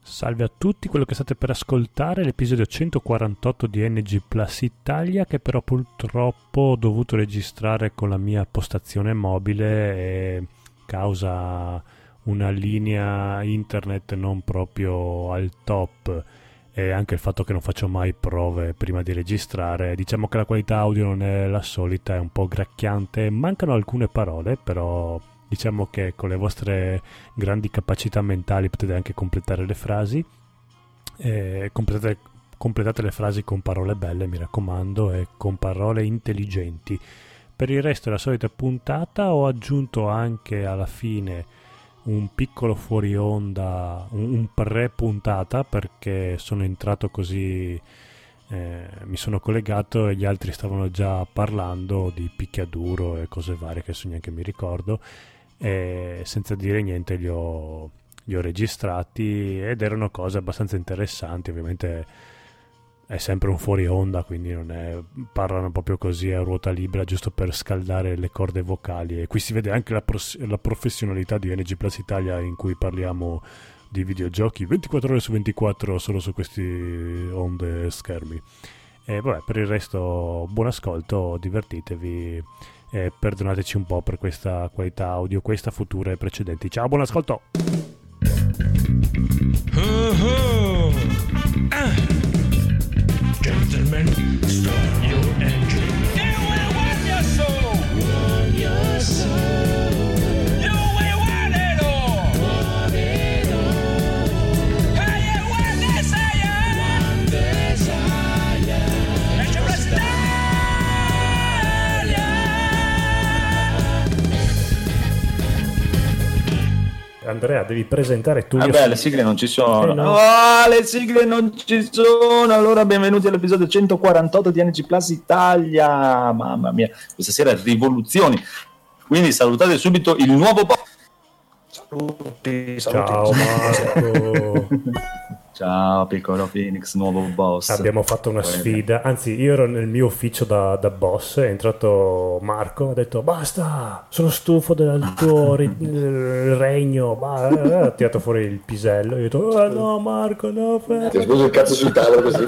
Salve a tutti, quello che state per ascoltare è l'episodio 148 di NG Plus Italia, che però purtroppo ho dovuto registrare con la mia postazione mobile e causa una linea internet non proprio al top e anche il fatto che non faccio mai prove prima di registrare, diciamo che la qualità audio non è la solita, è un po' gracchiante, mancano alcune parole, però diciamo che con le vostre grandi capacità mentali potete anche completare le frasi, completate le frasi con parole belle, mi raccomando, e con parole intelligenti. Per il resto è la solita puntata. Ho aggiunto anche alla fine un piccolo fuori onda, un pre-puntata, perché sono entrato così, mi sono collegato e gli altri stavano già parlando di picchiaduro e cose varie che adesso neanche mi ricordo, e senza dire niente li ho registrati ed erano cose abbastanza interessanti. Ovviamente è sempre un fuori onda, quindi non è, parlano proprio così a ruota libera, giusto per scaldare le corde vocali, e qui si vede anche la professionalità di NG Plus Italia, in cui parliamo di videogiochi 24 ore su 24 solo su questi onde schermi. E vabbè, per il resto buon ascolto, divertitevi e perdonateci un po' per questa qualità audio, questa, futura e precedenti. Ciao, buon ascolto! Gentlemen, start your engine. You will warm your soul. Warm your soul. You will want it all. Want it all. Hey, you want desire. Want desire. And you're a stallion. Andrea, devi presentare tu. Vabbè, le sigle non ci sono. No. Le sigle non ci sono. Allora, benvenuti all'episodio 148 di NG Plus Italia. Mamma mia, questa sera rivoluzioni. Quindi salutate subito il nuovo Saluti. Ciao Marco. Ciao piccolo Phoenix, nuovo boss. Abbiamo fatto una sfida, anzi io ero nel mio ufficio da boss, è entrato Marco, ha detto basta, sono stufo del tuo regno, ha tirato fuori il pisello, io ho detto no Marco, no, ti ha scuso il cazzo sul tavolo così.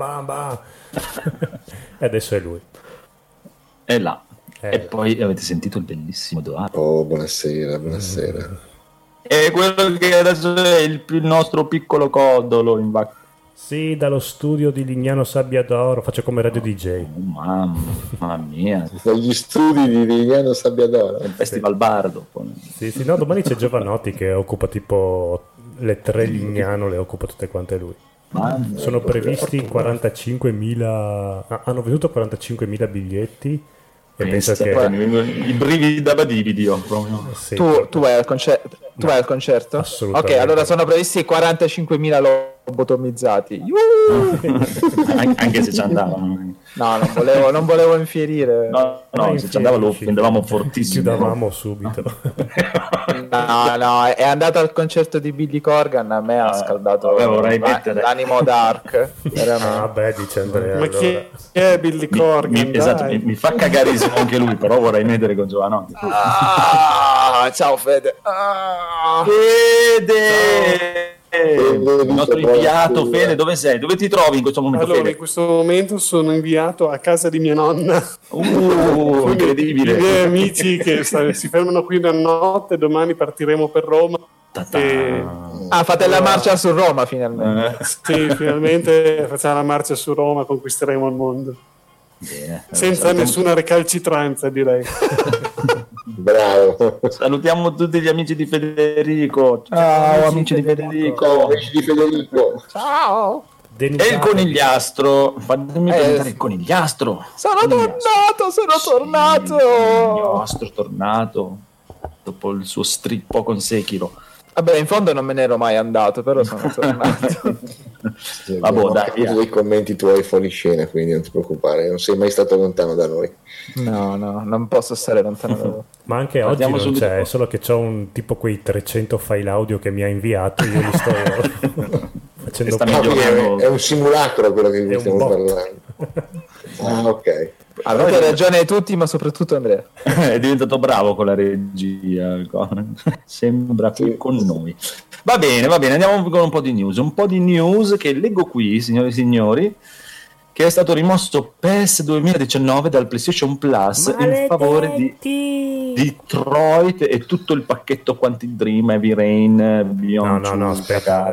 E adesso è lui. È là. E poi avete sentito il bellissimo Doato. Oh, buonasera. E quello che adesso è il nostro piccolo codolo in vacca. Sì, dallo studio di Lignano Sabbiadoro, faccio come radio DJ. Mamma mia. Dagli studi di Lignano Sabbiadoro. Il Festival Bardo. Sì, no, domani c'è Giovanotti che occupa tipo le 3 Lignano, le occupa tutte quante lui. Sono previsti 45.000, hanno venduto 45.000 biglietti. E penso che i brividi da badividio proprio. Sì, tu vai al concerto? Tu vai al concerto? Assolutamente. Ok, allora sono previsti 45.000 lobotomizzati. Anche se ci andavano. No, non volevo infierire. No, se ci andava lo prendevamo fortissimo. Chiudavamo subito. No, è andato al concerto di Billy Corgan, a me ha scaldato l'animo dark. Dice Andrea. Ma allora. chi è Billy Corgan? Esatto, mi fa cagarissimo anche lui, però vorrei mettere con Giovanotti. Ciao Fede. Fede! Il nostro inviato Fede, dove sei? Dove ti trovi in questo momento? Allora, Fede? in questo momento sono inviato a casa di mia nonna. Incredibile! I miei amici che si fermano qui da notte, domani partiremo per Roma. Fate la marcia su Roma finalmente. Sì, finalmente facciamo la marcia su Roma, conquisteremo il mondo. Bene, senza nessuna recalcitranza, direi. Bravo. Salutiamo tutti gli amici di Federico. Ciao amici di Federico. Ciao amici di Federico. Ciao. E il conigliastro. Fatemi presentare il conigliastro. Sono tornato. Conigliastro tornato dopo il suo strippo con Sekiro. Vabbè, in fondo non me ne ero mai andato, però sono tornato. Vabbè, dai, dei commenti tuoi fuori scena, quindi non ti preoccupare, non sei mai stato lontano da noi. No, non posso stare lontano da voi. Ma anche oggi non c'è, è solo che c'ho un tipo quei 300 file audio che mi ha inviato, io li sto facendo. È un simulacro quello che vi stiamo parlando. Ok. Avete ragione tutti, ma soprattutto Andrea. È diventato bravo con la regia, sembra qui con noi. Va bene, andiamo con un po' di news. Un po' di news che leggo qui, signore e signori, che è stato rimosso PES 2019 dal PlayStation Plus in favore di Detroit e tutto il pacchetto Quantic Dream, Heavy Rain, Beyond. No, aspetta.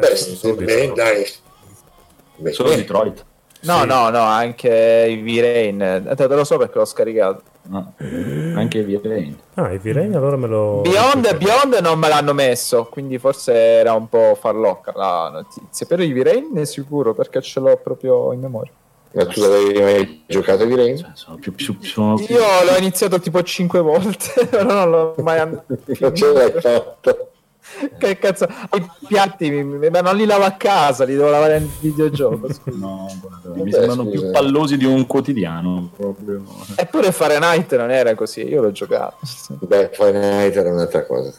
Solo Detroit. No, anche Heavy Rain. Te lo so perché l'ho scaricato. No, anche Heavy Rain. Heavy Rain allora me lo... Beyond non me l'hanno messo, quindi forse era un po' farlocca la notizia. Però Heavy Rain è sicuro, perché ce l'ho proprio in memoria. Ma tu l'avevi mai giocato Heavy Rain? Io l'ho iniziato tipo 5 volte, però non l'ho mai non ce l'hai fatto. Che cazzo, i piatti ma non li lavo a casa, li devo lavare nel videogioco. No, guarda, mi sembrano più pallosi di un quotidiano proprio. Eppure Fahrenheit non era così, io l'ho giocato. Beh, Fahrenheit era un'altra cosa.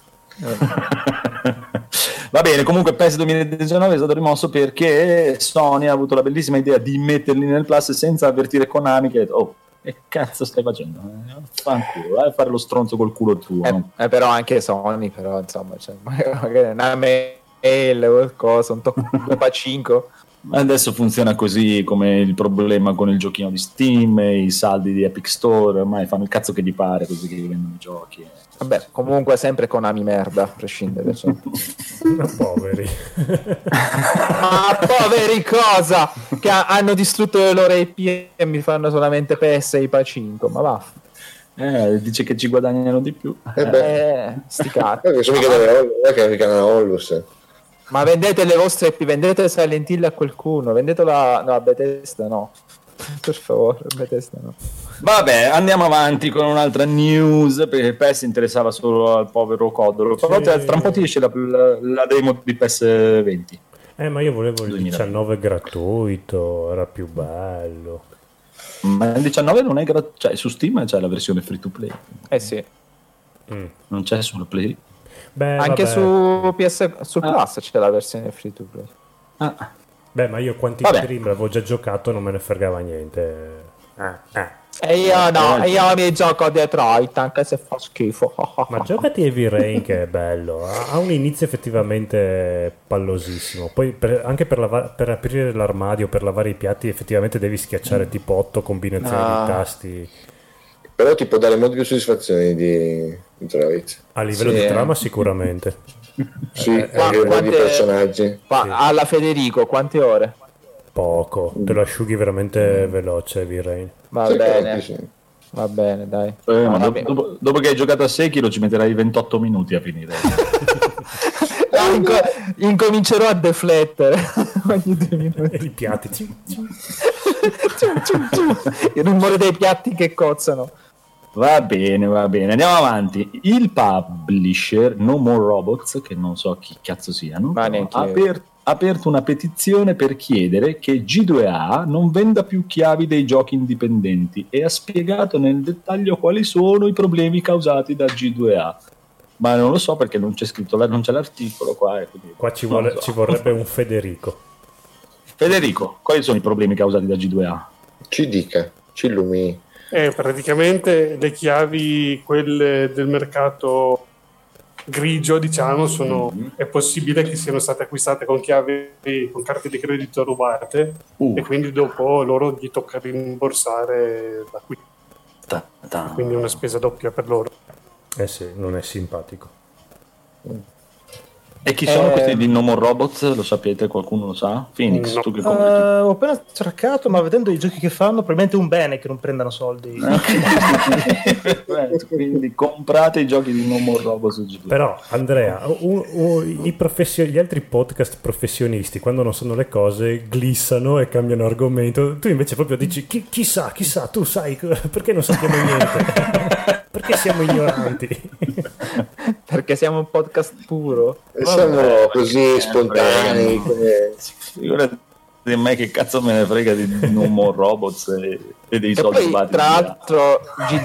Va bene, comunque PES 2019 è stato rimosso perché Sony ha avuto la bellissima idea di metterli nel Plus senza avvertire Konami, che ha detto, che cazzo stai facendo? Fanculo, vai a fare lo stronzo col culo tuo. No? Però anche Sony, però insomma, cioè, magari una mail, qualcosa, un tocca 5. Adesso funziona così, come il problema con il giochino di Steam, i saldi di Epic Store, ormai fanno il cazzo che gli pare, così che vendono i giochi. Vabbè, comunque sempre Konami merda, a prescindere. Cioè. Ma poveri. Ma poveri cosa? Che hanno distrutto le loro IP e mi fanno solamente PS e IPA 5, ma va. Dice che ci guadagnano di più. Sti cazzi. Che mica una Onlus. Ma vendete le vostre IP, vendete Silent Hill a qualcuno, vendetela a Bethesda, no. Per favore, Bethesda no. Vabbè, andiamo avanti con un'altra news, perché PES interessava solo al povero Codolo. Però tra un po' ti esce la demo di PES 20. Ma io volevo il 19 gratuito, era più bello. Ma il 19 non è gratuito, cioè su Steam c'è la versione free to play. Sì. Non c'è solo play. Beh, anche su Plus c'è la versione free to play. Beh, ma io Quantic Dream l'avevo già giocato, non me ne fregava niente. E io mi gioco Detroit, anche se fa schifo. Ma giocati Heavy Rain, che è bello. Ha un inizio effettivamente pallosissimo. Poi anche per aprire l'armadio, per lavare i piatti, effettivamente devi schiacciare tipo 8 combinazioni di tasti. Però ti può dare molto più soddisfazioni di Detroit. A livello di trama sicuramente. Sì, a livello di personaggi. Alla Federico, quante ore? Poco, te lo asciughi veramente veloce Heavy Rain. Va bene, dai. Ma dopo che hai giocato a Sekiro ci metterai 28 minuti a finire. Incomincerò a deflettere ogni 2 minuti. I piatti. Il rumore dei piatti che cozzano. Va bene, andiamo avanti. Il publisher No More Robots, che non so chi cazzo siano, ha aperto una petizione per chiedere che G2A non venda più chiavi dei giochi indipendenti e ha spiegato nel dettaglio quali sono i problemi causati da G2A. Ma non lo so perché non c'è scritto, non c'è l'articolo qua. Qua ci vorrebbe un Federico. Federico, quali sono i problemi causati da G2A? Ci dica, ci illumini. Praticamente le chiavi, quelle del mercato grigio, diciamo, è possibile che siano state acquistate con chiavi, con carte di credito rubate, e quindi dopo loro gli tocca rimborsare l'acquisto. Quindi una spesa doppia per loro. Sì, non è simpatico. E chi sono questi di No More Robots? Lo sapete? Qualcuno lo sa? Phoenix, no. tu che ho appena cercato, ma vedendo i giochi che fanno, probabilmente è un bene che non prendano soldi. Quindi comprate i giochi di No More Robots. Però Andrea, gli altri podcast professionisti, quando non sanno le cose, glissano e cambiano argomento. Tu invece proprio dici chissà, tu sai perché non sappiamo niente. Perché siamo ignoranti? Perché siamo un podcast puro. Siamo così spontanei. Figurati di me, che cazzo me ne frega di No More Robots e dei soldi. Poi, tra l'altro,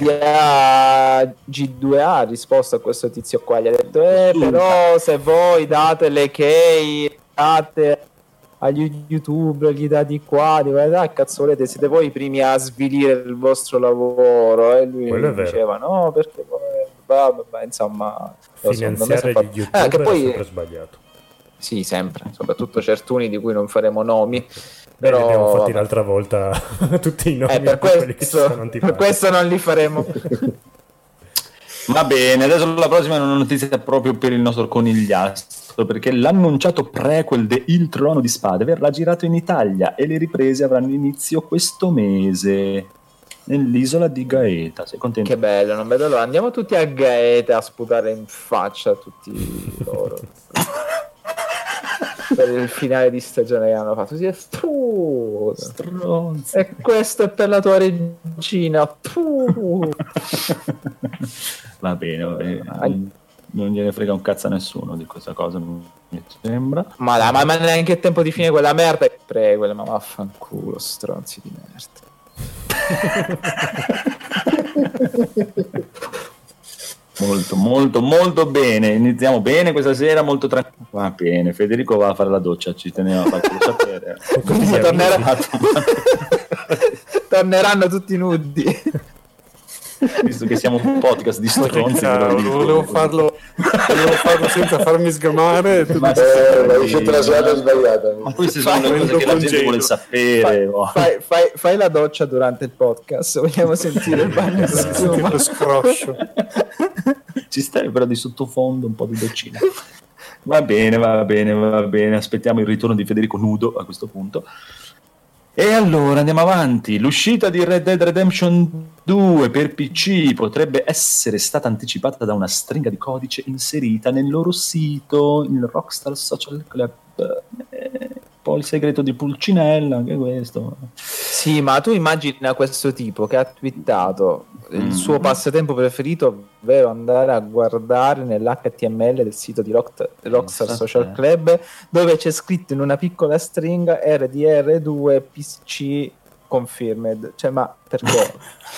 G2A ha risposto a questo tizio qua. Gli ha detto: però se voi date le key, date agli youtuber, gli dà di qua, di là, cazzo volete, siete voi i primi a svilire il vostro lavoro. E lui diceva no, perché vabbè, insomma, finanziare gli youtuber che poi, è sempre sbagliato. Sì, sempre, soprattutto certuni di cui non faremo nomi. Beh, però li abbiamo fatti l'altra volta tutti i nomi per questo non li faremo. Va bene, adesso la prossima è una notizia proprio per il nostro conigliastro, perché l'annunciato prequel de Il Trono di Spade verrà girato in Italia e le riprese avranno inizio questo mese nell'isola di Gaeta. Sei contento? Che bello, non vedo l'ora. Andiamo tutti a Gaeta a sputare in faccia a tutti loro per il finale di stagione che hanno fatto. Sì, stronzo. E questo è per la tua regina. Va bene, non gliene frega un cazzo a nessuno di questa cosa, mi sembra. Ma neanche è tempo di finire quella merda. Prego, ma vaffanculo, stronzi di merda. Molto bene. Iniziamo bene questa sera, molto tranquillo. Va bene, Federico va a fare la doccia, ci teneva a farlo sapere. Torneranno tutti nudi. Visto che siamo un podcast di stronzi, volevo farlo senza farmi sgamare. Ma l'ho traslata sbagliata. Ma queste sono le cose che la gente vuole sapere. Fai la doccia durante il podcast, vogliamo sentire il bagno lo scroscio. Ci stai però di sottofondo un po' di doccina. Va bene, aspettiamo il ritorno di Federico nudo a questo punto. E allora andiamo avanti. L'uscita di Red Dead Redemption 2 per PC potrebbe essere stata anticipata da una stringa di codice inserita nel loro sito, il Rockstar Social Club. Poi il segreto di Pulcinella, anche questo. Sì, ma tu immagina questo tipo che ha twittato il suo passatempo preferito, ovvero andare a guardare nell'HTML del sito di Rockstar Social Club, dove c'è scritto in una piccola stringa RDR2 PC confirmed. Cioè, ma perché?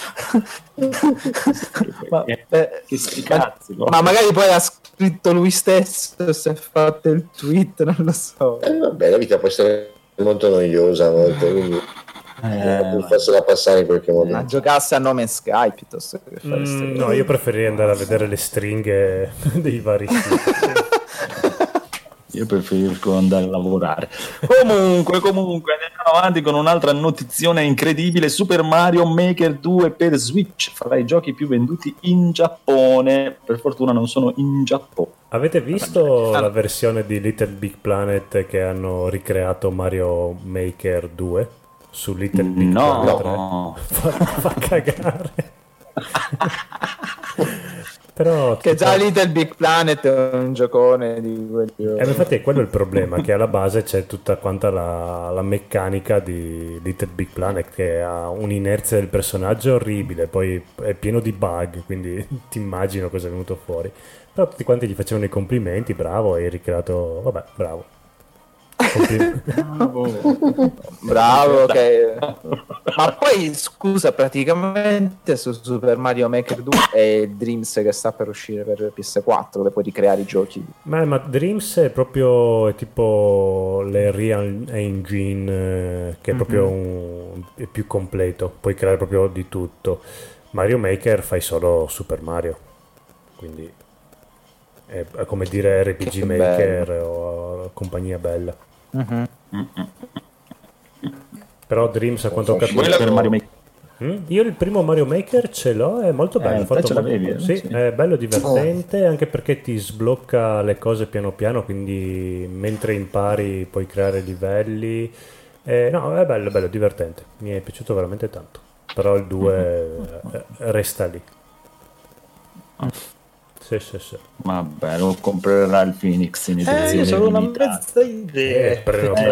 Ma magari poi ha scritto lui stesso, si è fatto il tweet, non lo so. Vabbè, la vita può essere molto noiosa a volte, quindi farsela passare in qualche modo. Ma giocasse a Nome Sky piuttosto che fare no, io preferirei andare a vedere le stringhe dei vari siti. Io preferisco andare a lavorare. Comunque andiamo avanti con un'altra notizione incredibile. Super Mario Maker 2 per Switch, fra i giochi più venduti in Giappone. Per fortuna non sono in Giappone. Avete visto la versione di Little Big Planet che hanno ricreato Mario Maker 2 su Little Big Planet 3? No. Fa cagare. Però che già Little Big Planet è un giocone di quelli. Infatti è quello il problema, che alla base c'è tutta quanta la meccanica di Little Big Planet, che ha un'inerzia del personaggio orribile, poi è pieno di bug, quindi ti immagino cosa è venuto fuori. Però tutti quanti gli facevano i complimenti, bravo, hai ricreato, vabbè, bravo. Bravo, ok. Ma poi scusa, praticamente su Super Mario Maker 2 è Dreams che sta per uscire per PS4, dove puoi ricreare i giochi. Ma Dreams è proprio tipo l'Unreal Engine, che è proprio è più completo, puoi creare proprio di tutto. Mario Maker fai solo Super Mario, quindi è come dire RPG Maker bello. O compagnia bella. Però Dreams a quanto ho capito per Mario Maker. Io il primo Mario Maker ce l'ho, è molto bello, fatto molto, sì, è bello, divertente, anche perché ti sblocca le cose piano piano, quindi mentre impari puoi creare livelli. No, è bello, divertente, mi è piaciuto veramente tanto, però il 2 resta lì. Sì. Vabbè, lo comprerà il Phoenix in edizione io sono una mezza idea.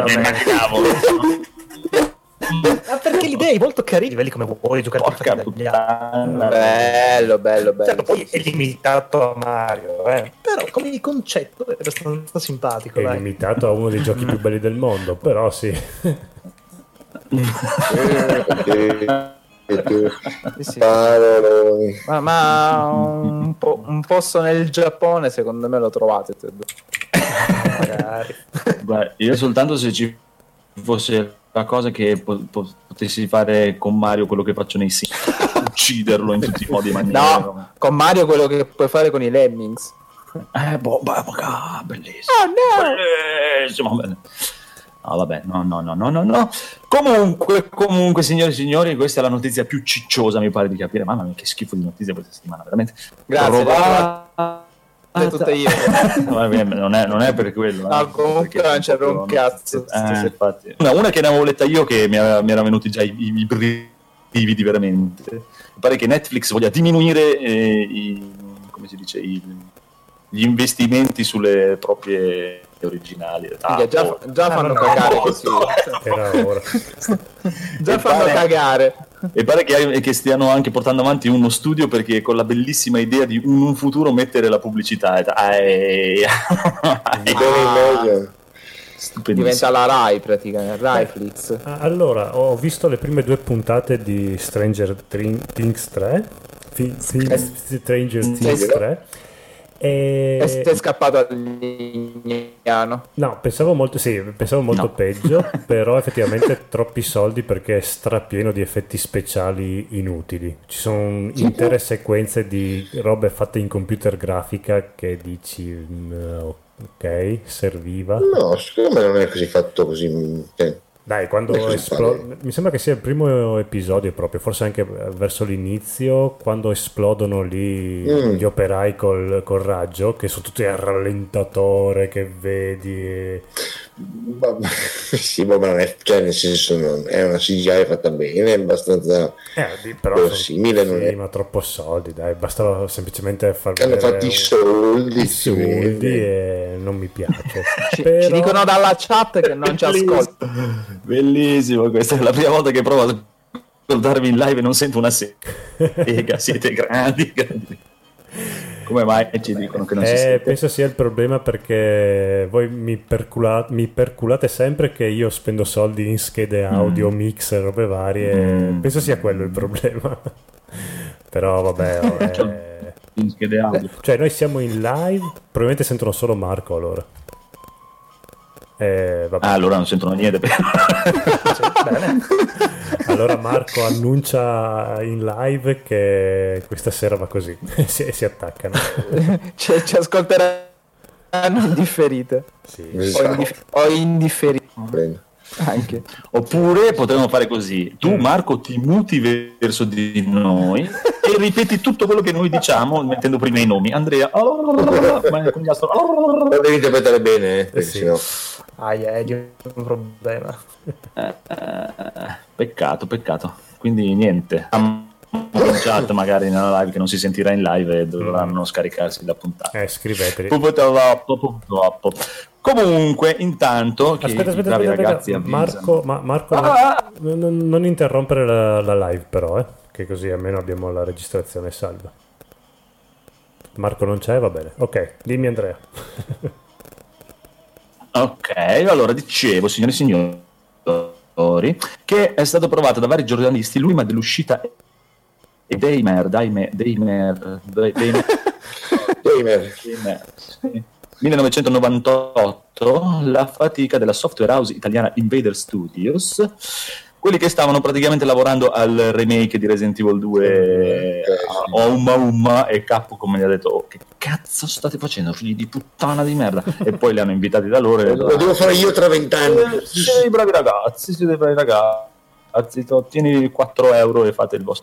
Ma perché l'idea è molto carina, livelli come vuoi giocare. Porca puttana. Bello. Certo, poi è limitato a Mario, però come concetto è abbastanza simpatico. È limitato a uno dei giochi più belli del mondo, però sì. Sì. Ma un posto nel Giappone secondo me lo trovate. Beh, io soltanto se ci fosse la cosa che potessi fare con Mario quello che faccio nei Sims, ucciderlo in tutti i modi e maniere. No, con Mario quello che puoi fare con i Lemmings. Bellissimo. Bellissimo. Bene. No, vabbè, no. Comunque, signori e signori, questa è la notizia più cicciosa, mi pare di capire. Mamma mia, che schifo di notizia questa settimana, veramente. Grazie. Tutte io. non è per quello. No, comunque non c'era un cazzo. Infatti. Una che ne avevo letta io che mi era venuti già i brividi veramente. Mi pare che Netflix voglia diminuire come si dice, gli investimenti sulle proprie originali. Già fanno cagare così. Era ora. Già fanno cagare. E pare che stiano anche portando avanti uno studio perché con la bellissima idea di in un futuro mettere la pubblicità. Diventa la Rai praticamente, Raiflix. Allora, ho visto le prime 2 puntate di Stranger Things 3. Stranger Things 3. E sei scappato all'Ignano. No, pensavo molto peggio, però effettivamente troppi soldi perché è strapieno di effetti speciali inutili. Ci sono intere sequenze di robe fatte in computer grafica che dici ok, serviva. No, secondo me non è così fatto così. Dai, quando esplode, mi sembra che sia il primo episodio proprio, forse anche verso l'inizio, quando esplodono lì gli operai col raggio, che sono tutti al rallentatore, che vedi. Sì, ma non è, cioè nel senso è una CGI fatta bene, è abbastanza però simile, non è. Ma troppo soldi, dai, bastava semplicemente far hanno vedere fatto i soldi e non mi piace. Ci dicono dalla chat che non ci ascolta. Bellissimo, questa è la prima volta che provo ad ascoltarvi in live e non sento una sega. Siete grandi. Come mai ci dicono che non si sente? Penso sia il problema perché voi mi perculate sempre che io spendo soldi in schede audio, mix, robe varie. Penso sia quello il problema. Però vabbè, in schede audio. cioè noi siamo in live, probabilmente sentono solo Marco allora. Allora non sentono niente. Bene. Allora Marco annuncia in live che questa sera va così. si attaccano. Ci ascolteranno in differita. Sì. O in differita anche. Oppure potremmo fare così: tu Marco ti muti verso di noi e ripeti tutto quello che noi diciamo mettendo prima i nomi. Andrea devi interpretare bene perché sennò è di un problema. Peccato. Quindi niente, in chat magari nella live che non si sentirà in live e dovranno scaricarsi la puntata. Scriveteli. Purtroppo. Comunque intanto che aspetta, ragazzi Marco, non interrompere la live però, che così almeno abbiamo la registrazione salva. Marco non c'è, va bene. Ok, dimmi Andrea. Ok, allora dicevo, signori e signori, che è stato provato da vari giornalisti l'ultima dell'uscita e Daimer, sì. 1998, la fatica della software house italiana Invader Studios, quelli che stavano praticamente lavorando al remake di Resident Evil 2 Umma e Capcom gli ha detto che cazzo state facendo, figli di puttana di merda, e poi li hanno invitati da loro e lo devo fare io tra 20 anni. Siete dei bravi ragazzi, tieni 4 euro e fate il vostro.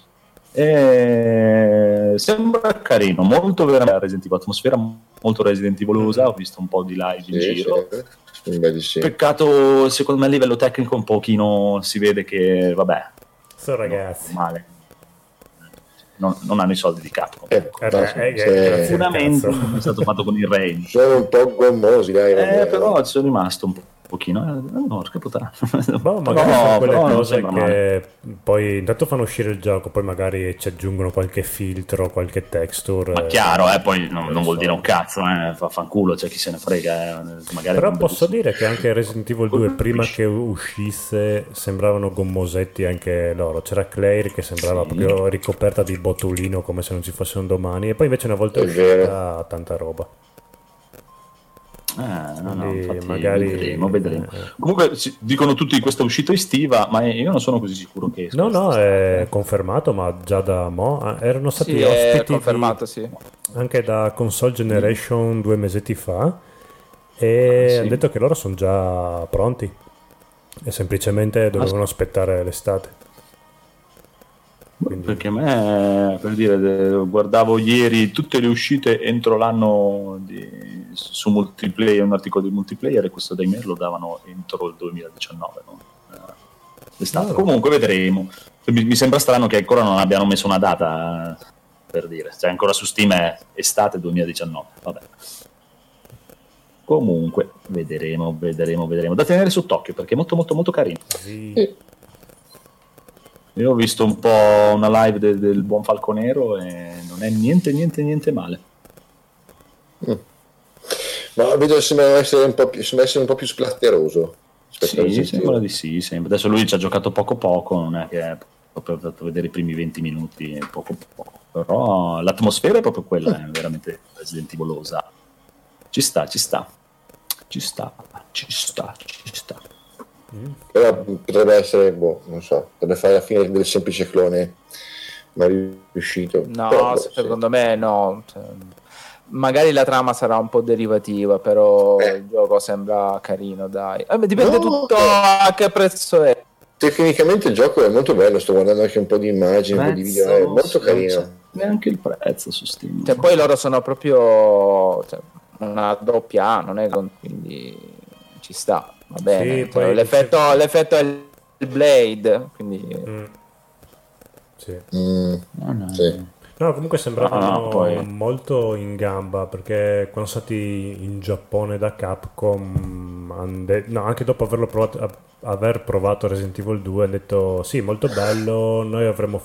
Sembra carino, molto veramente Resident Evil, atmosfera molto Resident Evilosa, ho visto un po' di live in giro. Sì. Peccato, secondo me a livello tecnico un pochino si vede che vabbè, sono ragazzi male. Non hanno i soldi di Capcom. Sicuramente è stato fatto con il Rage. Sono un po' gommosi, dai. Però ci sono rimasto un pochino. Porca puttana. Magari sono quelle cose che poi intanto fanno uscire il gioco, poi magari ci aggiungono qualche filtro, qualche texture. Ma chiaro, poi non vuol dire un cazzo, fanculo, c'è chi se ne frega. Magari però posso dire che anche Resident Evil 2 prima che uscisse sembravano gommosetti anche loro. C'era Claire che sembrava proprio ricoperta di botulino come se non ci fosse un domani, e poi invece una volta uscita tanta roba. infatti magari vedremo. Comunque dicono tutti di questa uscita estiva, ma io non sono così sicuro che esca. No, è confermato, ma già da mo' erano stati ospiti è confermato, anche da Console Generation 2 mesetti fa, e hanno detto che loro sono già pronti e semplicemente dovevano aspettare l'estate. Quindi... Perché a me, per dire, guardavo ieri tutte le uscite entro l'anno su multiplayer, un articolo di multiplayer, e questo Daymare lo davano entro il 2019, no? L'estate. Comunque vedremo. Mi sembra strano che ancora non abbiano messo una data, per dire, cioè ancora su Steam è estate 2019, vabbè. Comunque vedremo, da tenere sott'occhio, perché è molto molto molto carino. Sì. Io ho visto un po' una live del buon Falconero e non è niente male. Ma vedo che sembra essere un po' più splatteroso. Sì, sembra di sì. Adesso lui ci ha giocato poco, non è che è proprio fatto vedere i primi 20 minuti, poco. Però l'atmosfera è proprio quella, è veramente Resident Evilosa. Ci sta. Però potrebbe essere, non so, potrebbe fare la fine del semplice clone, ma riuscito. No, però, secondo me no. Magari la trama sarà un po' derivativa, però il gioco sembra carino, dai. Dipende tutto a che prezzo è. Tecnicamente il gioco è molto bello, sto guardando anche un po' di immagini, un po' di video, è molto carino. Neanche il prezzo su Steam. Cioè, poi loro sono proprio una doppia A, non è quindi ci sta, va bene. Sì, poi l'effetto è il Blade, quindi Sì. No, comunque sembravano poi... molto in gamba, perché quando sono stati in Giappone da Capcom, anche dopo aver provato Resident Evil 2, hanno detto sì, molto bello, noi avremmo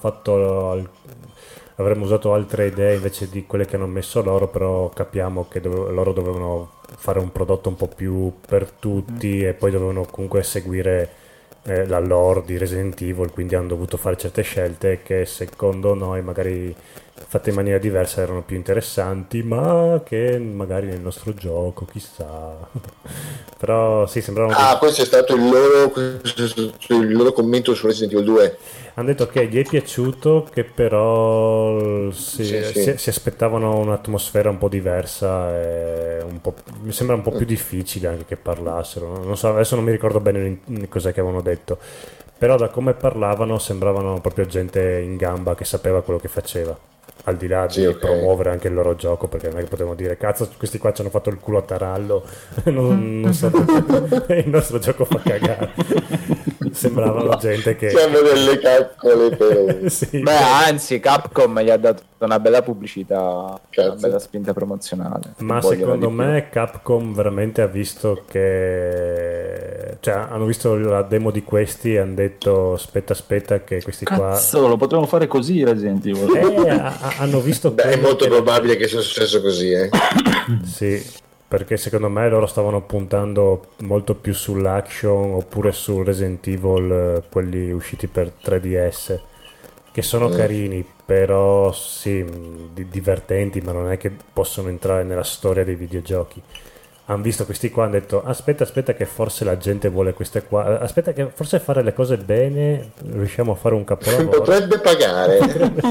usato altre idee invece di quelle che hanno messo loro, però capiamo che loro dovevano fare un prodotto un po' più per tutti e poi dovevano comunque seguire la lore di Resident Evil, quindi hanno dovuto fare certe scelte che secondo noi magari fatte in maniera diversa erano più interessanti, ma che magari nel nostro gioco chissà. Però sì, sembravano questo è stato il loro commento su Resident Evil 2. hanno detto che gli è piaciuto, che però si aspettavano un'atmosfera un po' diversa e mi sembra un po' più difficile anche che parlassero, non so, adesso non mi ricordo bene cos'è che avevano detto, però da come parlavano sembravano proprio gente in gamba che sapeva quello che faceva, al di là di promuovere anche il loro gioco, perché non è che potevano dire cazzo questi qua ci hanno fatto il culo a tarallo, non so il nostro gioco fa cagare. Sembravano gente che siamo delle caccole però. Sì. Beh, anzi Capcom gli ha dato una bella pubblicità, una bella spinta promozionale, ma secondo me Capcom veramente ha visto che, cioè hanno visto la demo di questi e hanno detto aspetta che questi cazzo, lo potremmo fare così Resident Evil. Hanno visto è molto probabile che sia successo così sì, perché secondo me loro stavano puntando molto più sull'action oppure su Resident Evil, quelli usciti per 3DS, che sono carini, però sì, divertenti, ma non è che possono entrare nella storia dei videogiochi. Hanno visto questi qua, hanno detto aspetta che forse la gente vuole queste qua, aspetta che forse fare le cose bene riusciamo a fare un capolavoro, potrebbe pagare.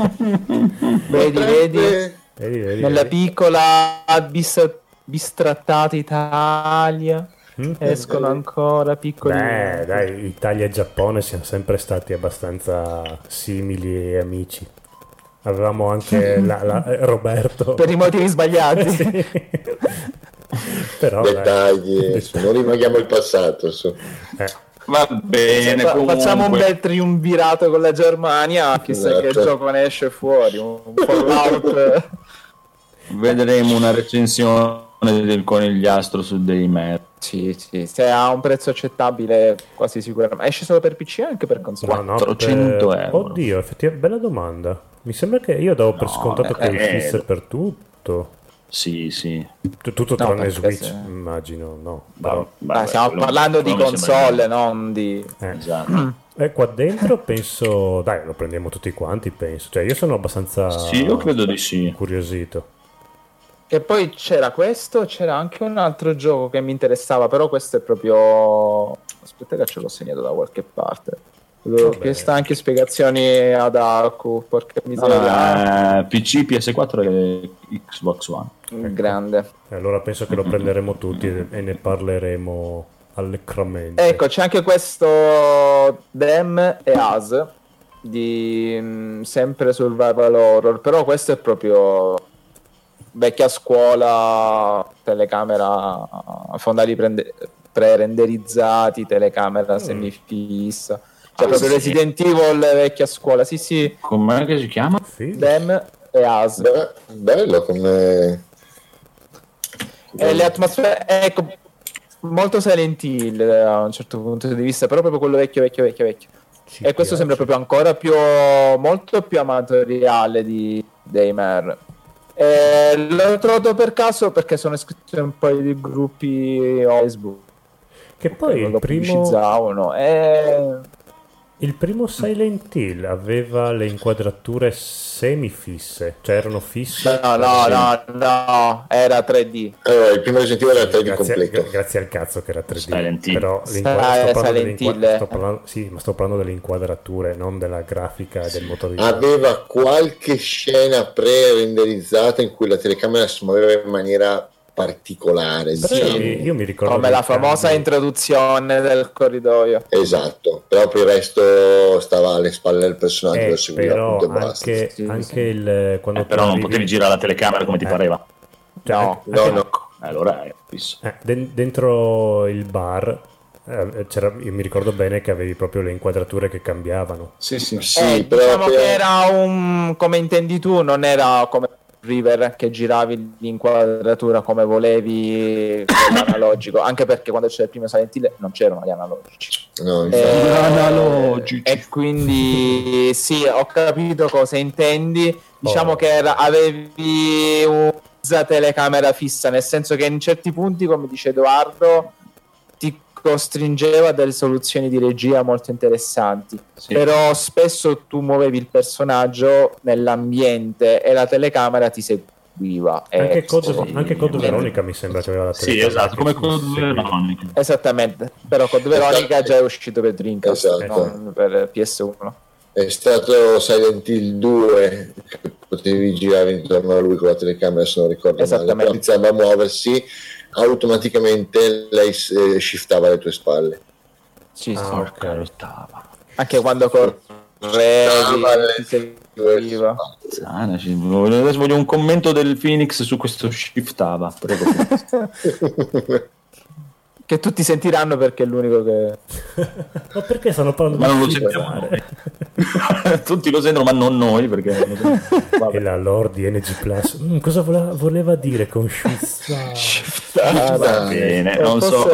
Vedi nella piccola bistrattata Italia escono ancora piccoli. Beh dai, Italia e Giappone siamo sempre stati abbastanza simili e amici. Avevamo anche Roberto per i motivi sbagliati. Sì. Però dettagli, non rimaniamo il passato va bene, facciamo un bel triumvirato con la Germania, chissà che il gioco ne esce fuori, un Fallout. Vedremo una recensione del conigliastro su Daymare. Sì, se ha un prezzo accettabile quasi sicuramente. Esce solo per PC anche per console? 400 euro. Oddio, effettivamente bella domanda. Mi sembra che io davo per scontato che uscisse per tutto. Sì. Tutto tranne Switch, immagino, no. Però... stiamo parlando di console, non di... Esatto. E qua dentro penso, dai, lo prendiamo tutti quanti, penso. Cioè, io sono abbastanza... Sì, io credo di sì. Incuriosito. Che poi c'era questo, c'era anche un altro gioco che mi interessava, però questo è proprio... Aspetta che ce l'ho segnato da qualche parte. Avevo chiesto anche spiegazioni ad Aku, porca miseria. PC, PS4 e Xbox One. Grande. Allora penso che lo prenderemo tutti e ne parleremo allecramente. Ecco, c'è anche questo Them e Us di sempre survival horror, però questo è proprio vecchia scuola, telecamera, fondali pre-renderizzati, telecamera semifissa. Cioè proprio Resident Evil vecchia scuola, sì. Com'è che si chiama? Them e Us. Bello come... E le atmosfere, ecco, molto Silent Hill da un certo punto di vista, però proprio quello vecchio. E questo sembra proprio ancora molto più amatoriale di Daymare. L'ho trovato per caso perché sono iscritto in un paio di gruppi Facebook che poi il primo Silent Hill aveva le inquadrature semifisse, cioè erano fisse. No, era 3D. Il primo Resident Evil era 3D completo. Grazie al cazzo che era 3D. Silent Hill. Però sto parlando delle inquadrature, non della grafica del motore di aveva qualche scena pre-renderizzata in cui la telecamera si muoveva in maniera particolare, io mi ricordo come la famosa introduzione del corridoio. Esatto, però per il resto stava alle spalle del personaggio, però anche quando però non potevi girare la telecamera come ti pareva. No. Allora è fisso. Dentro il bar io mi ricordo bene che avevi proprio le inquadrature che cambiavano. Sì, però diciamo che era come intendi tu, non era come River che giravi l'inquadratura come volevi con l'analogico, anche perché quando c'era il primo Silent Hill non c'erano gli analogici. E quindi sì, ho capito cosa intendi. Diciamo che avevi una telecamera fissa, nel senso che in certi punti, come dice Edoardo, ti costringeva a delle soluzioni di regia molto interessanti, però spesso tu muovevi il personaggio nell'ambiente e la telecamera ti seguiva. Anche Code Veronica mi sembra che aveva la telecamera. Sì, esatto, come Code Veronica. Esattamente, però Code Veronica già è uscito per Dreamcast, non per PS1. È stato Silent Hill 2 che potevi girare intorno a lui con la telecamera, se non ricordo male, iniziava a muoversi, automaticamente lei shiftava le tue spalle. Anche quando correvi ti seguiva. Adesso voglio un commento del Phoenix su questo shiftava, prego. Che tutti sentiranno perché è l'unico che... Ma perché stanno parlando ma non lo sentiamo noi. Tutti lo sentono ma non noi perché... E la lore di NG Plus cosa voleva dire con shiftare? Va bene, non so.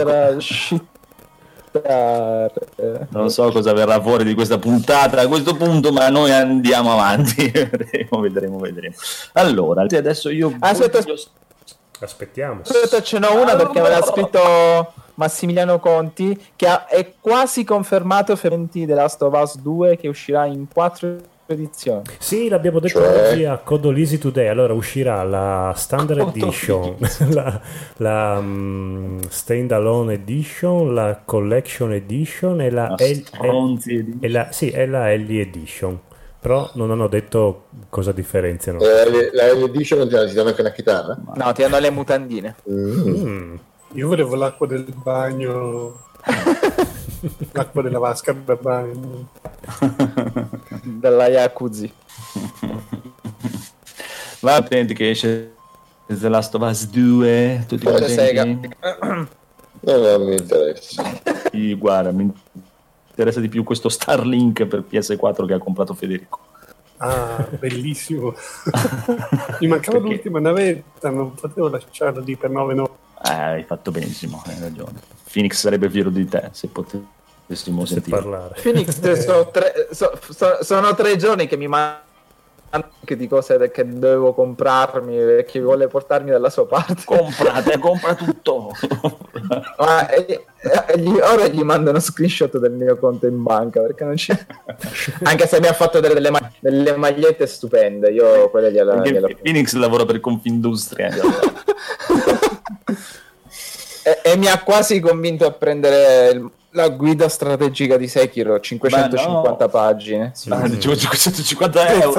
Non so cosa verrà fuori di questa puntata a questo punto, ma noi andiamo avanti. vedremo. Allora, adesso io aspettiamo. Ce n'ho una perché aveva scritto Massimiliano Conti che è quasi confermato The Last of Us 2 che uscirà in 4 edizioni. Sì, l'abbiamo detto oggi a Codolisi Today. Allora uscirà la Standard Edition, la Stand Alone Edition, la Collection Edition e la Ellie Edition. Però non hanno detto cosa differenziano. La Edition ti danno anche una chitarra? No, ti danno le mutandine. Io volevo l'acqua del bagno, l'acqua della vasca del bagno. Della Yakuzi. Va attenti che esce The Last of Us 2. Tutti no, mi interessa. Guarda, mi interessa di più questo Starlink per PS4 che ha comprato Federico. Ah, bellissimo. Mi mancava l'ultima navetta, non potevo lasciarla lì per 9 hai fatto benissimo, hai ragione. Phoenix sarebbe fiero di te se potessimo sentire parlare. Phoenix sono 3 giorni che mi manda anche di cose che dovevo comprarmi e che vuole portarmi dalla sua parte. Compra tutto. Ora gli mando uno screenshot del mio conto in banca perché non c'è. Anche se mi ha fatto delle magliette stupende, io quelle gliela Phoenix lavora per Confindustria. e mi ha quasi convinto a prendere la guida strategica di Sekiro, 550 pagine. Sì. 550 euro.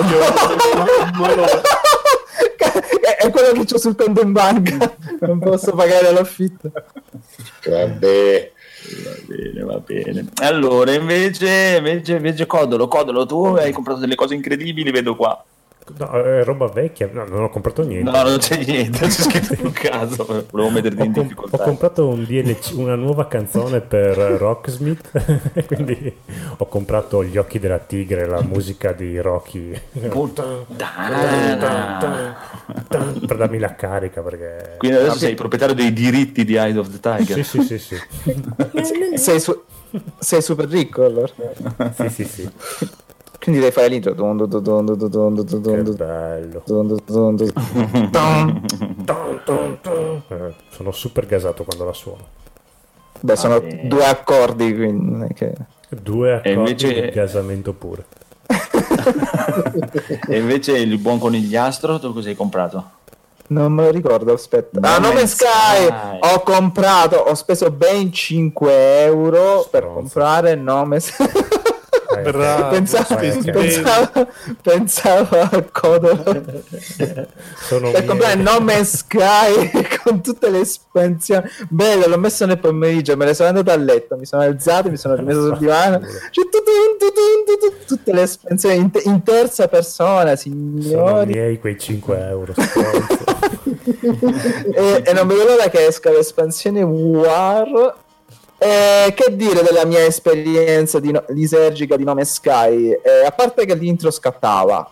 È quello che c'ho sul conto in banca. Non posso pagare l'affitto. Vabbè. Va bene. Allora, invece Codolo, tu hai comprato delle cose incredibili, vedo qua. No, è roba vecchia, no, non ho comprato niente. No, non c'è niente, non c'è scritto un caso. Volevo metterti in difficoltà. Ho comprato un DLC, una nuova canzone per Rocksmith, quindi ho comprato Gli occhi della tigre, la musica di Rocky. Per darmi la carica, perché... Quindi adesso sei proprietario dei diritti di Eye of the Tiger. Sì. Sei super ricco allora. Sì. Quindi devi fare l'intro. Che bello. Sono super gasato quando la suono. Beh, sono 2 accordi, quindi non è che... 2 accordi invece... di gasamento pure. E invece il buon conigliastro, tu cosa hai comprato? Non me lo ricordo, aspetta. No Man's Sky! Ho speso ben 5 euro per comprare No Man's Sky. Pensavo a Codolo per comprare No Man's Sky con tutte le espansioni. Bello, l'ho messo nel pomeriggio, me ne sono andato a letto, mi sono alzato, mi sono rimesso sul divano, tutte le espansioni in terza persona, signori. Sono miei quei 5 euro. E non vedo l'ora che esca l'espansione War. Che dire della mia esperienza lisergica di No Man's Sky? A parte che l'intro scattava,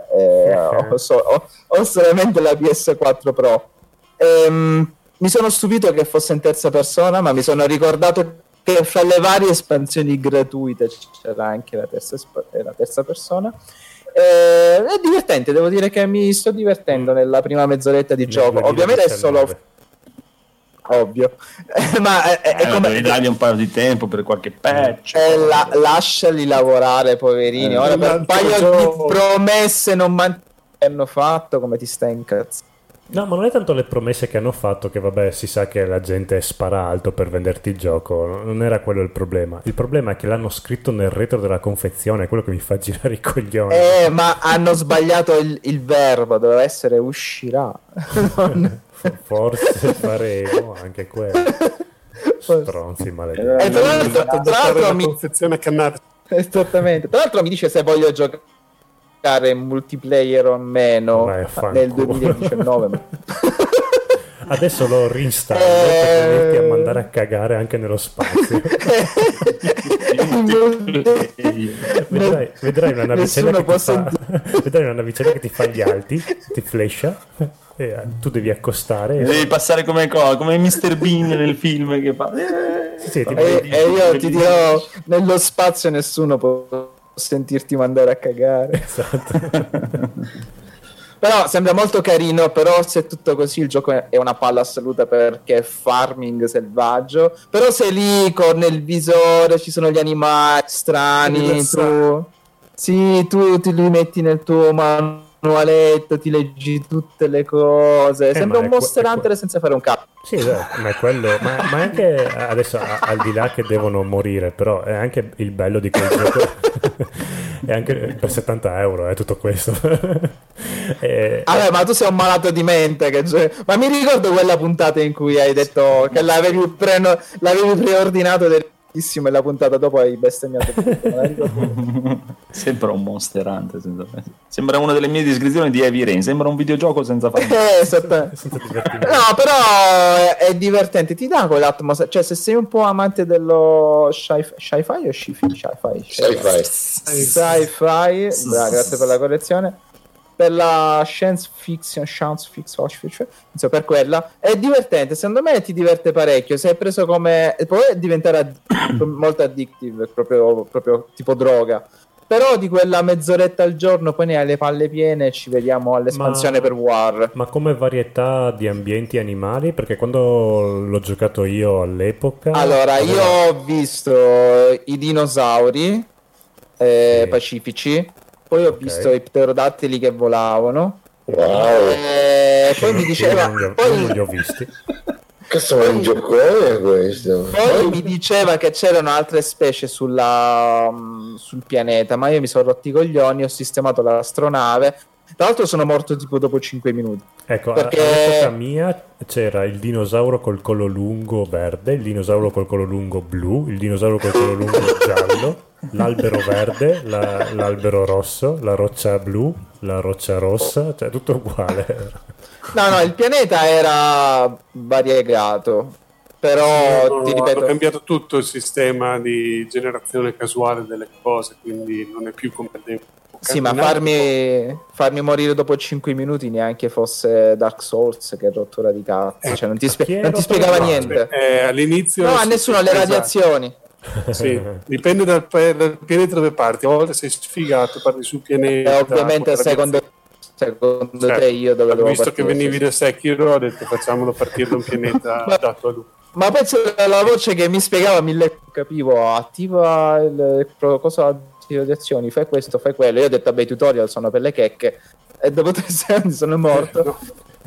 ho solamente la PS4 Pro. Mi sono stupito che fosse in terza persona, ma mi sono ricordato che fra le varie espansioni gratuite c'era anche la terza persona. È divertente, devo dire che mi sto divertendo nella prima mezz'oretta di gioco. Ovviamente è solo... ovvio, ma è come devi dargli un paio di tempo per qualche patch. Lasciali lavorare, poverini. Ora per un paio di promesse non hanno fatto, come ti stai incazzando? No, ma non è tanto le promesse che hanno fatto, che vabbè, si sa che la gente spara alto per venderti il gioco, non era quello il problema. Il problema è che l'hanno scritto nel retro della confezione, è quello che mi fa girare i coglioni. Ma hanno sbagliato il verbo, doveva essere uscirà. Forse faremo anche quello. Stronzi maledetti. Tra l'altro mi... confezione cannata. Esattamente. Tra l'altro mi dice se voglio giocare multiplayer o meno nel 2019. Adesso lo reinstallo per venirti a mandare a cagare anche nello spazio. vedrai una navicella che ti fa gli alti, ti flasha, e tu devi accostare. Devi passare come Mr. Bean nel film che fa. E io ti dirò, nello spazio nessuno può sentirti mandare a cagare. Esatto. Però sembra molto carino, però se tutto così il gioco è una palla assoluta perché è farming selvaggio. Però sei lì nel visore, ci sono gli animali strani, tu li metti nel tuo manualetto, ti leggi tutte le cose. Sembra un Monster Hunter senza fare un capo. Sì, ma è quello, ma anche adesso al di là che devono morire, però è anche il bello di quel gioco. E anche per 70 euro è tutto questo. Ma tu sei un malato di mente ma mi ricordo quella puntata in cui hai detto che l'avevi preordinato ed e la puntata dopo hai bestemmiato. Sembra un Monster Hunter, sembra una delle mie descrizioni di Heavy Rain, sembra un videogioco senza fare no, però è divertente, ti dà quell'atmosfera, cioè se sei un po' amante dello sci-fi o sci-fi, grazie per la correzione, per la science fiction, per quella è divertente, secondo me ti diverte parecchio, se è preso come, poi diventare molto addictive, proprio tipo droga, però di quella mezz'oretta al giorno poi ne hai le palle piene e ci vediamo all'espansione per War. Ma come varietà di ambienti animali? Perché quando l'ho giocato io all'epoca... Allora, io ho visto i dinosauri pacifici, poi ho visto i pterodattili che volavano. Wow. Poi mi diceva... non li ho visti. Cazzo, è un giocone questo. Poi mi diceva che c'erano altre specie sul pianeta, ma io mi sono rotti i coglioni, ho sistemato l'astronave. Tra l'altro sono morto tipo dopo 5 minuti. Ecco, perché... all'epoca mia c'era il dinosauro col collo lungo verde, il dinosauro col collo lungo blu, il dinosauro col collo lungo giallo, l'albero verde, l'albero rosso, la roccia blu, la roccia rossa, cioè tutto uguale. No, il pianeta era variegato, però ti ripeto... Hanno cambiato tutto il sistema di generazione casuale delle cose, quindi non è più come sì, ma farmi morire dopo 5 minuti neanche fosse Dark Souls, che rottura di cazzo, cioè non ti spiegava niente. All'inizio... No, a nessuno, le radiazioni. Sì, dipende dal pianeta dove parti. A volte sei sfigato, parti sul pianeta. Ovviamente secondo te io dove devo visto partire? Che venivi da Sekiro, ho detto facciamolo partire da un pianeta dato a lui. Ma poi c'era la voce che mi spiegava capivo, attiva il cosa di radiazioni, fai questo, fai quello. Io ho detto vabbè, i tutorial sono per le checche e dopo 3 secondi sono morto. No.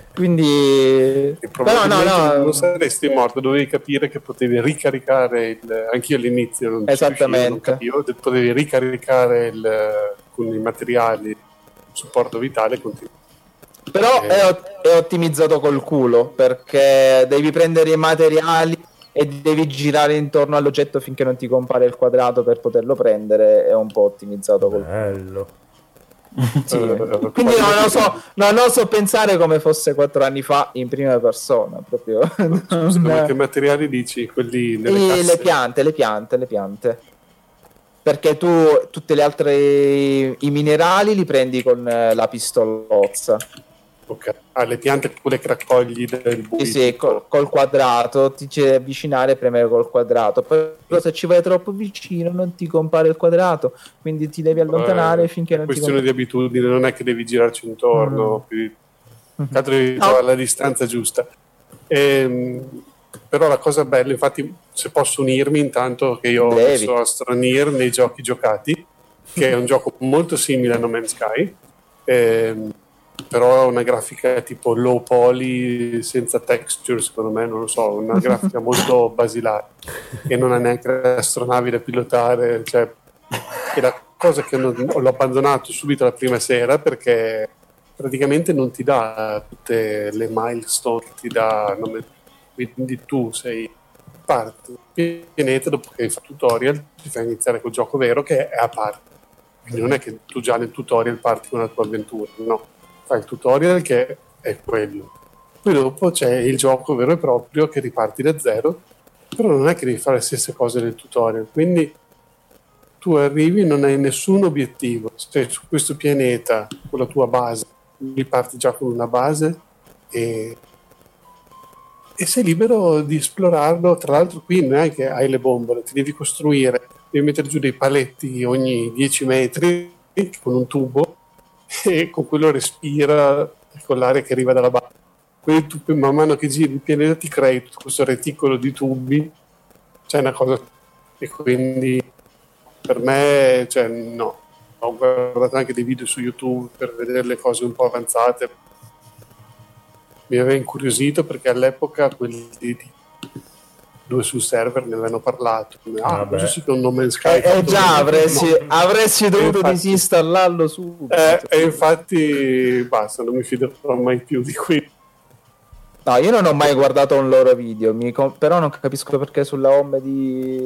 Quindi però non saresti morto, dovevi capire che potevi ricaricare anch'io all'inizio non esattamente potevi ricaricare con i materiali supporto vitale però è ottimizzato col culo, perché devi prendere i materiali e devi girare intorno all'oggetto finché non ti compare il quadrato per poterlo prendere. È un po' ottimizzato col bello. Sì. Quindi non oso pensare come fosse 4 anni fa in prima persona proprio. Che materiali dici? Quelli nelle casse? Le piante, perché tu tutte le altre i minerali li prendi con la pistolozza. Ok. Le piante quelle che raccogli del buio. Sì, col quadrato ti ci devi avvicinare e premere col quadrato. Poi se ci vai troppo vicino non ti compare il quadrato, quindi ti devi allontanare finché non ti compare. È questione di abitudine, non è che devi girarci intorno, tanto devi trovare la distanza giusta. Però la cosa bella, infatti, se posso unirmi intanto che io ho messo Astronir nei giochi giocati, che è un gioco molto simile a No Man's Sky, però ha una grafica tipo low poly senza texture, secondo me, non lo so, una grafica molto basilare, che non ha neanche astronavi da pilotare, cioè è la cosa che l'ho abbandonato subito la prima sera, perché praticamente non ti dà tutte le milestone che ti dà, quindi tu parti pianeta, dopo che hai fatto il tutorial ti fai iniziare col gioco vero che è a parte, quindi non è che tu già nel tutorial parti con la tua avventura, no, fai il tutorial che è quello, poi dopo c'è il gioco vero e proprio che riparti da zero, però non è che devi fare le stesse cose del tutorial, quindi tu arrivi e non hai nessun obiettivo, sei su questo pianeta con la tua base, riparti già con una base e sei libero di esplorarlo. Tra l'altro qui non è che hai le bombole, ti devi costruire, devi mettere giù dei paletti ogni 10 metri con un tubo e con quello respira con l'aria che arriva dalla base, quindi tu man mano che giri il pianeta ti crei tutto questo reticolo di tubi, c'è una cosa, e quindi per me, cioè, no, ho guardato anche dei video su YouTube per vedere le cose un po' avanzate, mi aveva incuriosito perché all'epoca quelli due sul server ne avevano parlato. Questo sì che è un No Man's Sky. Già avresti dovuto disinstallarlo subito. E infatti basta, non mi fiderò mai più di qui. No, io non ho mai guardato un loro video, però non capisco perché sulla home di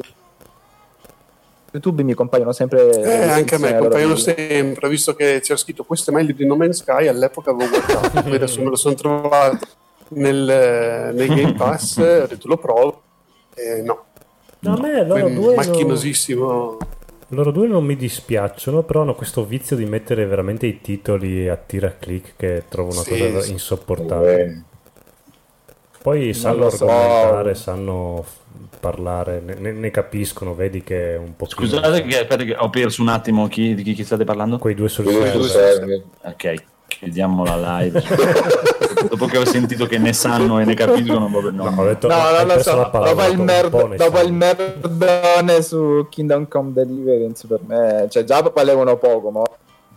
YouTube mi compaiono sempre anche a me compaiono sempre, visto che c'era scritto questo è meglio di No Man's Sky, all'epoca avevo guardato, poi adesso me lo sono trovato nel Game Pass, ho detto lo provo, no, a me loro due macchinosissimo. Loro due non mi dispiacciono, però hanno questo vizio di mettere veramente i titoli a tira click che trovo una cosa insopportabile. Poi sanno lo so. argomentare, sanno parlare, ne capiscono, vedi che è un po'. Scusate aspetta che ho perso un attimo di chi state parlando? Quei due sul Ok, chiudiamo la live. Dopo che ho sentito che ne sanno e ne capiscono, no, ho detto, non lo so. Dopo il merdone su Kingdom Come Deliverance, per me, cioè già valevano poco, ma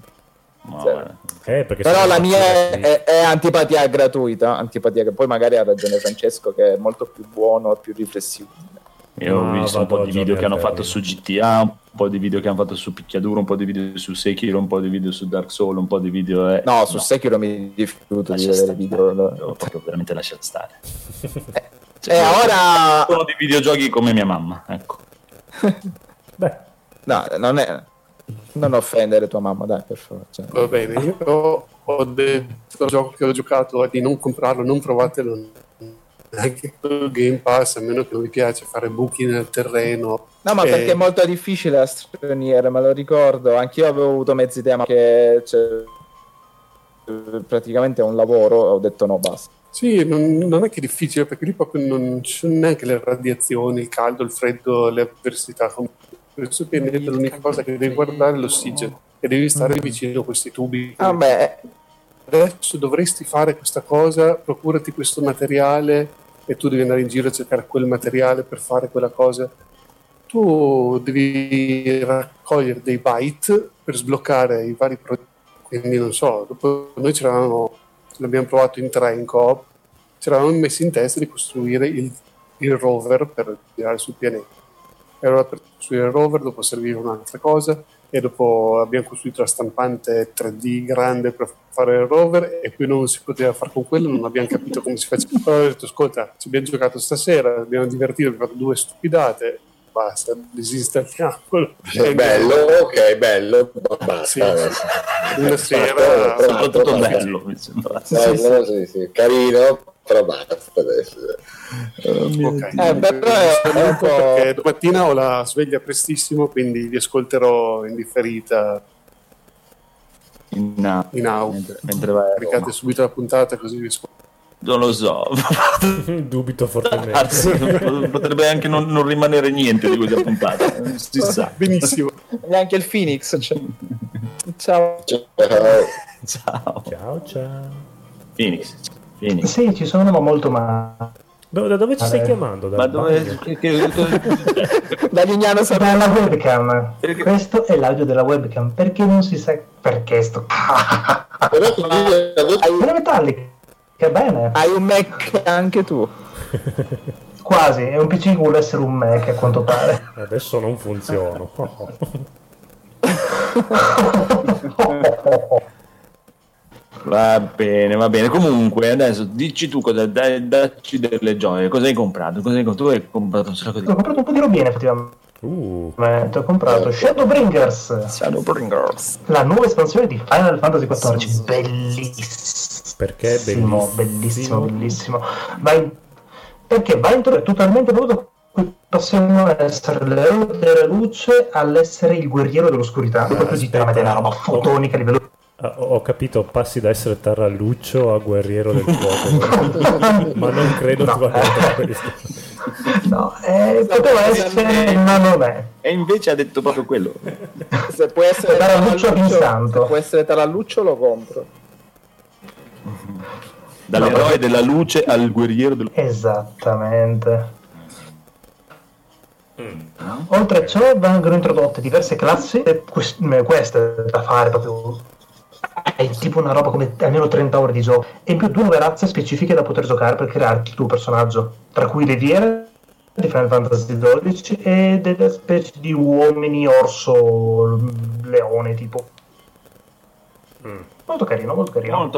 però la mia è antipatia gratuita, antipatia che poi magari ha ragione Francesco, che è molto più buono e più riflessivo. Io ho visto un po' di video che hanno fatto su GTA, un po' di video che hanno fatto su Picchiaduro, un po' di video su Sekiro, un po' di video su Dark Souls, un po' di video su Sekiro mi rifiuto di vedere video, proprio veramente lascia stare. Ora sono di videogiochi come mia mamma, ecco. Beh, no, non offendere tua mamma, dai, per favore. Cioè. Va bene, io ho detto il gioco che ho giocato di non comprarlo, non provatelo anche col Game Pass, a meno che non vi piace fare buchi nel terreno. No, ma perché è molto difficile la straniera, me lo ricordo. Anch'io avevo avuto mezza idea, ma che praticamente è un lavoro, ho detto no, basta. Sì, non è che è difficile, perché lì proprio non ci sono neanche le radiazioni, il caldo, il freddo, le avversità. Questo pianeta l'unica cosa che devi guardare è l'ossigeno e devi stare vicino a questi tubi. Adesso dovresti fare questa cosa, procurati questo materiale e tu devi andare in giro a cercare quel materiale per fare quella cosa. Tu devi raccogliere dei byte per sbloccare i vari progetti. Quindi non so, dopo noi l'abbiamo provato in 3 in coop, ci eravamo messi in testa di costruire il rover per girare sul pianeta. E allora per costruire il rover dopo serviva un'altra cosa, e dopo abbiamo costruito la stampante 3D grande per fare il rover, e poi non si poteva fare con quello, non abbiamo capito come si faceva. Allora ho detto, ascolta, ci abbiamo giocato stasera, abbiamo divertito, abbiamo fatto 2 stupidate, basta, disinstalliamolo. È bello, ok, bello, basta. Sì. Una sera soprattutto bello, mi sembra. Sì, carino, però basta adesso. Okay. Però è un po'... perché domattina ho la sveglia prestissimo, quindi vi ascolterò in differita in auto mentre vai a caricate Roma. subito la puntata, così vi ascolto. Non lo so. Dubito fortemente. Potrebbe anche non rimanere niente di questa puntata. Si sa. Benissimo. Neanche il Phoenix. Ciao. Ciao. Phoenix. Sì, ci sono, ma molto male. Da dove ci stai chiamando? Ma dove? Da Lignano dalla webcam. Questo è l'audio della webcam. Perché non si sa perché sto hai metallica. Che bene. Hai un Mac anche tu. Quasi, è un PC che vuole essere un Mac a quanto pare. Adesso non funziona. Va bene. Comunque, adesso dici tu cosa, dacci delle gioie. Cosa hai comprato? Tu hai comprato un sacco di... Ho comprato un po' di robine, effettivamente. Ho comprato Shadowbringers, la nuova espansione di Final Fantasy XIV. Bellissimo. Perché è bellissimo. Perché va a introdurre totalmente nuovo. Possiamo essere l'eroe della luce all'essere il guerriero dell'oscurità. Proprio di una roba fotonica a livello. Ho capito, passi da essere taralluccio a guerriero del fuoco, ma non credo tu abbia detto questo. No, poteva essere, ma non è. E invece ha detto proprio quello. Se può essere taralluccio lo compro. Dall'eroe della luce al guerriero del... Esattamente. Oltre a ciò vengono introdotte diverse classi, queste da fare proprio. È tipo una roba come almeno 30 ore di gioco, e in più 2 nuove razze specifiche da poter giocare per crearti il tuo personaggio, tra cui le viere di Final Fantasy XII e delle specie di uomini orso leone tipo. Molto carino. Molto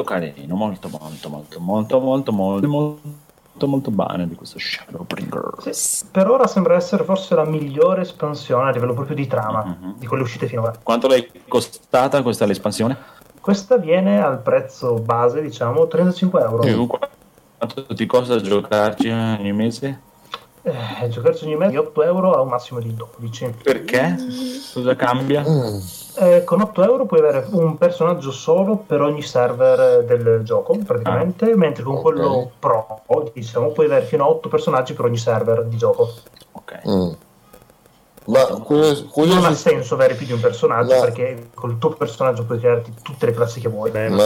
bene di questo Shadowbringers. Sì, per ora sembra essere forse la migliore espansione a livello proprio di trama di quelle uscite finora. Quanto l'hai costata questa l'espansione? Questa viene al prezzo base, diciamo, 35 euro. Quanto ti costa giocarci ogni mese? Giocarci ogni mese di 8 euro a un massimo di 12. Perché? Cosa cambia? Con 8 euro puoi avere un personaggio solo per ogni server del gioco, praticamente, mentre con quello pro, diciamo, puoi avere fino a 8 personaggi per ogni server di gioco. Ma non ha senso avere più di un personaggio, perché col tuo personaggio puoi crearti tutte le classi che vuoi.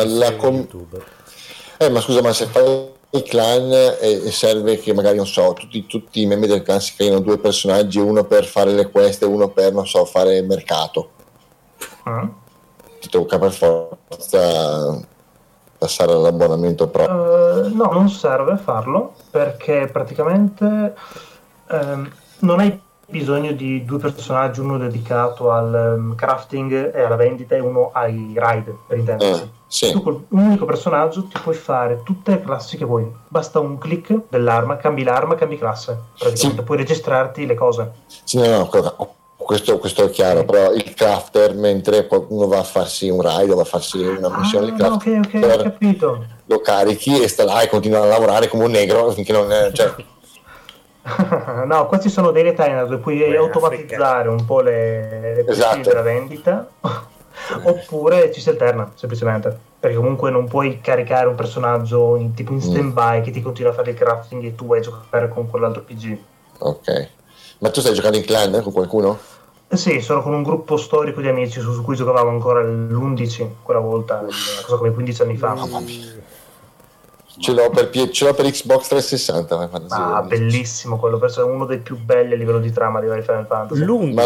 Ma scusa, ma se fai il clan e serve che magari, non so, tutti i membri del clan si creano 2 personaggi, uno per fare le quest e uno per, non so, fare il mercato, ti tocca per forza passare all'abbonamento pro. No, non serve farlo, perché praticamente non hai bisogno di 2 personaggi, uno dedicato al crafting e alla vendita e uno ai raid, per intendersi. Sì. Tu con un unico personaggio ti puoi fare tutte le classi che vuoi, basta un click dell'arma, cambi l'arma, cambi classe, praticamente puoi registrarti le cose. Sì, no, questo è chiaro, però il crafter, mentre uno va a farsi un raid o va a farsi una missione di crafter, ok, ho capito. Lo carichi e sta là e continua a lavorare come un negro finché non è, No, questi sono dei retainer dove puoi automatizzare un po' le questioni della vendita, oppure ci si alterna semplicemente, perché comunque non puoi caricare un personaggio tipo in stand-by che ti continua a fare il crafting e tu vai a giocare con quell'altro PG. Ok, ma tu stai giocando in clan con qualcuno? Sì, sono con un gruppo storico di amici su cui giocavamo ancora l'11 quella volta, una cosa come 15 anni fa. Mamma mia. Ce l'ho per Xbox 360. Bellissimo quello, penso è uno dei più belli a livello di trama di vari Final Fantasy.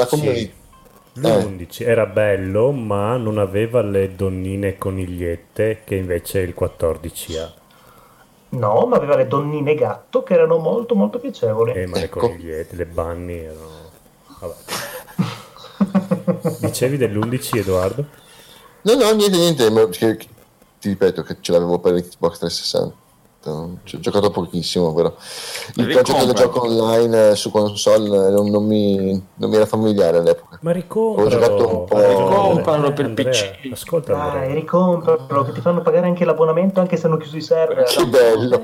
L'11 era bello, ma non aveva le donnine conigliette che invece il 14 ha. No, ma aveva le donnine gatto che erano molto molto piacevoli. Ma le conigliette, le bunny erano... Vabbè. Dicevi dell'11, Edoardo? No, niente, perché ti ripeto che ce l'avevo per Xbox 360. Ci ho giocato pochissimo, però il concetto del gioco online su console non mi era familiare all'epoca. Ma ricompralo per PC. Ascolta, dai, ricompralo, che ti fanno pagare anche l'abbonamento anche se hanno chiuso i server. Che bello.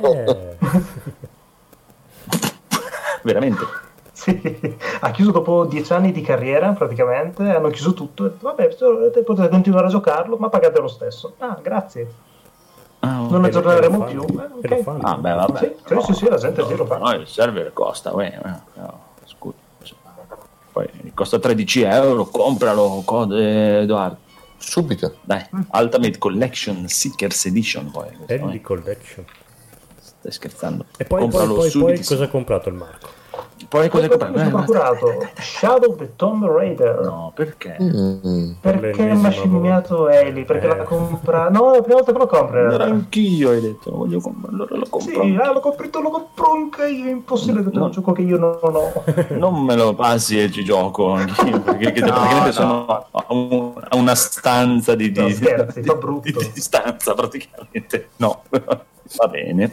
Veramente. Sì, ha chiuso dopo 10 anni di carriera praticamente, hanno chiuso tutto e vabbè, potete continuare a giocarlo ma pagate lo stesso. Grazie. Non aggiorneremo più. Okay. Vabbè. Sì, la gente lo fa. No, il server costa, scusa. Poi costa 13 euro, compralo, code Edoardo. Subito. Dai, Ultimate Collection Seekers Edition poi. Ellie Collection. Stai scherzando. E poi cosa ha comprato il Marco? Poi cosa hai comprato? Ho procurato Shadow of the Tomb Raider. No, perché? Perché mi ha scimmiato Eli, perché l'ha comprato. No, la prima volta che lo compra. Allora anch'io hai detto, voglio comprare, allora lo compro. Sì, lo compro anche io, è impossibile che tu un gioco che io non ho. Non me lo passi e ci gioco anch'io, perché praticamente sono a una stanza di scherzi, fa brutto. Di distanza praticamente. No. Va bene.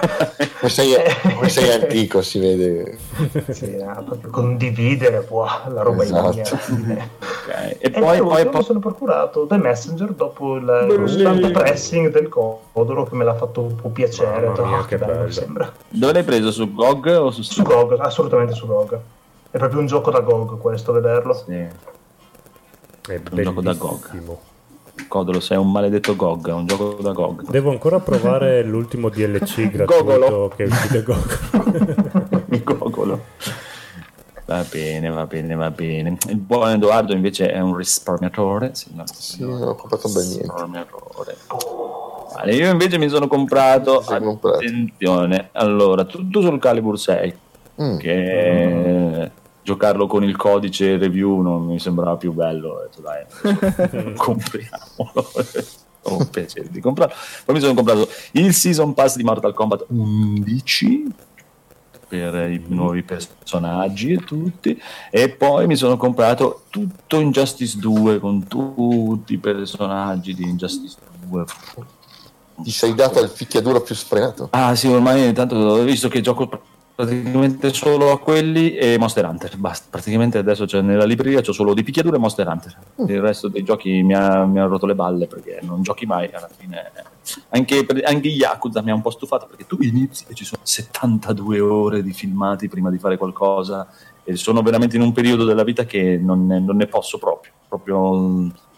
sei antico, si vede. Sì, proprio condividere la roba esatto. Okay. E poi mi sono procurato The Messenger dopo lo stampo pressing del Codolo, che me l'ha fatto un po' piacere. Che bello. Sembra. Dove l'hai preso? Su GOG o su Steam? Su GOG, assolutamente su GOG. È proprio un gioco da GOG questo, vederlo. Sì. È un gioco da GOG. Codolo, sei un maledetto GOG, è un gioco da GOG. Devo ancora provare l'ultimo DLC gratuito che è uscito GOG. Gogolo. Va bene. Il buon Edoardo invece è un risparmiatore. Sì, ho comprato ben niente. Vale, io invece mi sono comprato. Attenzione, allora, tu sul Calibur 6 che giocarlo con il codice review non mi sembrava più bello, ho detto dai, compriamolo. Ho un piacere di comprarlo. Poi mi sono comprato il Season Pass di Mortal Kombat 11 per i nuovi personaggi e tutti, e poi mi sono comprato tutto Injustice 2 con tutti i personaggi di Injustice 2. Ti sei dato il picchiaduro più sfrenato? Sì, ormai tanto ho visto che gioco praticamente solo a quelli e Monster Hunter, basta. Praticamente adesso nella libreria c'ho solo di picchiaduro e Monster Hunter. Il resto dei giochi mi ha rotto le balle, perché non giochi mai alla fine. Anche Yakuza mi ha un po' stufato, perché tu inizi e ci sono 72 ore di filmati prima di fare qualcosa, e sono veramente in un periodo della vita che non ne posso proprio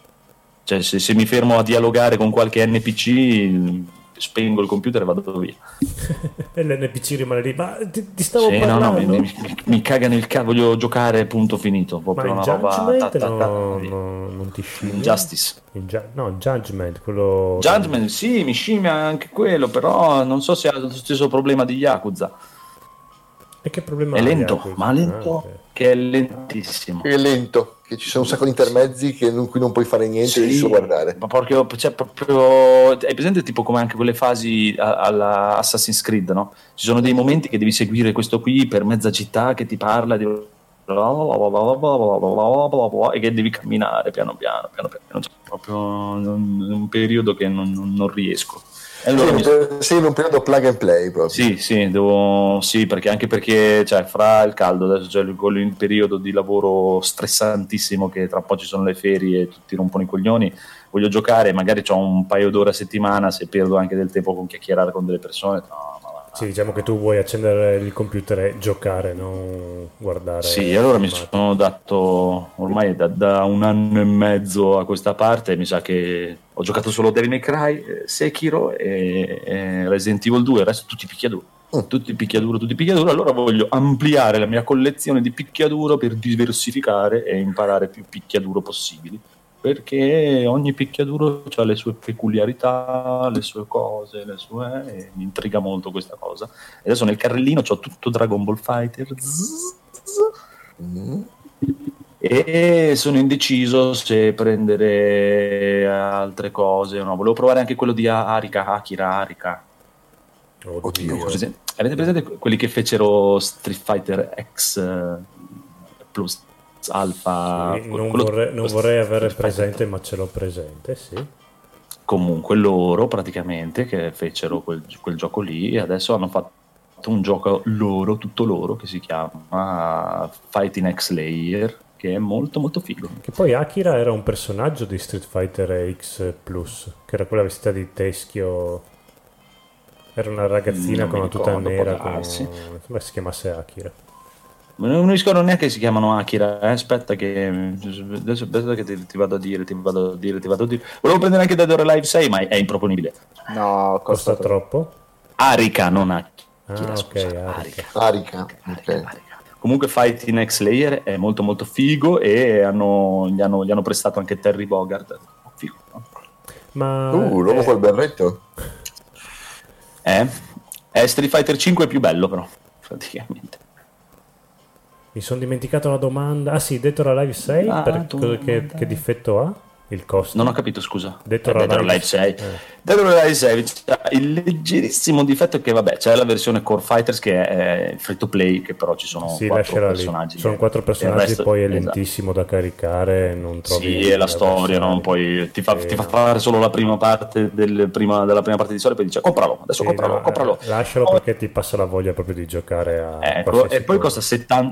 Cioè, se mi fermo a dialogare con qualche NPC, spengo il computer e vado via. E l'NPC rimane lì, ma ti stavo parlando. No, mi caga nel cazzo, voglio giocare, punto finito. Proprio ma una roba non ti scimmia? Injustice. Judgment, quello... Judgment, sì, mi scimmia anche quello, però non so se ha lo stesso problema di Yakuza. E che problema è lento, Yakuza? Ma lento, okay. Che è lentissimo. È lento, che ci sono un sacco di intermezzi in cui non puoi fare niente, devi solo guardare. Ma proprio, hai presente tipo come anche quelle fasi alla Assassin's Creed, no? Ci sono dei momenti che devi seguire questo qui per mezza città che ti parla di... e che devi camminare piano piano. C'è proprio un periodo che non riesco. Allora, sei in un periodo plug and play proprio. Sì, perché cioè, fra il caldo adesso c'è il periodo di lavoro stressantissimo, che tra un po' ci sono le ferie e tutti rompono i coglioni. Voglio giocare, magari ho un paio d'ore a settimana, se perdo anche del tempo con chiacchierare con delle persone, Sì, diciamo che tu vuoi accendere il computer e giocare, non guardare. Sì, allora mi sono dato ormai da un anno e mezzo a questa parte, mi sa che ho giocato solo Devil May Cry, Sekiro e Resident Evil 2, il resto tutti picchiaduro. Tutti picchiaduro, allora voglio ampliare la mia collezione di picchiaduro per diversificare e imparare più picchiaduro possibili, perché ogni picchiaduro ha le sue peculiarità, le sue cose, e mi intriga molto questa cosa. E adesso nel carrellino c'ho tutto Dragon Ball Fighter e sono indeciso se prendere altre cose o no. Volevo provare anche quello di Akira. Oddio. Avete presente quelli che fecero Street Fighter X plus Alpha? Sì, non vorrei avere presente, ma ce l'ho presente, sì. Comunque loro praticamente che fecero quel gioco lì, e adesso hanno fatto un gioco tutto loro, che si chiama Fighting X Layer, che è molto molto figo. Che poi Akira era un personaggio di Street Fighter X Plus, che era quella vestita di teschio, era una ragazzina con una tuta nera, come si chiamasse Akira. Non mi ricordo neanche che si chiamano Akira, aspetta che ti vado a dire. Volevo prendere anche Dead or Alive 6, ma è improponibile. No, costa troppo. Arika, non Akira. Arika. Comunque Fighting X Layer è molto molto figo, e gli hanno prestato anche Terry Bogard. Figo, no? Ma l'uomo col berretto? È Street Fighter 5 è più bello, però, praticamente. Mi sono dimenticato la domanda. Ah sì, Dead or Alive 6, che difetto ha? Il costo? Non ho capito, scusa. Dead or Alive 6. Dead or Alive 6 il leggerissimo difetto è che vabbè, c'è la versione Core Fighters che è free to play, che però ci sono 4 personaggi. Sono 4 personaggi, poi è lentissimo da caricare, non trovi. Sì, è la storia, non puoi ti fa fare solo la prima parte della prima parte di storia, poi dice compralo. Compralo. Lascialo perché ti passa la voglia proprio di giocare a e poi costa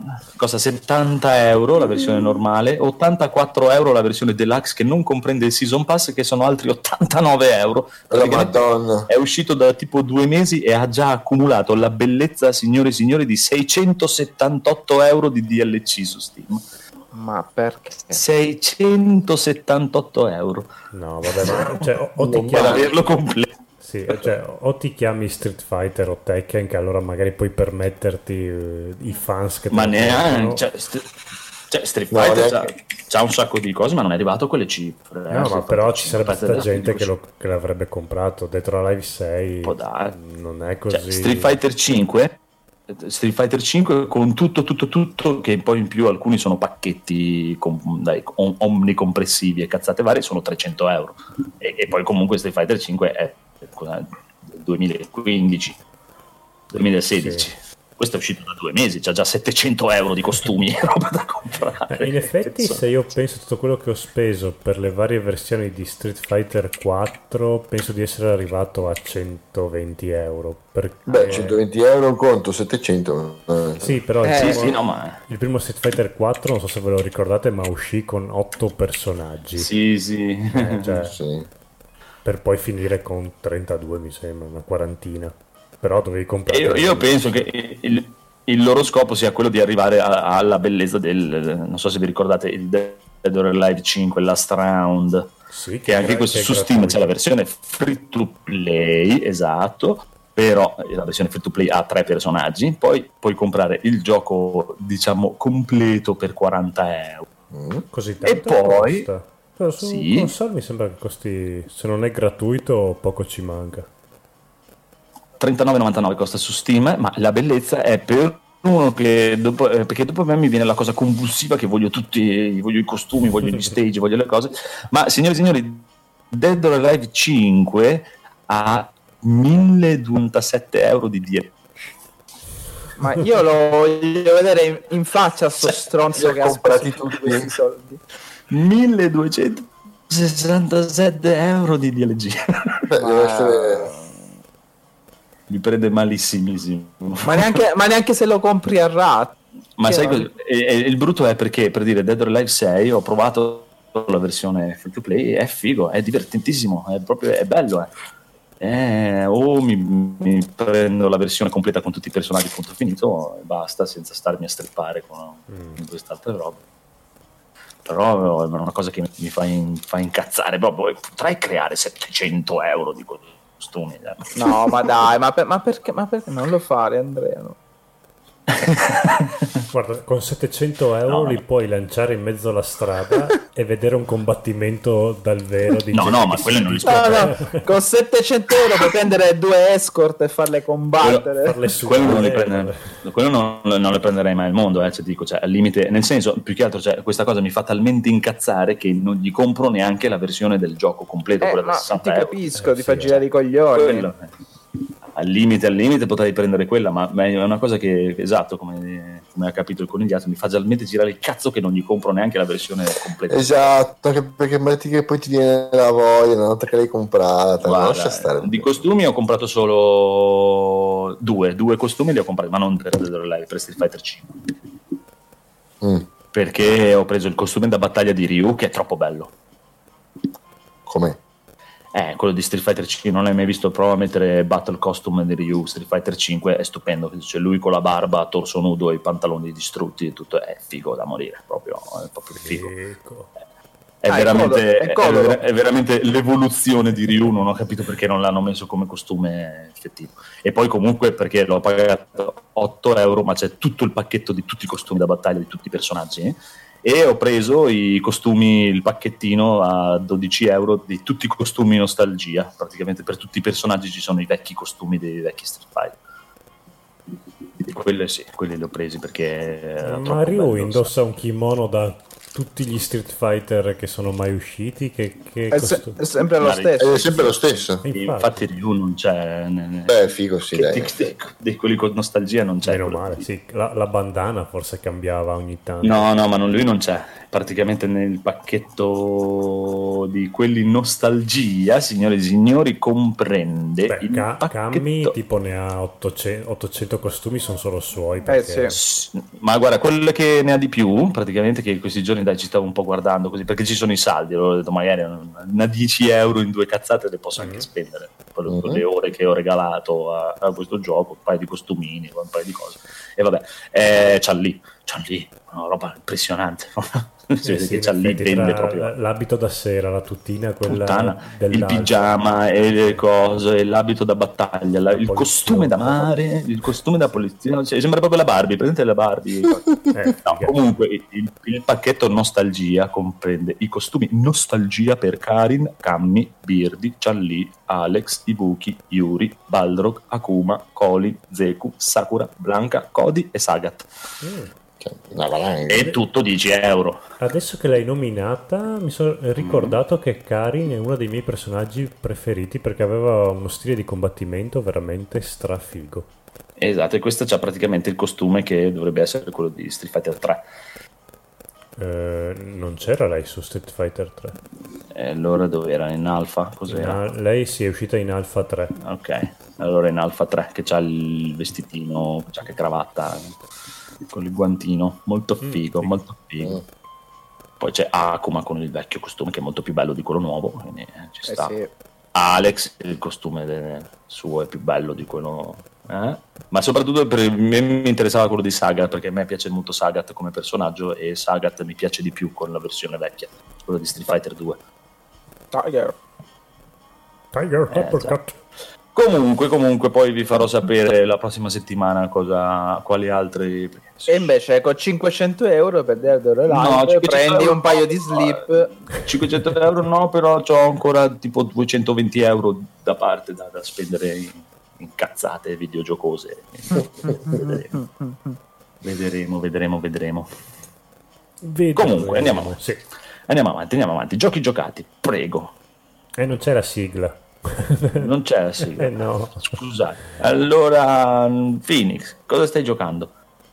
70 euro la versione normale, 84 euro la versione deluxe, che non comprende il season pass, che sono altri 89 euro. Madonna. È uscito da tipo 2 mesi e ha già accumulato la bellezza, signore e signori, di 678 euro di DLC su Steam. Ma perché? 678 euro. No, vabbè, cioè, o ti per averlo completo. Sì, cioè, o ti chiami Street Fighter o Tekken, che allora magari puoi permetterti i fans che... Ma neanche... Street Fighter c'ha un sacco di cose, ma non è arrivato a quelle cifre. No, ma però ci sarebbe stata gente che l'avrebbe comprato. Dead or Alive 6 non è così. Cioè, Street Fighter 5 con tutto, che poi in più alcuni sono pacchetti omnicompressivi e cazzate varie, sono 300 euro. E poi comunque Street Fighter 5 è 2015 2016. Sì. Questo è uscito da 2 mesi, c'ha già 700 euro di costumi e roba da comprare. In effetti, se io penso a tutto quello che ho speso per le varie versioni di Street Fighter 4, penso di essere arrivato a 120 euro. Beh, 120 euro è un conto, 700. Sì, però il primo Street Fighter 4, non so se ve lo ricordate, ma uscì con 8 personaggi. Sì. Sì. Per poi finire con 32, mi sembra, una quarantina. Però dovevi comprare. Io penso che il loro scopo sia quello di arrivare alla bellezza del, non so se vi ricordate, il Dead or Alive 5 Last Round, sì, che anche questo su Steam c'è la versione free to play, esatto, però la versione free to play ha 3 personaggi, poi puoi comprare il gioco diciamo completo per 40 euro. Così tanto e poi costa. Però su console mi sembra che costi, se non è gratuito, poco ci manca. 39,99 costa su Steam, ma la bellezza è per uno che dopo, perché dopo a me mi viene la cosa convulsiva che voglio i costumi, voglio gli stage, voglio le cose, ma signori e signori, Dead or Alive 5 ha 1027 euro di DLC. Ma io lo voglio vedere in faccia a sto stronzo che ha comprati tutti questi soldi. 1267 euro di DLC. Deve essere... Mi prende malissimissimo. Ma neanche se lo compri a rate. Ma sai cosa? Il brutto è perché, per dire, Dead or Alive 6 ho provato la versione free to play, è figo, è divertentissimo, è bello. O mi prendo la versione completa con tutti i personaggi punto finito e basta, senza starmi a strippare con queste altre robe. Però è una cosa che mi fa incazzare proprio. Potrei creare 700 euro di costumi. No, ma dai, ma perché non lo fare, Andrea? No? Guarda, con 700 euro li puoi lanciare in mezzo alla strada e vedere un combattimento dal vero di no, ma quello non li no. Con 700 euro puoi prendere 2 escort e farle combattere. Quello non le prenderei mai al mondo, cioè, dico, cioè, al limite, nel senso, più che altro, cioè, questa cosa mi fa talmente incazzare che non gli compro neanche la versione del gioco completo, quella da 60 euro. Ti capisco, ti fa girare i coglioni. Al limite potrei prendere quella, ma è una cosa che, esatto, come ha capito il conigliato, mi fa talmente girare il cazzo che non gli compro neanche la versione completa. Esatto, perché metti che poi ti viene la voglia una volta che l'hai comprata. Guarda, lascia stare. Di costumi ho comprato solo due costumi li ho comprati, ma non per Dead or Alive, per Street Fighter 5. Perché ho preso il costume da battaglia di Ryu, che è troppo bello. Com'è? Quello di Street Fighter 5 non l'hai mai visto, prova a mettere Battle Costume di Ryu. Street Fighter 5 è stupendo, c'è lui con la barba, torso nudo e i pantaloni distrutti e tutto, è figo da morire, è proprio figo. È veramente l'evoluzione di Ryu, non ho capito perché non l'hanno messo come costume effettivo. E poi comunque perché l'ho pagato 8 euro, ma c'è tutto il pacchetto di tutti i costumi da battaglia di tutti i personaggi, e ho preso i costumi, il pacchettino a 12 euro di tutti i costumi nostalgia. Praticamente per tutti i personaggi ci sono i vecchi costumi dei vecchi Street Fighter. Quelli li ho presi perché ma Ryu indossa un kimono da tutti gli Street Fighter che sono mai usciti, che è sempre lo stesso. È sempre lo stesso. Infatti Ryu non c'è. Beh, figo, sì, dai. Di quelli con nostalgia non c'è. Meno male, sì. La bandana forse cambiava ogni tanto. No, ma lui non c'è. Praticamente nel pacchetto di quelli nostalgia, signore e signori, comprende il pacchetto. Cammy tipo ne ha 800 costumi, sono solo suoi. Perché... sì. Ma guarda, quello che ne ha di più, praticamente, che questi giorni ci stavo un po' guardando così, perché ci sono i saldi, ho detto magari una 10 euro in 2 cazzate le posso anche spendere, per le ore che ho regalato a questo gioco, un paio di costumini, un paio di cose, e vabbè, c'ha lì una roba impressionante. Si vede che c'ha lì, vende proprio l'abito da sera, la tutina, quella il pigiama e le cose, l'abito da battaglia, il costume da mare, il costume da polizia, cioè, sembra proprio la Barbie, presente la Barbie. No, comunque il pacchetto nostalgia comprende i costumi nostalgia per Karin, Cammy, Beardy, Chun-Li, Alex, Ibuki, Yuri, Balrog, Akuma, Colin, Zeku, Sakura, Blanca, Cody e Sagat. E tutto 10 euro. Adesso che l'hai nominata mi sono ricordato che Karin è uno dei miei personaggi preferiti, perché aveva uno stile di combattimento veramente strafigo. Esatto, e questo c'ha praticamente il costume che dovrebbe essere quello di Street Fighter 3. Non c'era lei su Street Fighter 3? Allora dove era? In Alpha? Cos'era? Lei si è uscita in Alpha 3. Ok, allora in Alpha 3, che c'ha il vestitino, c'ha che cravatta con il guantino, molto figo, molto figo. Poi c'è Akuma con il vecchio costume che è molto più bello di quello nuovo, quindi ci sta. Sì. Alex, il costume suo è più bello di quello, ma soprattutto per me mi interessava quello di Sagat, perché a me piace molto Sagat come personaggio e Sagat mi piace di più con la versione vecchia, quello di Street Fighter 2. Tiger Uppercut. Comunque poi vi farò sapere la prossima settimana quali altri. E invece con 500 euro per Dead No, prendi un paio di slip. 500 euro no, però ho ancora tipo 220 euro da parte da spendere in cazzate videogiocose. Vedremo. Comunque andiamo avanti. Sì. Andiamo avanti. Giochi giocati, prego. E non c'è la sigla. Non c'è la sigla. No. Scusate. Allora, Phoenix, cosa stai giocando?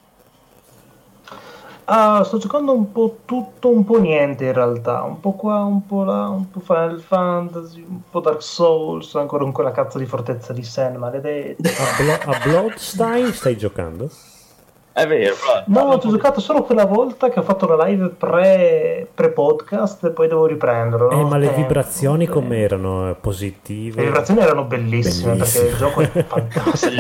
Sto giocando un po' tutto, un po' niente in realtà. Un po' qua, un po' là, un po' Final Fantasy, un po' Dark Souls, ancora con quella cazzo di fortezza di Sen, maledetta. A Bloodstained stai giocando? È vero. No, ho giocato solo quella volta che ho fatto la live pre-podcast e poi devo riprenderlo. Ma le vibrazioni com'erano? Positive? Le vibrazioni erano bellissime. Perché il gioco è fantastico.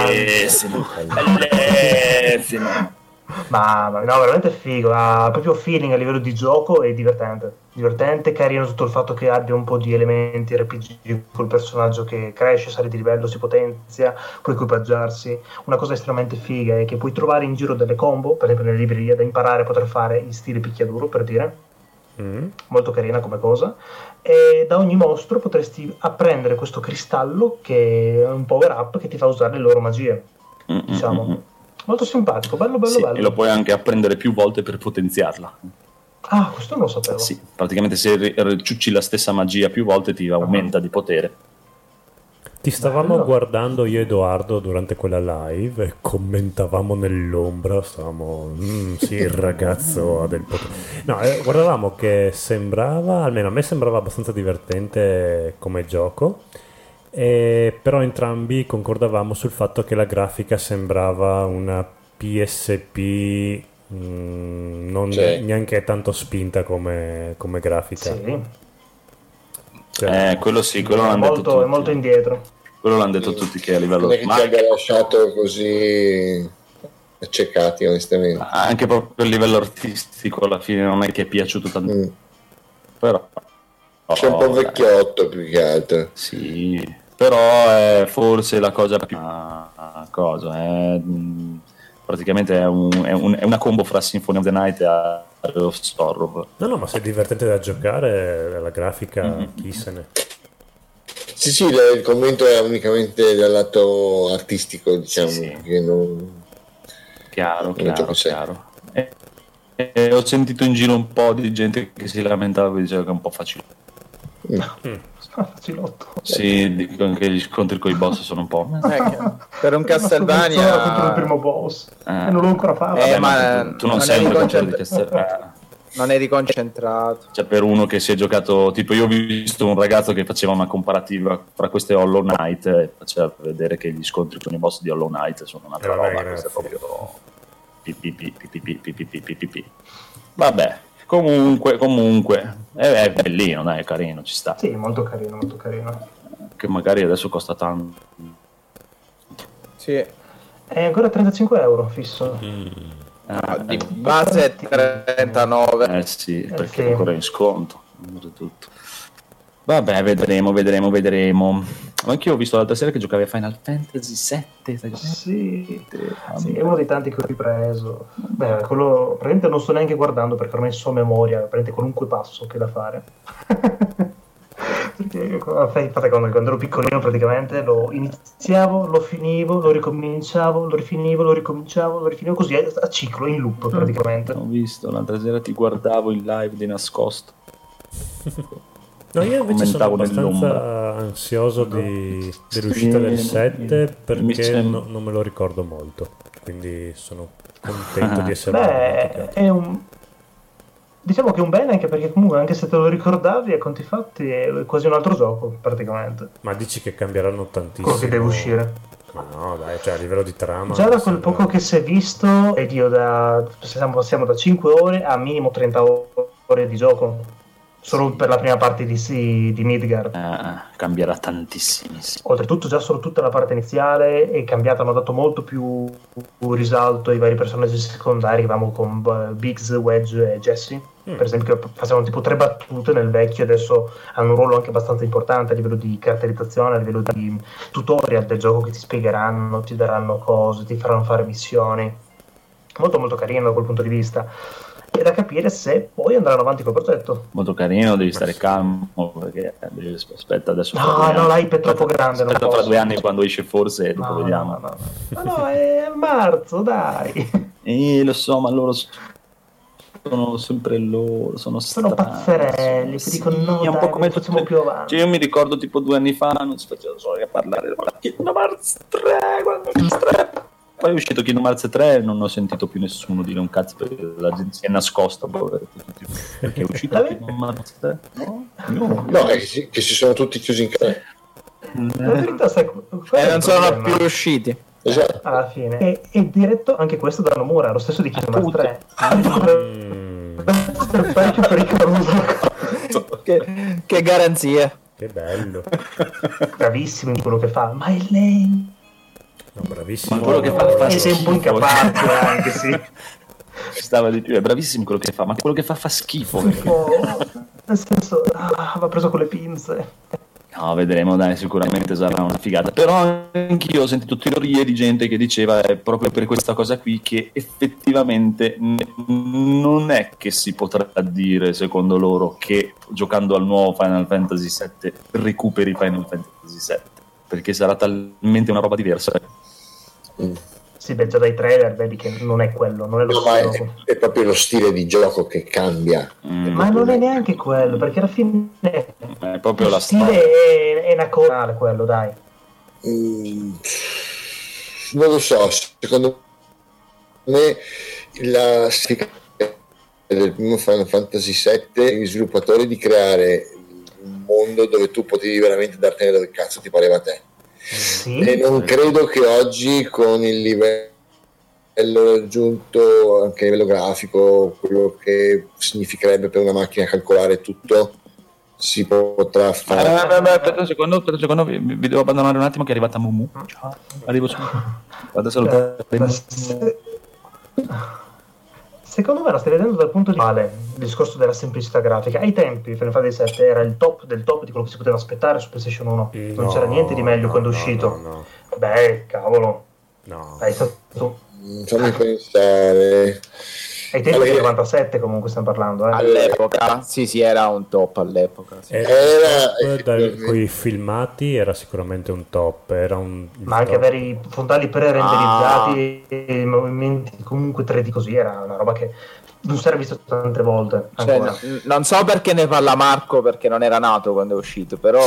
Bellissimo. Ma no, veramente figo, ha proprio feeling a livello di gioco e divertente, carino tutto il fatto che abbia un po' di elementi RPG col personaggio che cresce, sale di livello, si potenzia, può equipaggiarsi. Una cosa estremamente figa è che puoi trovare in giro delle combo, per esempio nelle librerie, da imparare a poter fare in stile picchiaduro, per dire. Molto carina come cosa, e da ogni mostro potresti apprendere questo cristallo che è un power up che ti fa usare le loro magie, diciamo. Molto simpatico, bello. E lo puoi anche apprendere più volte per potenziarla. Ah, questo non lo sapevo. Sì, praticamente se ciucci la stessa magia più volte ti aumenta di potere. Ti stavamo guardando io e Edoardo durante quella live e commentavamo nell'ombra, stavamo sì, il ragazzo ha del potere. No, guardavamo che sembrava, almeno a me sembrava abbastanza divertente come gioco. Però entrambi concordavamo sul fatto che la grafica sembrava una PSP non neanche tanto spinta come grafica. Sì. Quello sì, quello l'hanno detto tutti. È molto indietro. Quello l'hanno detto tutti che a livello non è che ci abbia lasciato così accecati onestamente. Anche proprio a livello artistico alla fine non è che è piaciuto tanto. Però c'è un po' vecchiotto più che altro. Sì, però è forse la cosa più praticamente è una combo fra Symphony of the Night e Heart of Sorrow. No, ma se è divertente da giocare, la grafica chi se ne. Sì, il commento è unicamente dal lato artistico, diciamo, sì. Che non. Chiaro. E ho sentito in giro un po' di gente che si lamentava e diceva che è un po' facile. Facilotto. Sì, dicono che gli scontri con i boss sono un po'. Per un Castlevania contro il primo boss e non l'ho ancora fatto. Ma tu non sei un giocatore di Castlevania. Non eri concentrato. Cioè, per uno che si è giocato, tipo io ho visto un ragazzo che faceva una comparativa fra queste Hollow Knight e faceva vedere che gli scontri con i boss di Hollow Knight sono un'altra roba. Questo è proprio vabbè, comunque è bellino, dai, è carino, ci sta. Sì, molto carino. Che magari adesso costa tanto. Sì. È ancora 35 euro fisso. Di base è 39. Sì, perché è ancora in sconto. Tutto. Vabbè, vedremo. Ma anch'io ho visto l'altra sera che giocavi a Final Fantasy VII. Sì, è uno dei tanti che ho ripreso. Beh, quello praticamente non sto neanche guardando perché ormai so a memoria, praticamente qualunque passo che da fare. Perché fate quando ero piccolino praticamente lo iniziavo, lo finivo, lo ricominciavo, lo rifinivo così a ciclo, in loop praticamente. Ho visto, l'altra sera ti guardavo in live di nascosto. No, io invece sono abbastanza ansioso dell'uscita del 7 perché non me lo ricordo molto, quindi sono contento di essere diciamo che è un bene, anche perché comunque anche se te lo ricordavi a conti fatti è quasi un altro gioco praticamente. Ma dici che cambieranno tantissimo quello che deve uscire? Ma no, dai, cioè a livello di trama già da quel poco che si è visto, ed io passiamo da 5 ore a minimo 30 ore di gioco. solo per la prima parte di Midgard. Cambierà tantissimo. Oltretutto già solo tutta la parte iniziale è cambiata, hanno dato molto più risalto ai vari personaggi secondari, con Biggs, Wedge e Jesse, per esempio, che facevano tipo 3 battute nel vecchio, adesso hanno un ruolo anche abbastanza importante a livello di caratterizzazione, a livello di tutorial del gioco, che ti spiegheranno, ti daranno cose, ti faranno fare missioni. Molto molto carino da quel punto di vista. È da capire se poi andranno avanti col progetto. Molto carino, devi stare calmo, perché aspetta adesso. No, l'hype è troppo grande. Aspetta fra 2 anni quando esce forse e dopo vediamo. No, è a marzo, dai. Lo so, ma loro sono sempre loro, sono pazzerelli, che dicono no, è un po' come facciamo più avanti. Io mi ricordo tipo 2 anni fa non si faceva solo che parlare Kingdom Hearts 3, quando è uscito 3. Poi è uscito Kingdom Hearts 3 e non ho sentito più nessuno dire un cazzo, perché la gente si è nascosta, perché è uscito Kingdom Hearts 3? No, che si sono tutti chiusi in casa. La verità, sai, non sono più usciti. Esatto. Alla fine è diretto anche questo da Nomura, lo stesso di Kingdom Hearts 3. Parecchio pericoloso. Che garanzia. Che bello. Bravissimo in quello che fa, ma è lei. No, bravissimo. Ma quello che fa sei un po' incapace anche, sì. Stava di più, è bravissimo quello che fa, ma quello che fa schifo. Nel senso, va preso con le pinze. No, vedremo, dai, sicuramente sarà una figata. Però anch'io ho sentito teorie di gente che diceva è proprio per questa cosa qui che effettivamente non è che si potrà dire, secondo loro, che giocando al nuovo Final Fantasy VII recuperi Final Fantasy VII, perché sarà talmente una roba diversa. Sì, già dai trailer vedi che non è quello, non è lo stesso. È proprio lo stile di gioco che cambia. Ma non è neanche quello, perché alla fine è proprio la stile è una cosa quello, dai. Non lo so, secondo me la del primo Final Fantasy VII gli sviluppatori di creare un mondo dove tu potevi veramente dartene dove cazzo ti pareva a te. Sì. E non credo che oggi, con il livello raggiunto anche a livello grafico, quello che significherebbe per una macchina calcolare tutto, si potrà fare. Aspetta un secondo, vi devo abbandonare un attimo che è arrivata Mumu. Ciao, arrivo su. Vado a salutare. Secondo me la stai vedendo dal punto di vista il discorso della semplicità grafica. Ai tempi Final Fantasy VII era il top del top di quello che si poteva aspettare su PlayStation 1. Non c'era niente di meglio quando è uscito. No. Beh, cavolo. No. È stato... Fammi pensare. Ai tempi del 97 comunque stiamo parlando. All'epoca, sì, era un top all'epoca. Sì. Con i filmati era sicuramente un top. Ma anche avere i fondali pre-renderizzati e i movimenti comunque 3D così era una roba che non si era visto tante volte. Non so perché ne parla Marco, perché non era nato quando è uscito, però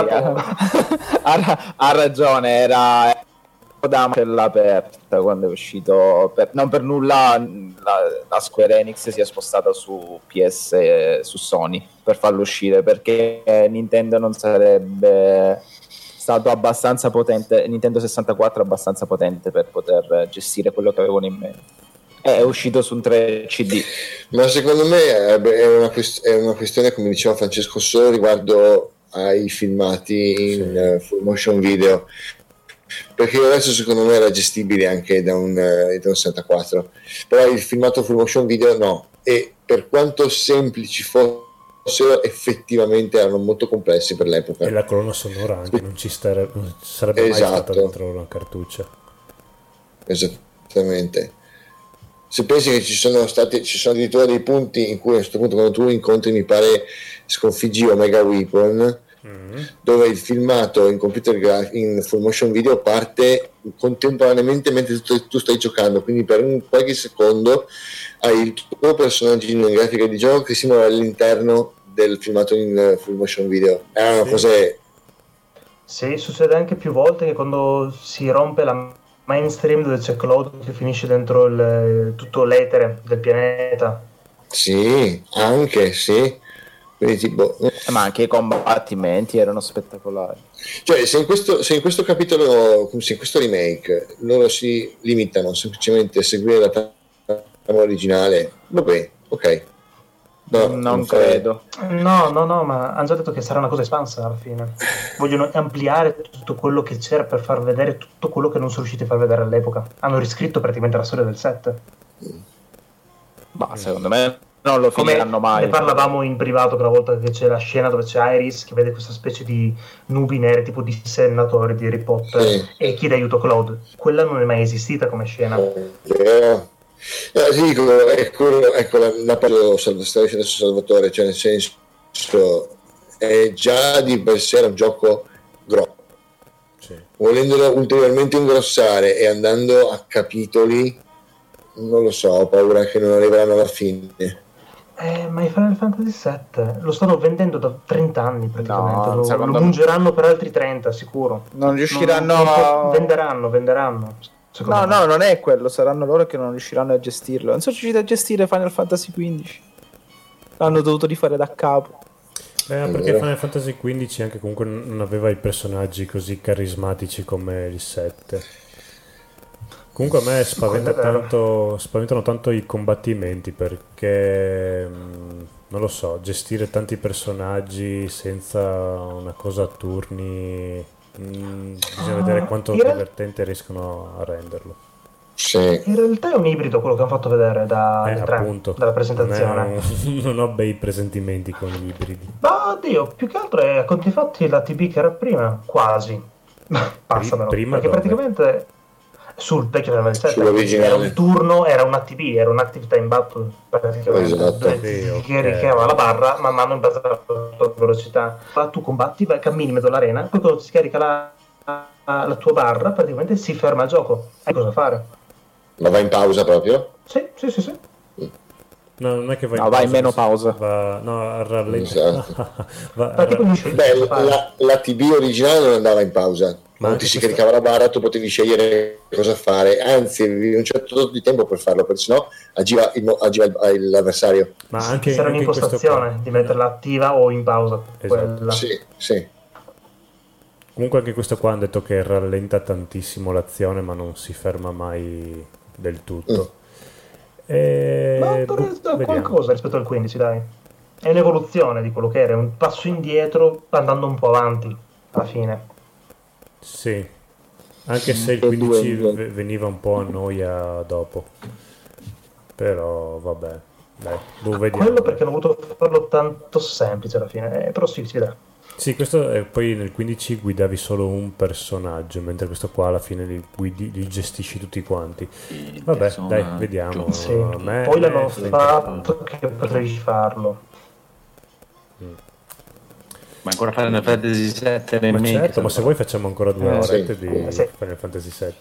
ha ragione, era da macella aperta quando è uscito. Non per nulla la Square Enix si è spostata su PS, su Sony per farlo uscire, perché Nintendo non sarebbe stato abbastanza potente, Nintendo 64 abbastanza potente per poter gestire quello che avevano in mente. È uscito su un 3 CD. Ma secondo me è una questione, come diceva Francesco, solo riguardo ai filmati in full motion video, perché adesso secondo me era gestibile anche da un 64, però il filmato full motion video no, e per quanto semplici fossero effettivamente erano molto complessi per l'epoca, e la colonna sonora anche non sarebbe mai stata dentro una cartuccia. Esattamente. Se pensi che ci sono addirittura dei punti in cui a un certo punto, quando tu incontri, mi pare, sconfiggi Omega Weapon, dove il filmato in computer in full motion video parte contemporaneamente mentre tu stai giocando, quindi per qualche secondo hai il tuo personaggio in grafica di gioco che si muove all'interno del filmato in full motion video. È una cosa. Sì, succede anche più volte che quando si rompe la mainstream dove c'è Cloud che finisce dentro tutto l'etere del pianeta. Sì, anche sì. Quindi, tipo, ma anche i combattimenti erano spettacolari. Cioè, se in questo capitolo, se in questo remake loro si limitano semplicemente a seguire la trama originale, vabbè, ok. No, non credo. No, ma hanno già detto che sarà una cosa espansa alla fine. Vogliono ampliare tutto quello che c'era per far vedere tutto quello che non sono riusciti a far vedere all'epoca. Hanno riscritto praticamente la storia del set. Ma secondo me non lo finiranno mai. Ne parlavamo in privato quella volta che c'è la scena dove c'è Iris che vede questa specie di nubi nere tipo di senatori di Harry Potter e chiede aiuto a Claude. Quella non è mai esistita come scena. Sì, ecco la parola stavo dicendo su Salvatore, cioè nel senso è già di per sé un gioco grosso, volendolo ulteriormente ingrossare e andando a capitoli, non lo so, ho paura che non arriveranno alla fine. Ma i Final Fantasy VII lo stanno vendendo da 30 anni praticamente, no, lo mungeranno per altri 30 sicuro. Non riusciranno venderanno. No, non è quello, saranno loro che non riusciranno a gestirlo. Non sono riusciti a gestire Final Fantasy XV. L'hanno dovuto rifare da capo. Perché Final Fantasy XV anche comunque non aveva i personaggi così carismatici come il 7. Comunque a me spaventano tanto i combattimenti, perché non lo so, gestire tanti personaggi senza una cosa a turni, bisogna vedere quanto divertente riescono a renderlo. Sì. In realtà è un ibrido quello che hanno fatto vedere dalla presentazione. Non ho bei presentimenti con gli ibridi. Ma oddio, più che altro è a conti fatti la TB che era prima, quasi. Passamelo. Prima perché dove? praticamente sul vecchio Final Fantasy era un turno, era un ATB, era un Active Time Battle praticamente, dove che richiamava la barra man mano in base alla tua velocità. Tu combatti, vai, cammini in mezzo all'arena, poi quando si carica la tua barra praticamente si ferma il gioco, hai cosa fare. Ma va in pausa proprio? Sì. No, non è che vai in meno pausa. Rallenta. La TB originale non andava in pausa. Quando ti si caricava la barra tu potevi scegliere cosa fare, anzi avevi un certo tot di tempo per farlo, perché sennò agiva l'avversario. Ma anche sarà un'impostazione di metterla attiva o in pausa. Esatto. Sì. Comunque anche questo qua hanno detto che rallenta tantissimo l'azione, ma non si ferma mai del tutto. Ma qualcosa rispetto al 15, dai. È un'evoluzione di quello che era, un passo indietro andando un po' avanti alla fine. Sì, anche se il 15 veniva un po' a noia dopo, però vabbè, dai, vediamo. Quello perché hanno voluto farlo tanto semplice alla fine, però sì, dai. Sì, questo poi nel 15 guidavi solo un personaggio, mentre questo qua alla fine li gestisci tutti quanti. Vabbè, dai, vediamo. Sì. Poi l'hanno fatto che potevi farlo. Ma ancora Final Fantasy 7 ma certo, ma se vuoi facciamo ancora 2 ore di Final Fantasy 7.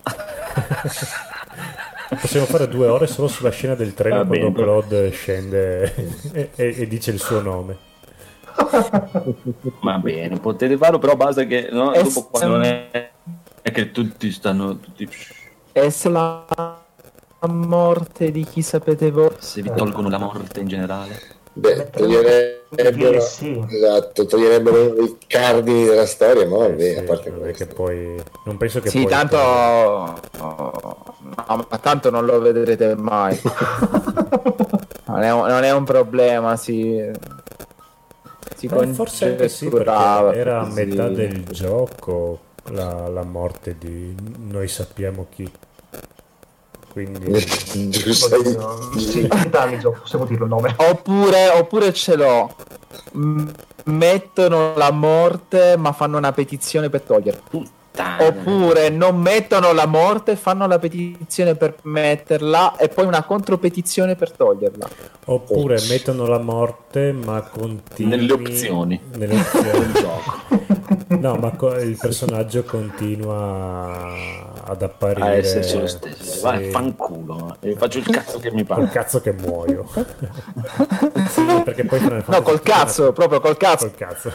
Possiamo fare 2 ore solo sulla scena del treno quando Claude scende e dice il suo nome. Va bene, potete farlo, però basta che dopo quando non è che tutti stanno è la morte di chi sapete voi, se vi tolgono la morte in generale. Beh, toglierebbero i cardini della storia, ma vabbè, a parte che poi non penso che sì, tanto ma tanto non lo vedrete mai. non è un problema, forse anche sì, perché era a metà del gioco la morte di noi sappiamo chi. Quindi sì, possiamo dirlo il nome. Oppure ce l'ho. Mettono la morte ma fanno una petizione per toglierla. Oppure non mettono la morte, fanno la petizione per metterla e poi una contropetizione per toglierla. Oppure mettono la morte ma continui nelle opzioni del gioco. No, ma il personaggio continua ad apparire a esserci lo stesso. Vai, fanculo, faccio il cazzo che mi pare. Col cazzo che muoio. Sì, perché poi no, col cazzo, proprio col cazzo.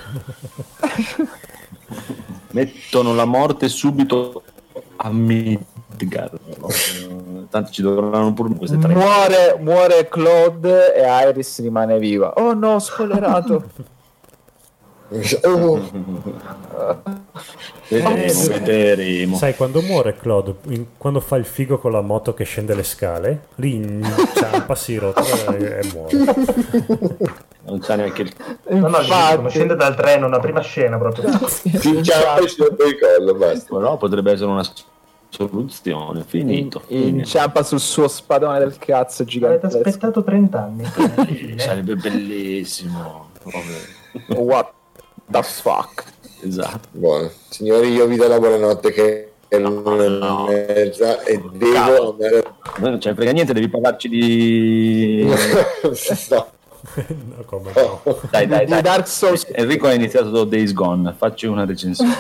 Mettono la morte subito a Midgar. Tanto ci dovranno pure queste 3. Muore Claude e Iris rimane viva. Oh no, spoilerato. Vedremo. Sai, quando muore Claude, quando fa il figo con la moto che scende le scale, lì inciampa, si rotola e muore. Non c'è neanche il... No, come scende dal treno, una prima scena proprio. Si inciampa e si rompe il collo, basta. Però potrebbe essere una soluzione. Finito. Inciampa sul suo spadone del cazzo Avete gigantesco. aspettato 30 anni. Sarebbe bellissimo. What the fuck? Esatto. Buono. Signori, io vi do la buonanotte che è l'1:30 e devo andare... Non c'è frega niente, devi parlarci di... No. No, come no? Dai. Di Dark Souls. Enrico ha iniziato Days Gone, facci una recensione.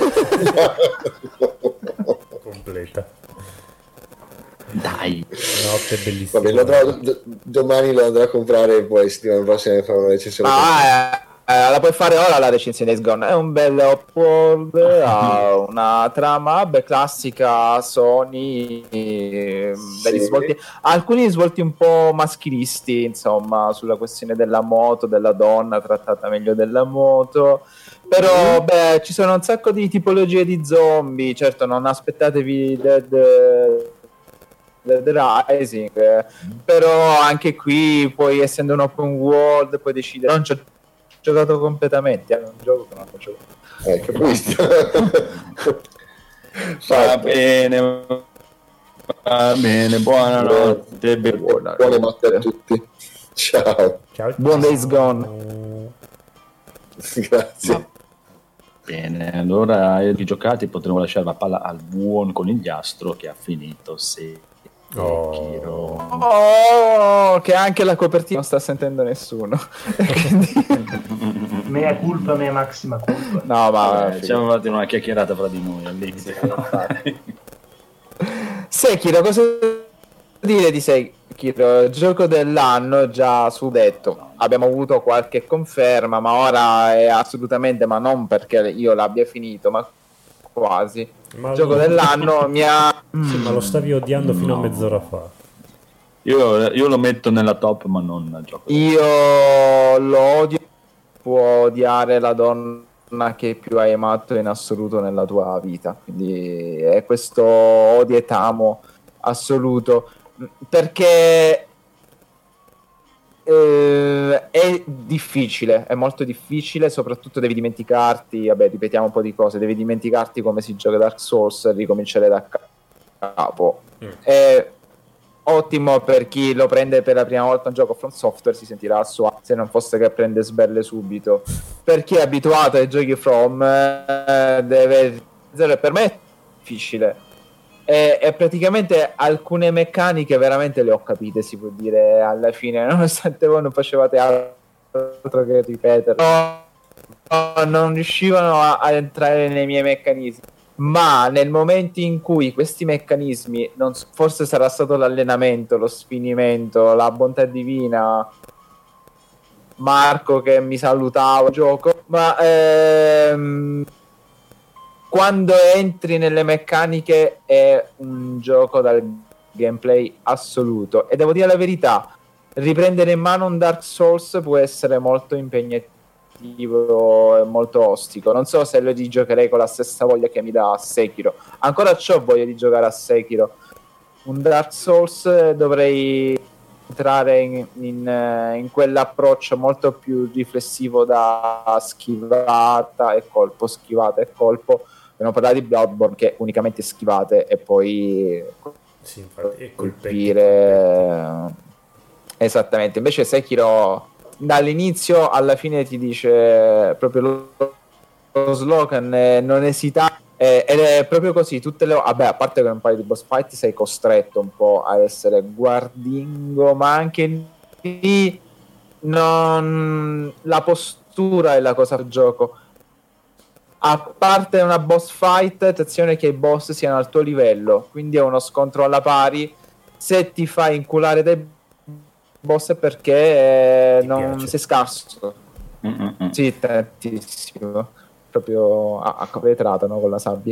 Completa. Dai. Notte bellissima. Vabbè, domani lo andrò a comprare e poi settimana prossima ne farò una recensione. La puoi fare ora la recensione Days Gone. È un bel open world, ha una trama classica Sony, belli svolti, alcuni svolti un po' maschilisti, insomma, sulla questione della moto, della donna trattata meglio della moto. Però ci sono un sacco di tipologie di zombie. Certo, non aspettatevi Dead Rising, però anche qui poi, essendo un open world, puoi decidere. Non ci ho giocato completamente, è un gioco che non ho giocato. Va bene, buonanotte. Buone notte a tutti. Ciao. Buon Days Gone. Grazie. Bene, allora giocati potremo lasciare la palla al buon conigliastro che ha finito Sekiro. Che anche la copertina non sta sentendo nessuno. Mea culpa, mea maxima colpa. No, ma ci siamo fatti una chiacchierata fra di noi all'inizio. Sekiro, cosa dire di Sekiro? Gioco dell'anno già suddetto. Abbiamo avuto qualche conferma, ma ora è assolutamente, ma non perché io l'abbia finito, ma quasi. Ma Gioco dell'anno mi ha... Sì, ma lo stavi odiando fino a mezz'ora fa. Io lo metto nella top, ma non al gioco. Io lo odio. Può odiare la donna che più hai amato in assoluto nella tua vita, quindi è questo odio et amo assoluto, perché è difficile, è molto difficile. Soprattutto devi dimenticarti, vabbè, ripetiamo un po' di cose, devi dimenticarti come si gioca Dark Souls e ricominciare da capo. È ottimo per chi lo prende per la prima volta un gioco From Software, si sentirà a suo, se non fosse che prende sberle subito. Per chi è abituato ai giochi From, deve... per me è difficile. E praticamente alcune meccaniche veramente le ho capite, si può dire, alla fine, nonostante voi non facevate altro che ripetere. Non riuscivano a entrare nei miei meccanismi. Ma nel momento in cui questi meccanismi, forse sarà stato l'allenamento, lo sfinimento, la bontà divina, Marco che mi salutava il gioco, ma quando entri nelle meccaniche è un gioco dal gameplay assoluto. E devo dire la verità, riprendere in mano un Dark Souls può essere molto impegnativo e molto ostico. Non so se lo rigiocherei con la stessa voglia che mi dà Sekiro. Ancora c'ho voglia di giocare a Sekiro. Un Dark Souls dovrei entrare in quell'approccio molto più riflessivo da schivata e colpo, schivata e colpo. Per non parlare di Bloodborne, che unicamente schivate e poi sì, infatti, colpire. Esattamente. Invece Sekiro dall'inizio alla fine ti dice proprio lo slogan, non esitare, ed è proprio così. Tutte le... Vabbè, a parte che un paio di boss fight sei costretto un po' a essere guardingo, ma anche lì la postura è la cosa del gioco. A parte una boss fight, attenzione che i boss siano al tuo livello, quindi è uno scontro alla pari. Se ti fai inculare dai boss è perché non sei scarso. Sì, tantissimo, proprio a vetrata, no? Con la sabbia.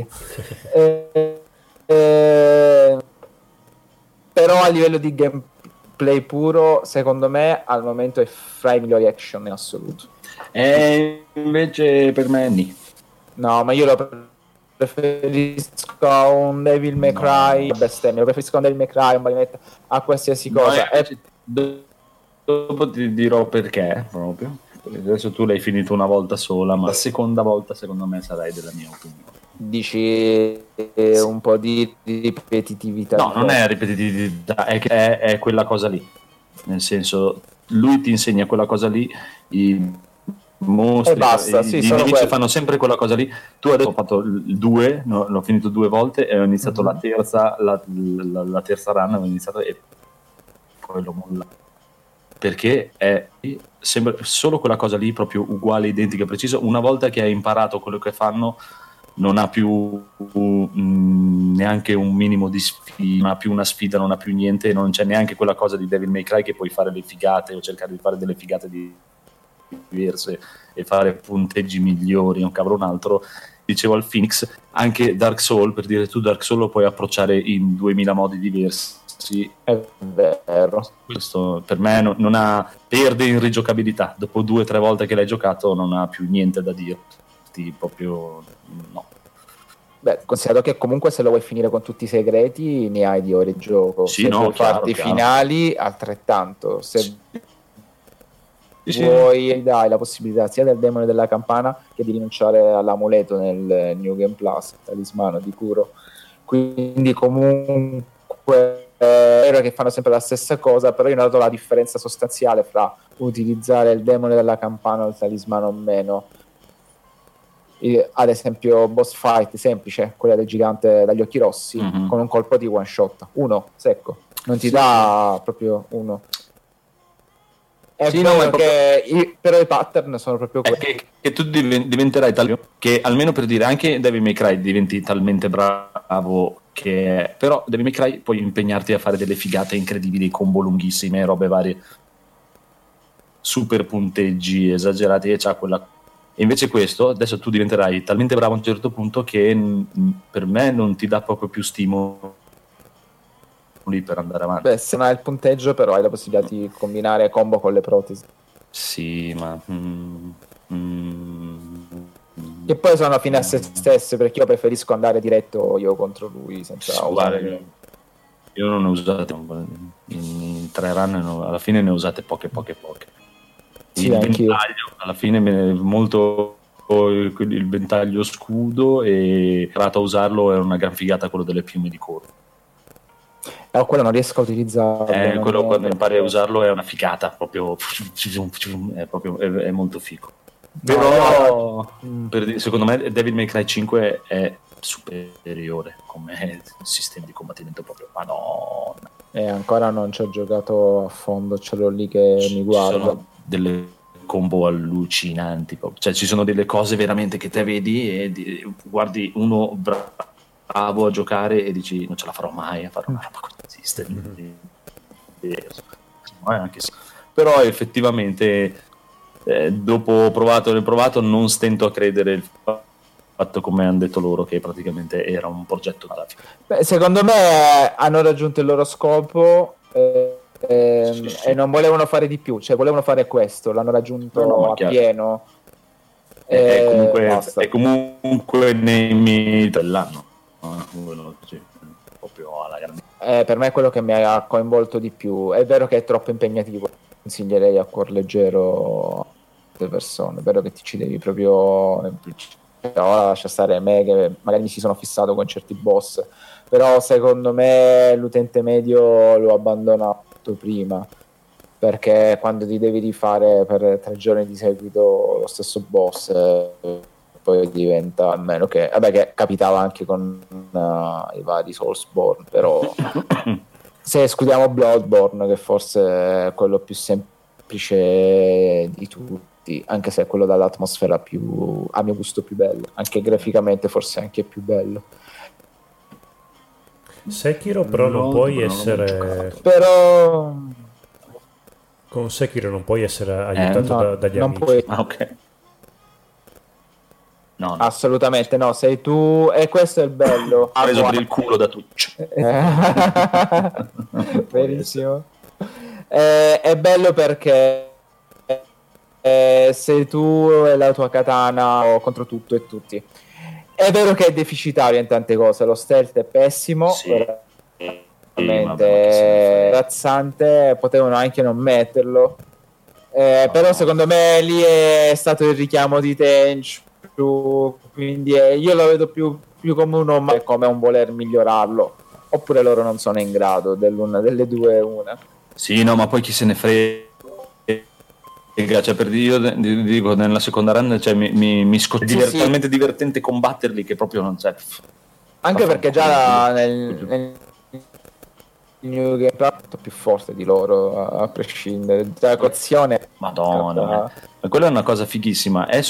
Però a livello di gameplay puro, secondo me al momento è fra i migliori action in assoluto. Invece per me Nì. No, ma io lo preferisco a un Devil May Cry, bestemmia, lo preferisco a un Devil May Cry, un Bayonetta, a qualsiasi cosa. Dopo ti dirò perché proprio. Adesso tu l'hai finito una volta sola, ma la seconda volta secondo me sarai della mia opinione. Dici un po' di ripetitività? No, non è ripetitività, è quella cosa lì. Nel senso, lui ti insegna quella cosa lì, i mostri, e basta, i nemici fanno sempre quella cosa lì. Tu adesso ho fatto il 2, no, l'ho finito 2 volte e ho iniziato la terza run, ho iniziato e poi l'ho mollato. Perché sembra solo quella cosa lì, proprio uguale, identica, preciso. Una volta che hai imparato quello che fanno, non ha più neanche un minimo di sfida, non ha più una sfida, non ha più niente, non c'è neanche quella cosa di Devil May Cry che puoi fare le figate o cercare di fare delle figate diverse e fare punteggi migliori, un cavolo un altro. Dicevo al Phoenix, anche Dark Souls, per dire, tu Dark Souls lo puoi approcciare in 2000 modi diversi. Sì, è vero. Questo per me perde in rigiocabilità. Dopo 2 o 3 volte che l'hai giocato non ha più niente da dirti, proprio no. Beh, considerato che comunque se lo vuoi finire con tutti i segreti ne hai di ore di gioco. Sì, se no, vuoi farti finali altrettanto. Se vuoi dai la possibilità sia del demone della campana che di rinunciare all'amuleto nel New Game Plus, talismano di Kuro. Quindi comunque è vero che fanno sempre la stessa cosa, però io ho notato la differenza sostanziale fra utilizzare il demone della campana o il talismano o meno. Ad esempio boss fight semplice, quella del gigante dagli occhi rossi, con un colpo di one shot, uno secco, non ti dà proprio uno. È vero che però i pattern sono proprio quelli. Che tu diventerai tale che, almeno per dire, anche Devil May Cry diventi talmente bravo che però Devil May Cry puoi impegnarti a fare delle figate incredibili, combo lunghissime, robe varie, super punteggi esagerati, e c'ha quella. E invece questo, adesso tu diventerai talmente bravo a un certo punto che per me non ti dà proprio più stimoli per andare avanti. Beh, se non hai il punteggio però hai la possibilità di combinare combo con le protesi. Sì, ma che poi sono fine a se stesse, perché io preferisco andare diretto io contro lui senza usare. Io non ne ho usate in 3 run, alla fine ne ho usate poche. Sì, anch'io. Alla fine molto il ventaglio scudo, e a usarlo è una gran figata quello delle piume di Kuro. Quello non riesco a utilizzarlo. Quello quando impari a usarlo è una figata, proprio è molto figo. Però secondo me Devil May Cry 5 è superiore come sistema di combattimento, proprio madonna. Ancora non ci ho giocato a fondo, ce l'ho lì che mi guarda. Sono delle combo allucinanti, cioè ci sono delle cose veramente che te vedi e guardi uno bravo a giocare e dici non ce la farò mai a fare una roba così, esiste. Anche sì. Però effettivamente dopo aver provato non stento a credere il fatto, come hanno detto loro, che praticamente era un progetto grafico. Beh, secondo me hanno raggiunto il loro scopo e non volevano fare di più, cioè volevano fare questo, l'hanno raggiunto a pieno. È comunque nei miei dell'anno, proprio alla grande. Per me è quello che mi ha coinvolto di più. È vero che è troppo impegnativo, consiglierei a cuor leggero le persone. È vero che ti ci devi proprio, però lascia stare me che magari mi si sono fissato con certi boss, però secondo me l'utente medio lo abbandona prima, perché quando ti devi rifare per 3 giorni di seguito lo stesso boss, poi diventa, almeno che vabbè, che capitava anche con i vari Soulsborne, però se escludiamo Bloodborne, che forse è quello più semplice di tutti, anche se è quello dall'atmosfera più, a mio gusto, più bello, anche graficamente forse anche più bello. Sekiro però non puoi essere, però con Sekiro non puoi essere aiutato dagli amici. Puoi. Ok. No. Assolutamente no, sei tu, e questo è il bello. Ha preso per il culo da Twitch. Benissimo. È bello perché sei tu e la tua katana contro tutto e tutti. È vero che è deficitario in tante cose, lo stealth è pessimo, veramente imbarazzante, potevano anche non metterlo. Però secondo me lì è stato il richiamo di Tenchu, quindi io lo vedo più come come un voler migliorarlo, oppure loro non sono in grado dell'una delle due una. Sì, no, ma poi chi se ne frega, cioè, per io dico nella seconda run, cioè, mi scoccia, è talmente divertente combatterli che proprio non c'è. Anche perché già nel New Game Plus è molto più forte di loro, a prescindere dalla cozione. Madonna, ma quella è una cosa fighissima. È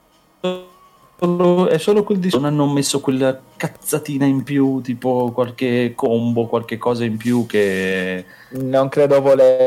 solo quel disco. Non hanno messo quella cazzatina in più, tipo qualche combo, qualche cosa in più che non credo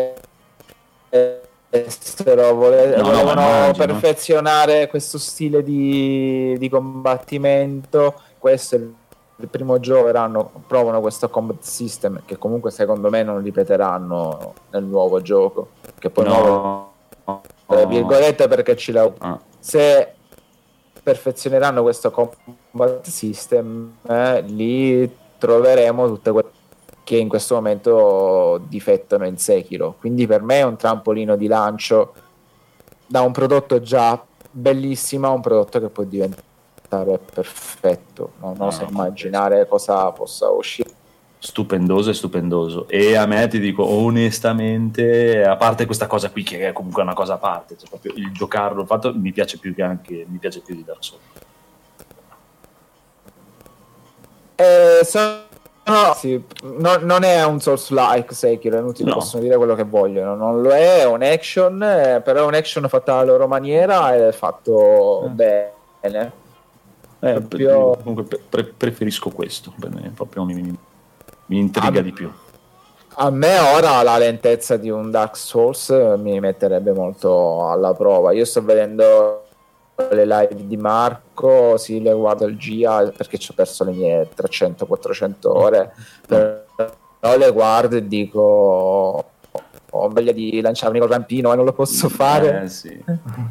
volevano perfezionare questo stile di combattimento. Questo è il primo gioco, provano questo combat system che comunque secondo me non ripeteranno nel nuovo gioco, che poi nuovo virgolette perché ci lavoro. Se perfezioneranno questo combat system, lì troveremo tutte quelle che in questo momento difettano in Sekiro. Quindi per me è un trampolino di lancio da un prodotto già bellissimo a un prodotto che può diventare perfetto. Non oso immaginare cosa possa uscire. Stupendoso. E a me, ti dico onestamente, a parte questa cosa qui che è comunque una cosa a parte, cioè proprio il giocarlo, il fatto mi piace più di Dark Souls. Non è un Souls-like Sekiro, è inutile, possono dire quello che vogliono, non lo è un action, però è un action fatto alla loro maniera e fatto bene. Comunque preferisco questo, proprio mi intriga di più. A me ora la lentezza di un Dark Souls mi metterebbe molto alla prova. Io sto vedendo le live di Marco, sì, le guardo al GIA perché ci ho perso le mie 300-400 ore, però le guardo e dico ho voglia di lanciarmi col rampino e non lo posso fare. Sì.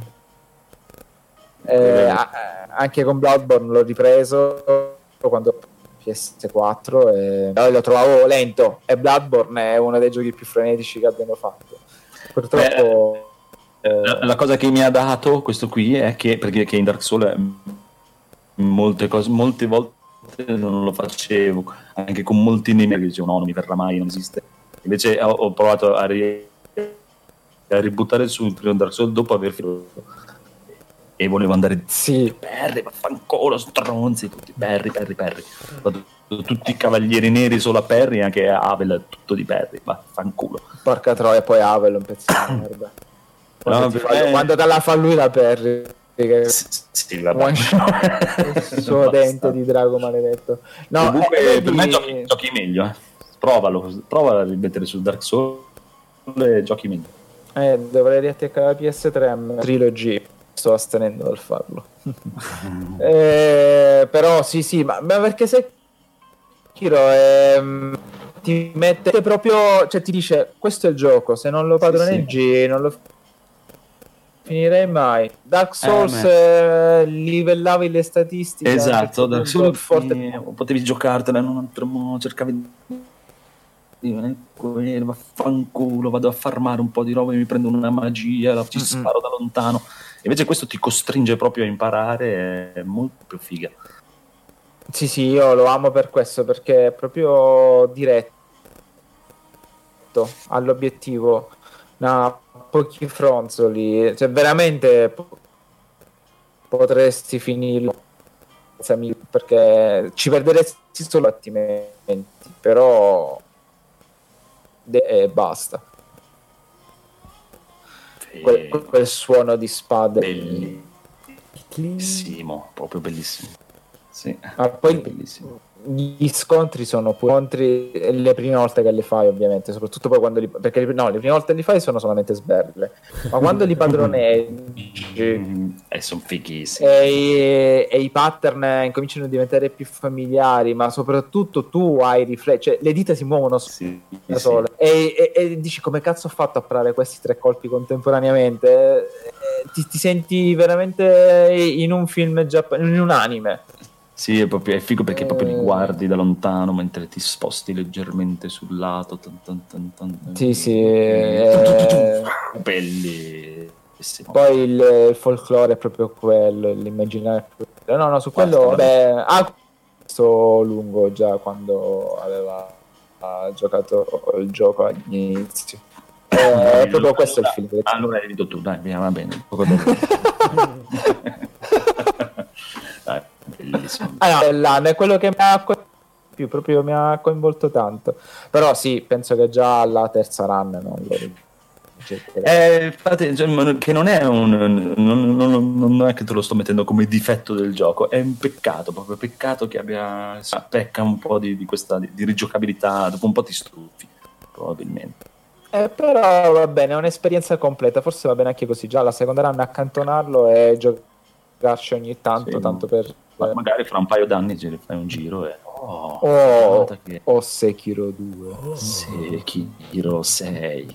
Anche con Bloodborne l'ho ripreso quando PS4 e lo trovavo lento, e Bloodborne è uno dei giochi più frenetici che abbiamo fatto. Purtroppo la cosa che mi ha dato questo qui è che perché in Dark Souls molte volte non lo facevo, anche con molti nemici che dicevano no, non mi verrà mai, non esiste. Invece ho provato a ributtare su il primo Dark Souls dopo aver finito e volevo andare perri, vaffanculo, stronzi, tutti perri. Tutti i cavalieri neri solo a perri, anche Havel tutto di perri, vaffanculo. Porca troia, poi Havel un pezzo di merda. Quando te la fa lui la perri, sì, vabbè. Il suo dente di drago maledetto. No, comunque per me giochi meglio, prova a rimettere su Dark Souls e giochi meglio. Dovrei riattaccare la PS3 Trilogy, sto astenendo dal farlo. Però sì, ma perché Sekiro ti mette proprio, cioè ti dice questo è il gioco, se non lo padroneggi non lo finirei mai. Dark Souls livellavi le statistiche, esatto, Dark Souls potevi giocartela in un altro modo, cercavi di vaffanculo, vado a farmare un po' di roba e mi prendo una magia, ci sparo da lontano. Invece questo ti costringe proprio a imparare, è molto più figa. Sì, io lo amo per questo, perché è proprio diretto all'obiettivo, pochi fronzoli, cioè veramente potresti finirlo perché ci perderesti solo attimenti, però e basta. Quel suono di spade bellissimo, proprio bellissimo. Sì. Ma poi bellissimo. gli scontri sono scontri le prime volte che li fai, ovviamente, soprattutto poi quando perché le prime volte che li fai sono solamente sberle, ma quando li padroneggi sono fighissimi e i pattern incominciano a diventare più familiari, ma soprattutto tu hai cioè le dita si muovono da sole. E dici come cazzo ho fatto a parare questi 3 colpi contemporaneamente. Ti senti veramente in un film in un anime. Sì, è figo perché proprio li guardi da lontano mentre ti sposti leggermente sul lato. Sì. Bellissimo. Poi il folklore è proprio quello, l'immaginario è proprio quello. No, su quello, vabbè, questo lungo già quando aveva giocato il gioco all'inizio. È proprio questo il film. Allora hai detto tu, dai, va bene. Dai, bellissimo. È quello che mi ha coinvolto tanto. Però sì, penso che già alla terza run non lo infatti, che non è non è che te lo sto mettendo come difetto del gioco, è un peccato, proprio peccato che pecca un po' di questa di rigiocabilità, dopo un po' ti stufi, probabilmente. Però va bene, è un'esperienza completa, forse va bene anche così, già la seconda run accantonarlo e giocarci ogni tanto, sì, tanto per... magari fra un paio d'anni ci fai un giro e... Sekiro 2. Sekiro 6.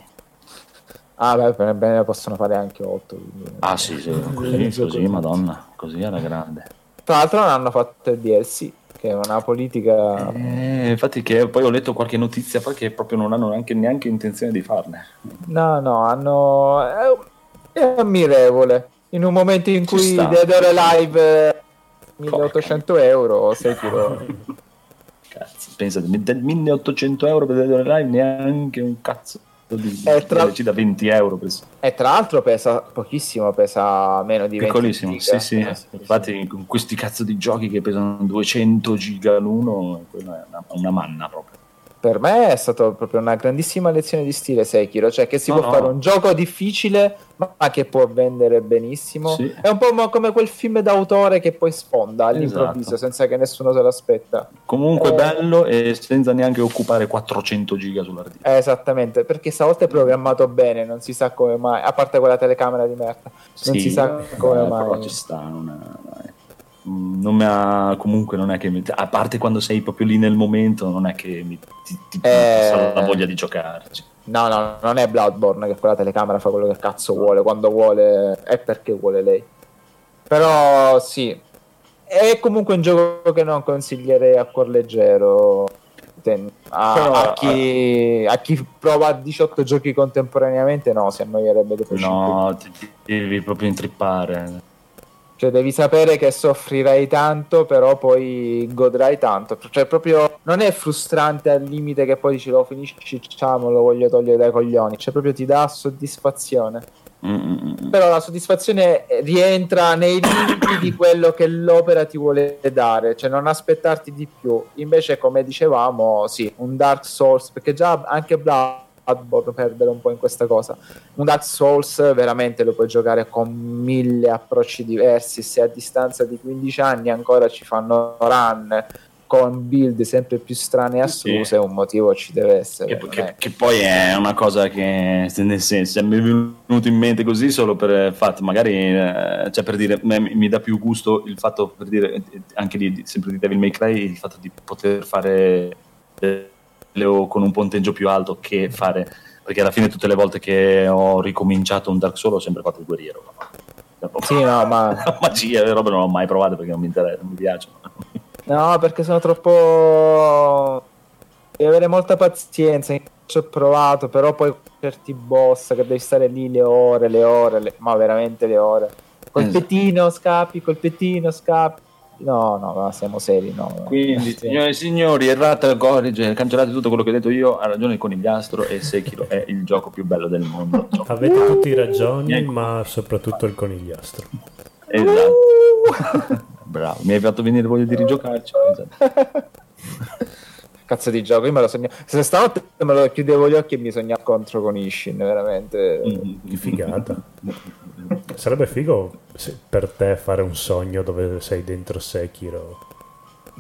Bene, possono fare anche 8. Sì, così, madonna, così alla grande. Tra l'altro non hanno fatto il DLC, che è una politica... infatti che poi ho letto qualche notizia poi che proprio non hanno neanche intenzione di farne. No, è ammirevole. In un momento in cui Dead or Alive 1800 euro, Sekiro... Cazzo, pensate, 1800 euro per Dead or Alive, neanche un cazzo di da 20 euro. E tra l'altro pesa pochissimo, pesa meno di 20 piccolissimo, sì. Infatti con questi cazzo di giochi che pesano 200 giga l'uno, quella è una manna proprio. Per me è stata proprio una grandissima lezione di stile Sekiro, cioè che si può fare un gioco difficile ma che può vendere benissimo. Sì. È un po' come quel film d'autore che poi sfonda all'improvviso, senza che nessuno se l'aspetta. Comunque bello e senza neanche occupare 400 giga sull'hard disk. Esattamente, perché stavolta è programmato bene, non si sa come mai, a parte quella telecamera di merda, non si sa come mai. Però ci sta, non mi ha, comunque non è che a parte quando sei proprio lì nel momento, non è che ti passa la voglia di giocarci. No, non è Bloodborne che quella telecamera fa quello che cazzo vuole, quando vuole è perché vuole lei. Però sì, è comunque un gioco che non consiglierei a cuor leggero a chi prova 18 giochi contemporaneamente, no, si annoierebbe dopo 5. No, ti devi proprio intrippare. Cioè devi sapere che soffrirai tanto, però poi godrai tanto. Cioè proprio non è frustrante al limite che poi dici lo finisci, lo voglio togliere dai coglioni. Cioè proprio ti dà soddisfazione. Però la soddisfazione rientra nei limiti di quello che l'opera ti vuole dare. Cioè non aspettarti di più. Invece come dicevamo, sì, un Dark Souls, perché già anche Bloodborne perdere un po' in questa cosa. Un Dark Souls veramente lo puoi giocare con 1000 approcci diversi, se a distanza di 15 anni ancora ci fanno run con build sempre più strane e assuse, un motivo ci deve essere. Che poi è una cosa che, nel senso, mi è venuto in mente così solo per fatto, magari cioè per dire, mi dà più gusto il fatto, per dire, anche sempre di Devil May Cry, il fatto di poter fare con un punteggio più alto che fare, perché alla fine tutte le volte che ho ricominciato un Dark Souls ho sempre fatto il guerriero. Sì, no, ma magia, le robe non l'ho mai provate perché non mi interessa, non mi piacciono. No, perché sono troppo... devi avere molta pazienza. Ci ho provato, però poi certi boss che devi stare lì le ore, ma veramente le ore. Colpettino, scappi. No, siamo seri, no. Quindi, signore e signori, errate al codice, cancellate tutto quello che ho detto io, ha ragione il conigliastro e Sekiro è il gioco più bello del mondo. Avete tutti ragioni, ma soprattutto il conigliastro. Esatto. Bravo, mi hai fatto venire voglia di rigiocarci. Esatto. Cazzo di gioco, io me lo sogno. Se stanotte me lo chiudevo gli occhi e mi sognavo contro con Ishin, veramente. Figata. Sarebbe figo per te fare un sogno dove sei dentro Sekiro.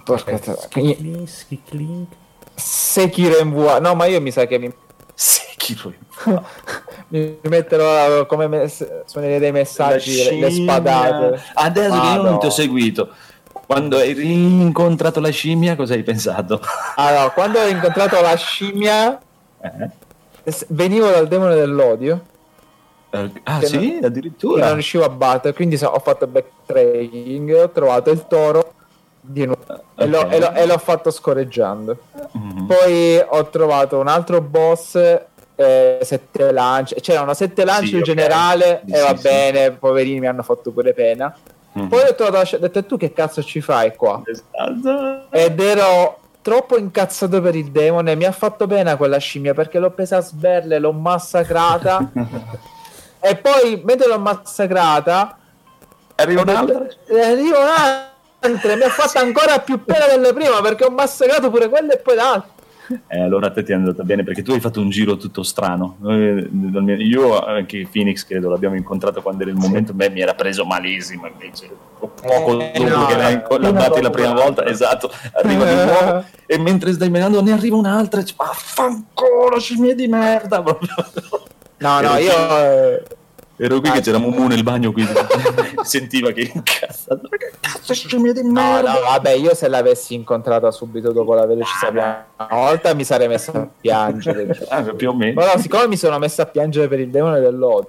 Porca Clink. Sekiro in no, ma io mi sa che Sekiro mi metterò come suonerei dei messaggi, le spadate. Adesso che io non ti ho seguito, quando hai rincontrato la scimmia cosa hai pensato? Allora, quando ho incontrato la scimmia venivo dal demone dell'odio. Sì, addirittura non riuscivo a battere, quindi ho fatto backtracking, ho trovato il toro di nuovo e l'ho fatto scorreggiando. Poi ho trovato un altro boss, 7 lance, c'erano 7 lance in generale e va bene, poverini, mi hanno fatto pure pena. Poi ho trovato, ho detto, tu che cazzo ci fai qua? Ed ero troppo incazzato per il demone, mi ha fatto pena quella scimmia perché l'ho presa a sberle, l'ho massacrata. E poi mentre l'ho massacrata arriva un'altra, mi ha fatto ancora più pena delle prima perché ho massacrato pure quelle e poi l'altra. Allora a te ti è andata bene perché tu hai fatto un giro tutto strano. Io anche Phoenix credo l'abbiamo incontrato quando era il momento, mi era preso malissimo invece poco dopo che l'hai incontrato la prima volta, esatto, arriva di nuovo e mentre stai menando ne arriva un'altra e vaffanculo scimmia di merda proprio. No, io ero qui che c'era Mumu nel bagno, quindi sentiva che incazzato. Che cazzo scimmia di merda? No, vabbè, io se l'avessi incontrata subito dopo la velocità una volta mi sarei messo a piangere. Più o meno. Però siccome mi sono messo a piangere per il demone dell'odio,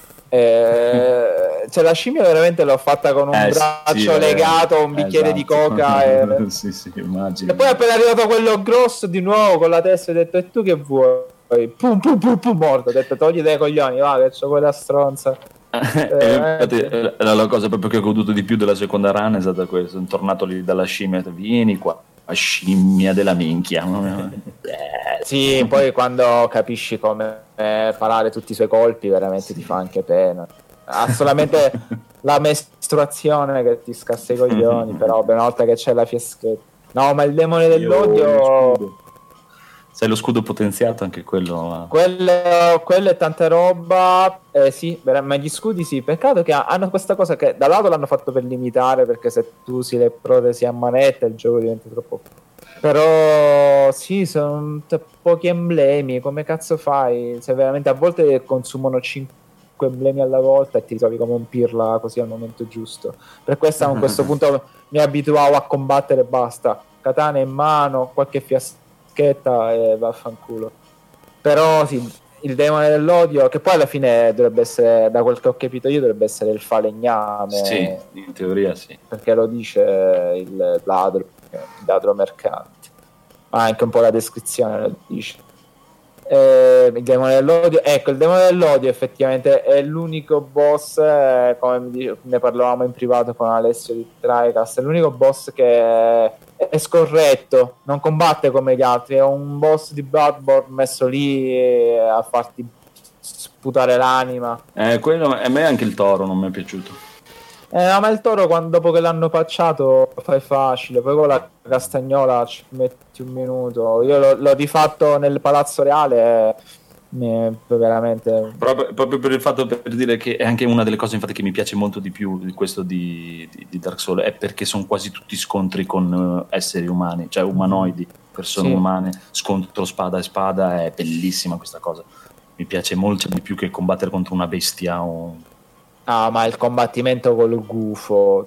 cioè la scimmia veramente l'ho fatta con un braccio legato, un bicchiere di coca sì, immagino. E poi appena arrivato quello grosso di nuovo con la testa ho detto, e tu che vuoi? Pum morto, ho detto togli dai coglioni, va che c'ho quella stronza. Infatti, la cosa proprio che ho goduto di più della seconda run è stata questa. Sono tornato lì dalla scimmia, vieni qua, la scimmia della minchia. Sì, poi quando capisci come parare tutti i suoi colpi veramente ti fa anche pena. Ha solamente la mestruazione che ti scassa i coglioni, però una volta che c'è la fieschetta. No, ma il demone dell'odio... Sai lo scudo potenziato anche quello? Quello è tanta roba, sì, ma gli scudi sì, peccato che hanno questa cosa che da lato l'hanno fatto per limitare, perché se tu usi le protesi a manetta il gioco diventa troppo... Però sì, sono pochi emblemi, come cazzo fai? Se veramente a volte consumano 5 emblemi alla volta e ti ritrovi come un pirla così al momento giusto. Per questo a questo punto mi abituavo a combattere e basta, katana in mano, qualche fiaschetta e vaffanculo. Però sì, il demone dell'odio, che poi alla fine dovrebbe essere, da quel che ho capito io, dovrebbe essere il falegname. Sì, in teoria sì, perché lo dice il ladro mercante, ma anche un po' la descrizione lo dice. Il demone dell'odio, ecco, il demone dell'odio effettivamente è l'unico boss, come ne parlavamo in privato con Alessio di Tricast, è l'unico boss che è scorretto, non combatte come gli altri, è un boss di Bloodborne messo lì a farti sputare l'anima. Quello, a me anche il toro non mi è piaciuto. No, ma il toro dopo che l'hanno patchato fai facile, poi con la castagnola ci metti un minuto. Io l'ho rifatto nel Palazzo Reale veramente proprio per il fatto, per dire che è anche una delle cose infatti che mi piace molto di più di questo di Dark Souls, è perché sono quasi tutti scontri con esseri umani, cioè umanoidi, persone umane, scontro spada e spada, è bellissima questa cosa, mi piace molto di più che combattere contro una bestia o... ma il combattimento col gufo,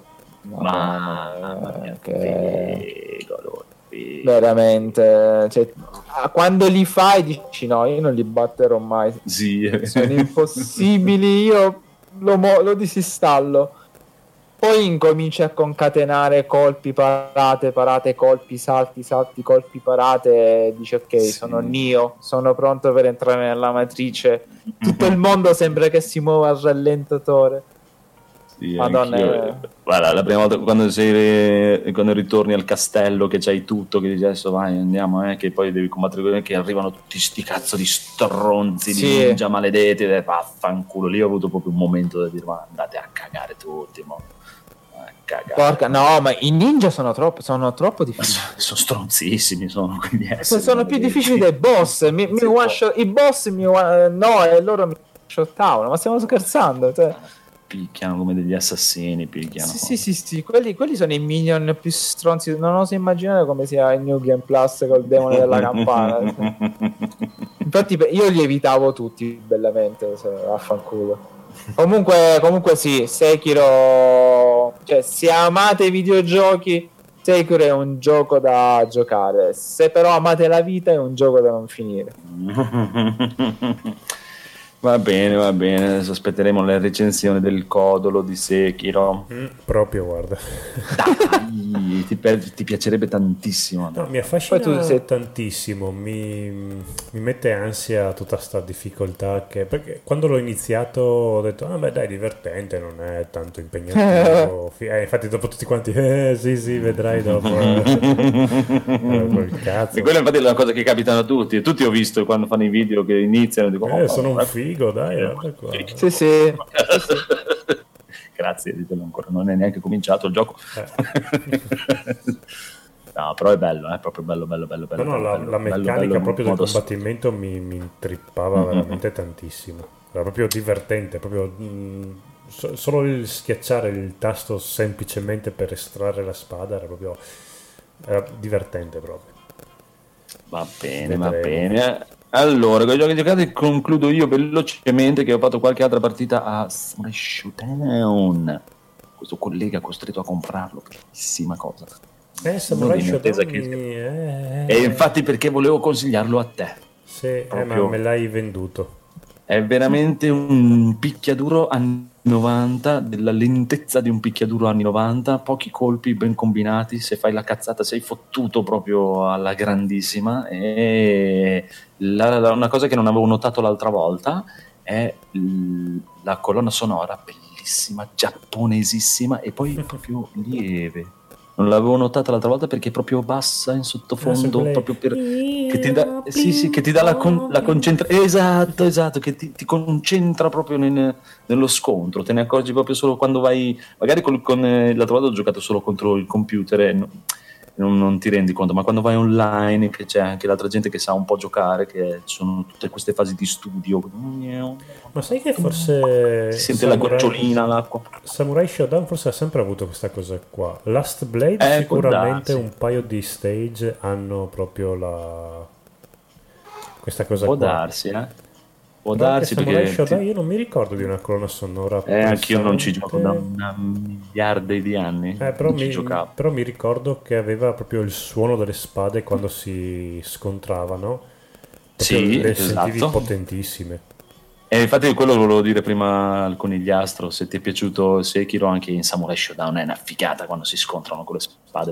veramente, cioè, quando li fai dici no, io non li batterò mai, sono impossibili, io lo disinstallo. Poi incominci a concatenare colpi, parate, colpi, salti, colpi, parate, e dici ok, sono Neo, sono pronto per entrare nella matrice, tutto il mondo sembra che si muova al rallentatore. Sì, Madonna, guarda, la prima volta quando ritorni al castello che c'hai tutto, che dici adesso vai andiamo, che poi devi combattere, che arrivano tutti sti cazzo di stronzi di ninja maledetti, vaffanculo, lì ho avuto proprio un momento da dire ma andate a cagare tutti, porca, no, ma i ninja sono troppo difficili, sono stronzissimi, sono più difficili dei boss. I boss no, e loro mi shottavano, ma stiamo scherzando, cioè. picchiano come degli assassini, picchiano. Sì, quelli sono i minion più stronzi. Non oso immaginare come sia il New Game Plus col demone della campana. Infatti io li evitavo tutti bellamente, vaffanculo. Comunque sì, Sekiro, cioè se amate i videogiochi, Sekiro è un gioco da giocare, se però amate la vita è un gioco da non finire. Va bene, adesso aspetteremo la recensione del codolo di Sekiro. Proprio, guarda. Dai, ti piacerebbe tantissimo. No, mi affascina tantissimo, mi mette ansia tutta sta difficoltà, perché quando l'ho iniziato ho detto, beh dai, divertente, non è tanto impegnativo. Infatti dopo tutti quanti, sì, vedrai dopo. Quel cazzo. E quella infatti è una cosa che capita a tutti. Tutti ho visto quando fanno i video che iniziano e dico, sono un figo, dai, guarda qua. Sì. Grazie, ditelo ancora, non è neanche cominciato il gioco. No, però è bello, è proprio bello. No, la meccanica proprio del combattimento mi intrippava veramente tantissimo. Era proprio divertente, proprio solo il schiacciare il tasto semplicemente per estrarre la spada era divertente proprio. Va bene. Allora, con i giochi giocati concludo io velocemente, che ho fatto qualche altra partita a Samurai Showdown. Questo collega costretto a comprarlo, bellissima cosa. Samurai Showdown E infatti perché volevo consigliarlo a te. Sì, ma me l'hai venduto. È veramente un picchiaduro anni 90, della lentezza di un picchiaduro anni 90, pochi colpi ben combinati, se fai la cazzata sei fottuto proprio alla grandissima. E una cosa che non avevo notato l'altra volta è la colonna sonora bellissima, giapponesissima e poi proprio lieve. Non l'avevo notata l'altra volta perché è proprio bassa in sottofondo, proprio che ti dà, che ti dà la concentrazione. Esatto, che ti concentra proprio nello scontro. Te ne accorgi proprio solo quando vai, magari l'altra volta ho giocato solo contro il computer e non ti rendi conto, ma quando vai online, che c'è anche l'altra gente che sa un po' giocare, che sono tutte queste fasi di studio. Ma sai che forse si sente la gocciolina, l'acqua. Samurai Showdown forse ha sempre avuto questa cosa qua. Last Blade sicuramente un paio di stage hanno proprio questa cosa qua. Può darsi perché Showdown, io non mi ricordo di una colonna sonora. Anch'io non ci gioco da una miliardi di anni. Però mi ricordo che aveva proprio il suono delle spade quando si scontravano. Sì, le sentivi potentissime. E infatti quello lo volevo dire prima al conigliastro, se ti è piaciuto Sekiro, anche in Samurai Showdown è una figata quando si scontrano con le spade,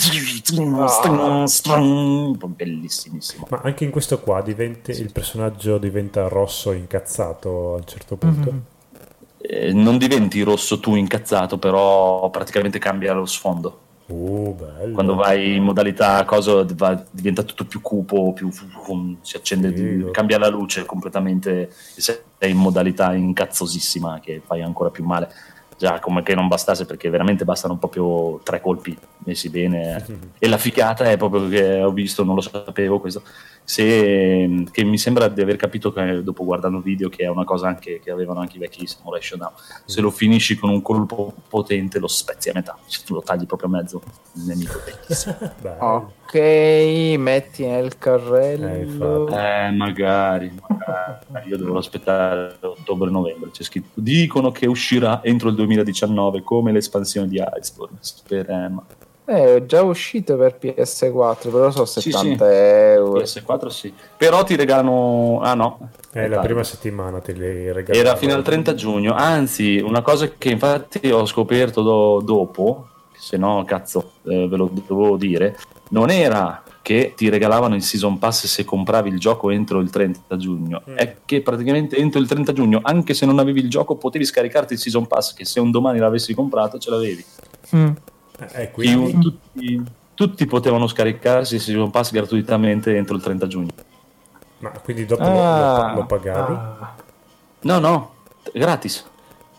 bellissimissimo. Ma anche in questo qua il personaggio diventa rosso incazzato a un certo punto. Non diventi rosso tu incazzato, però praticamente cambia lo sfondo. Bello. Quando vai in modalità diventa tutto più cupo, si accende, cambia la luce completamente, sei in modalità incazzosissima che fai ancora più male. Già, come che non bastasse, perché veramente bastano proprio 3 colpi messi bene. E la figata è proprio che ho visto, non lo sapevo questo, che mi sembra di aver capito che dopo guardando video che è una cosa anche che avevano anche i vecchi Samurai Showdown. Se lo finisci con un colpo potente lo spezzi a metà, lo tagli proprio a mezzo il nemico. Ok, metti nel carrello. Magari io devo aspettare ottobre-novembre, c'è scritto, dicono che uscirà entro il 2019 come l'espansione di Iceborne, speriamo. È già uscito per PS4, però so 70 euro. PS4 sì, però ti regalano la prima settimana te li regalano. Era fino al 30 giugno, anzi una cosa che infatti ho scoperto dopo, se no cazzo ve lo dovevo dire, non era che ti regalavano il Season Pass se compravi il gioco entro il 30 giugno, è che praticamente entro il 30 giugno, anche se non avevi il gioco, potevi scaricarti il Season Pass, che se un domani l'avessi comprato ce l'avevi. Quindi tutti potevano scaricarsi il Season Pass gratuitamente entro il 30 giugno. Ma quindi dopo lo pagavi? No, gratis.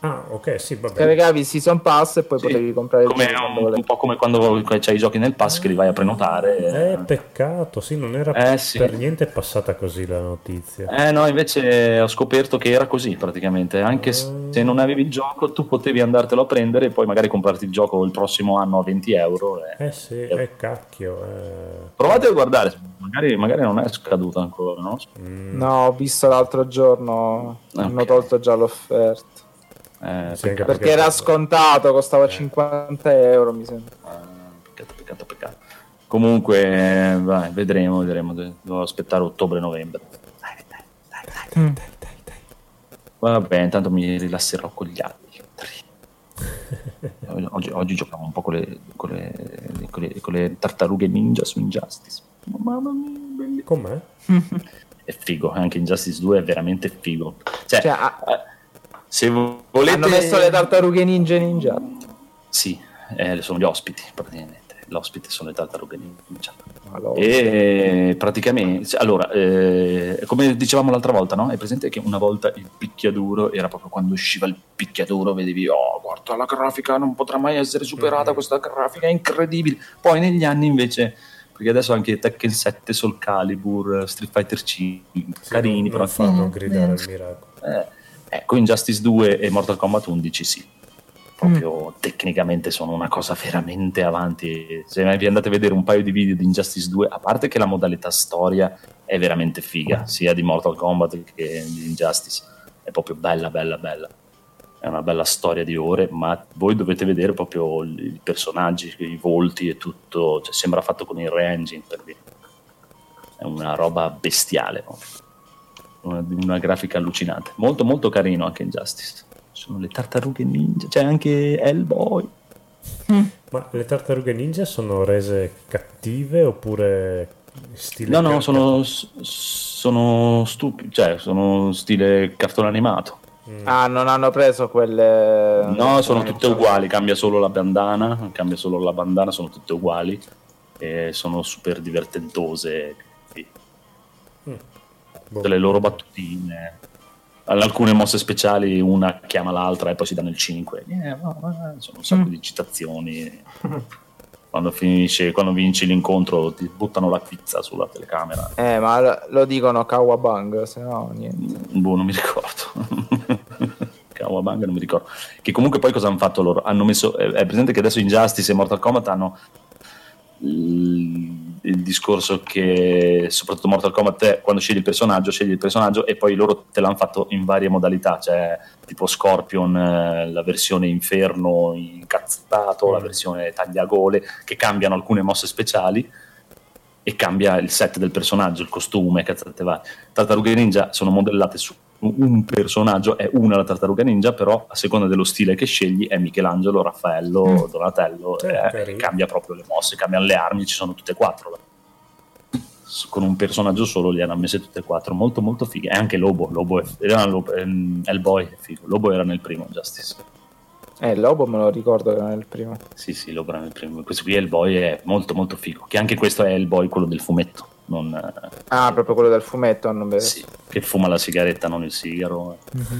Ah, ok, sì, vabbè. Scaricavi il Season Pass e poi potevi comprare il gioco quando volevi. Un po' come quando c'hai i giochi nel pass che li vai a prenotare. Peccato, sì, non era per niente passata così la notizia. No, invece ho scoperto che era così praticamente. Anche se non avevi il gioco, tu potevi andartelo a prendere e poi magari comprarti il gioco il prossimo anno a 20 euro. Sì, cacchio. Provate a guardare, magari non è scaduta ancora, no? No, ho visto l'altro giorno, hanno tolto già l'offerta. Perché era scontato, costava 50 euro mi sembra. Peccato. Comunque vai, vedremo, devo aspettare ottobre-novembre. Dai. Vabbè, intanto mi rilasserò con gli altri. Oggi giochiamo un po' con le tartarughe ninja su Injustice. Mamma mia, bellissimo. Com'è? È figo, anche Injustice 2 è veramente figo. Se volete... Hanno messo le tartarughe ninja. Sì, sono gli ospiti praticamente. L'ospite sono le tartarughe ninja. E praticamente, allora, come dicevamo l'altra volta, no? È presente che una volta il picchiaduro era proprio quando usciva il picchiaduro, vedevi, guarda la grafica non potrà mai essere superata, questa grafica è incredibile. Poi negli anni invece, perché adesso anche Tekken 7, Soul Calibur, Street Fighter 5, carini, però fanno gridare al miracolo. Ecco, Injustice 2 e Mortal Kombat 11 sì, proprio tecnicamente sono una cosa veramente avanti. Se vi andate a vedere un paio di video di Injustice 2, a parte che la modalità storia è veramente figa, sia di Mortal Kombat che di Injustice, è proprio bella, è una bella storia di ore, ma voi dovete vedere proprio i personaggi, i volti e tutto, cioè sembra fatto con il Re-Engine, per dire. È una roba bestiale proprio. Una grafica allucinante, molto molto carino anche Injustice. Sono le tartarughe ninja, c'è anche Hellboy. Ma le tartarughe ninja sono rese cattive oppure stile no sono stupidi, cioè sono stile cartone animato. Non hanno preso quelle, no, sono tutte uguali, cambia solo la bandana, sono tutte uguali e sono super divertentose. Delle loro battutine, alcune mosse speciali, una chiama l'altra e poi si danno il 5. Sono un sacco di citazioni. Quando vinci l'incontro ti buttano la pizza sulla telecamera. Ma lo dicono Kawabang, se no niente. Non mi ricordo. Kawabang non mi ricordo. Che comunque poi cosa hanno fatto loro? Hanno messo, è presente che adesso Injustice e Mortal Kombat hanno il discorso che soprattutto Mortal Kombat quando scegli il personaggio e poi loro te l'hanno fatto in varie modalità, cioè tipo Scorpion, la versione inferno incazzato, la versione tagliagole, che cambiano alcune mosse speciali e cambia il set del personaggio, il costume, cazzate varie. Tartarughe Ninja sono modellate su un personaggio, è una la tartaruga ninja, però a seconda dello stile che scegli è Michelangelo, Raffaello, Donatello, cambia proprio le mosse, cambiano le armi, ci sono tutte e quattro. Con un personaggio solo li hanno messe tutte e quattro, molto molto fighe. E anche Lobo Hellboy è figo. Lobo era nel primo Justice. Lobo me lo ricordo che era nel primo. Sì, Lobo era nel primo. Questo qui Hellboy è molto molto figo, che anche questo è Hellboy, quello del fumetto. Proprio quello del fumetto hanno messo. Sì, che fuma la sigaretta, non il sigaro.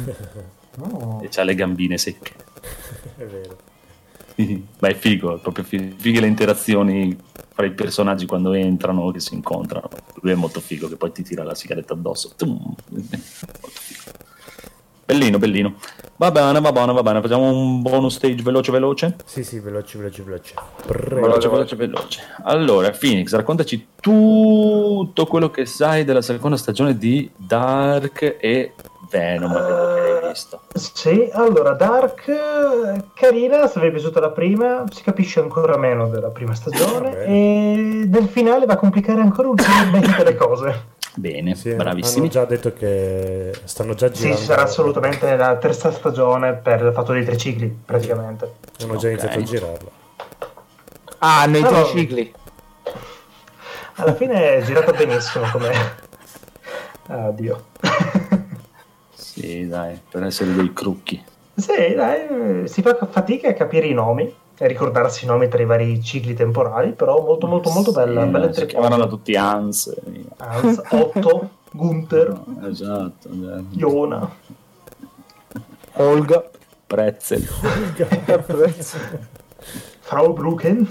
E c'ha le gambine secche. È vero. Ma è figo, è proprio fighe le interazioni fra i personaggi quando entrano, che si incontrano. Lui è molto figo, che poi ti tira la sigaretta addosso. Molto figo. Bellino. Va bene, facciamo un bonus stage veloce? Sì, veloce. Veloce. Allora, Phoenix, raccontaci tutto quello che sai della seconda stagione di Dark e Venom, che hai visto. Sì, allora, Dark, carina, se vi è piaciuta la prima, si capisce ancora meno della prima stagione e nel finale va a complicare ancora ulteriormente le cose. Bene, sì, bravissimi. Hanno già detto che stanno già girando. Sì, ci sarà assolutamente la terza stagione per il fatto dei tricicli, praticamente. Hanno già iniziato a girarla. Nei tricicli. Alla fine è girata benissimo come... Addio. Sì, dai, per essere dei crucchi. Sì, dai, si fa fatica a capire i nomi e ricordarsi i nomi tra i vari cicli temporali, però molto bella. Si chiamano tutti Hans, Otto, Gunther, esatto. Iona, Olga, Pretzel. Frau Brucken.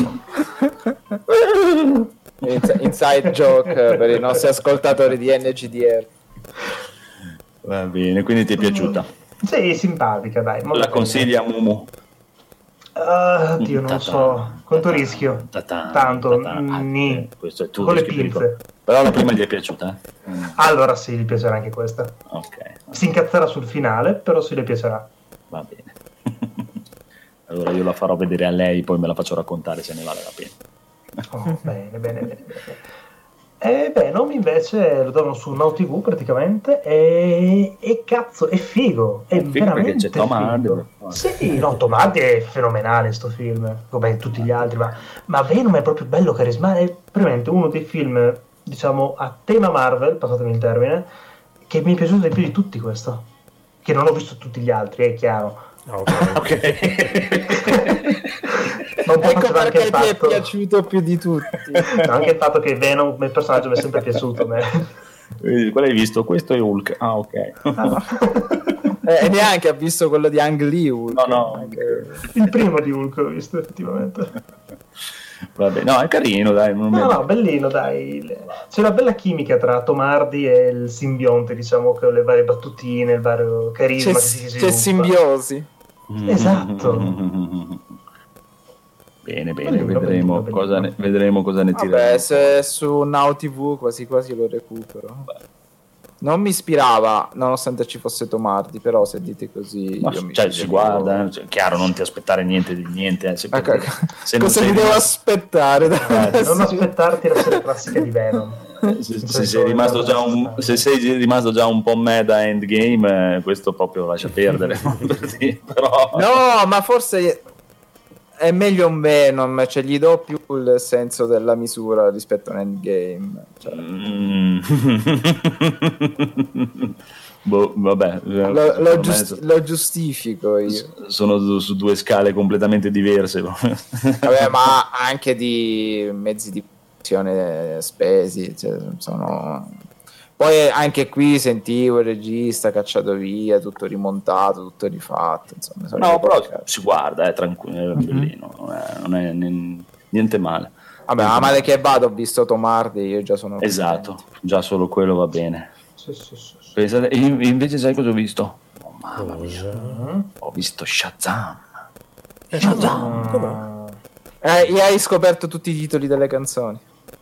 Inside joke per i nostri ascoltatori di NGDR. Va bene, quindi ti è piaciuta? Sì, simpatica, dai. La consigli a Mumu? Oddio, non so. Quanto rischio? Tanto. Questo è tu. Con le pinze. Però la prima gli è piaciuta? Allora sì, gli piacerà anche questa. Ok. Si incazzerà sul finale, però sì, le piacerà. Va bene. Allora io la farò vedere a lei, poi me la faccio raccontare se ne vale la pena. Oh, bene. E Venom invece lo davano su Now TV praticamente e cazzo, è figo, è veramente c'è Tom Hardy. Sì, no, Tom Hardy è fenomenale sto film, come tutti gli altri, ma Venom è proprio bello, carismatico, è veramente uno dei film, diciamo, a tema Marvel, passatemi il termine, che mi è piaciuto di più di tutti questo, che non ho visto tutti gli altri, è chiaro. Non ecco perché ti è piaciuto più di tutti. No, anche il fatto che Venom come personaggio mi è sempre piaciuto. Qual hai visto? Questo è Hulk. Ah, ok. E neanche ha visto quello di Ang Lee Hulk. No. Il primo di Hulk l'ho visto effettivamente. Vabbè, no, è carino, dai. No, bellino, dai. C'è una bella chimica tra Tom Hardy e il simbionte, diciamo, con le varie battutine, il vario carisma che si sviluppa. C'è simbiosi. Esatto. Bene, vedremo cosa ne tireremo. Vabbè, se su Now TV quasi lo recupero. Non mi ispirava, nonostante ci fosse Tom Hardy, però se dite così... si guarda, chiaro, non ti aspettare niente di niente. Se cosa mi devo aspettare? Non aspettarti la serie classica di Venom. Se sei rimasto già un po' mad a Endgame, questo proprio lascia perdere. Però... No, ma forse... è meglio un Venom, cioè gli do più il senso della misura rispetto a un Endgame. Cioè. Vabbè, lo giustifico io. Sono su due scale completamente diverse. Vabbè, ma anche di mezzi di produzione spesi, cioè, poi anche qui sentivo il regista cacciato via, tutto rimontato, tutto rifatto. Insomma, no, però si guarda, è tranquillo, è bellino, non è niente male. Vabbè, ma male che vado, ho visto Tom Hardy, io già sono esatto, già solo quello va bene. Sì. Pensate, invece sai cosa ho visto? Oh, mamma mia, ho visto Shazam. Shazam. E hai scoperto tutti i titoli delle canzoni.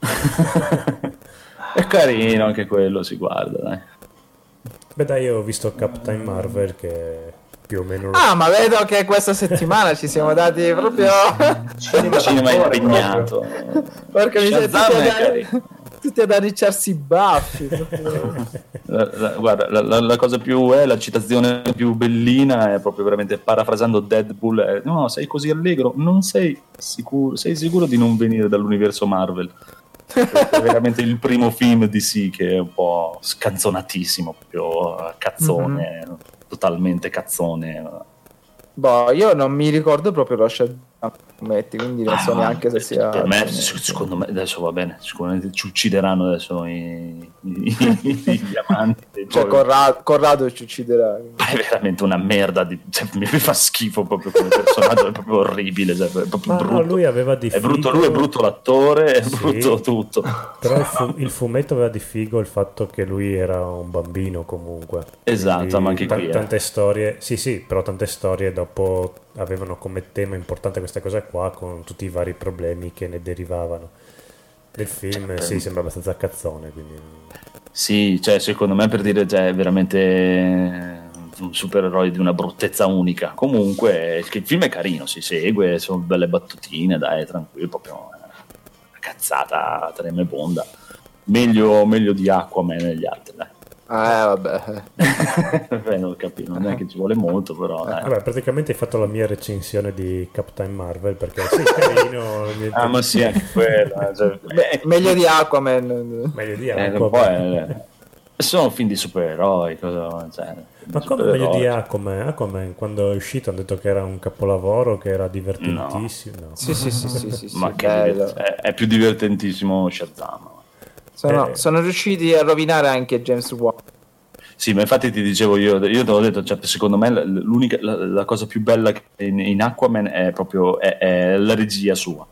È carino anche quello, si guarda, dai. Beh dai, io ho visto Captain Marvel che più o meno... ma vedo che questa settimana ci siamo dati proprio... cinema impegnato. Porca miseria, tutti ad arricciarsi i baffi. Guarda, la cosa più la citazione più bellina è proprio veramente parafrasando Deadpool. No, sei così allegro, non sei sicuro di non venire dall'universo Marvel. È veramente il primo film DC che è un po' scanzonatissimo, proprio cazzone, totalmente cazzone. Boh, io non mi ricordo proprio lo scioglietti, quindi non so neanche se sia... Per me, secondo me, adesso va bene, sicuramente ci uccideranno adesso i diamanti. Cioè Corrado ci ucciderà. È veramente una merda, mi fa schifo proprio come personaggio, è proprio orribile, cioè, è proprio brutto. No, lui aveva di figo... È brutto lui, è brutto l'attore, è brutto tutto. Però il fumetto aveva di figo il fatto che lui era un bambino comunque. Esatto, quindi, ma anche qui tante storie, sì, però tante storie dopo avevano come tema importante questa cosa qua, con tutti i vari problemi che ne derivavano. Del film sì, sembra abbastanza cazzone, quindi... Sì, cioè secondo me, per dire, cioè, veramente un supereroe di una bruttezza unica. Comunque il film è carino, si segue, sono belle battutine, dai, tranquillo, proprio una cazzata tremebonda. Meglio di Aquaman e gli altri, dai. Vabbè. Non capisco, non è che ci vuole molto, però dai. Vabbè, praticamente hai fatto la mia recensione di Captain Marvel, perché sì, carino. Ma sì, anche quella, cioè, meglio di Aquaman. Meglio di Aquaman. Sono film di supereroi, cioè, ma come meglio di Aquaman? Quando è uscito hanno detto che era un capolavoro, che era divertentissimo. No. Sì, ma che è più divertentissimo Shazam. Sono riusciti a rovinare anche James Wan. Sì, ma infatti ti dicevo io te l'ho detto, cioè, secondo me la cosa più bella in Aquaman è proprio è la regia sua,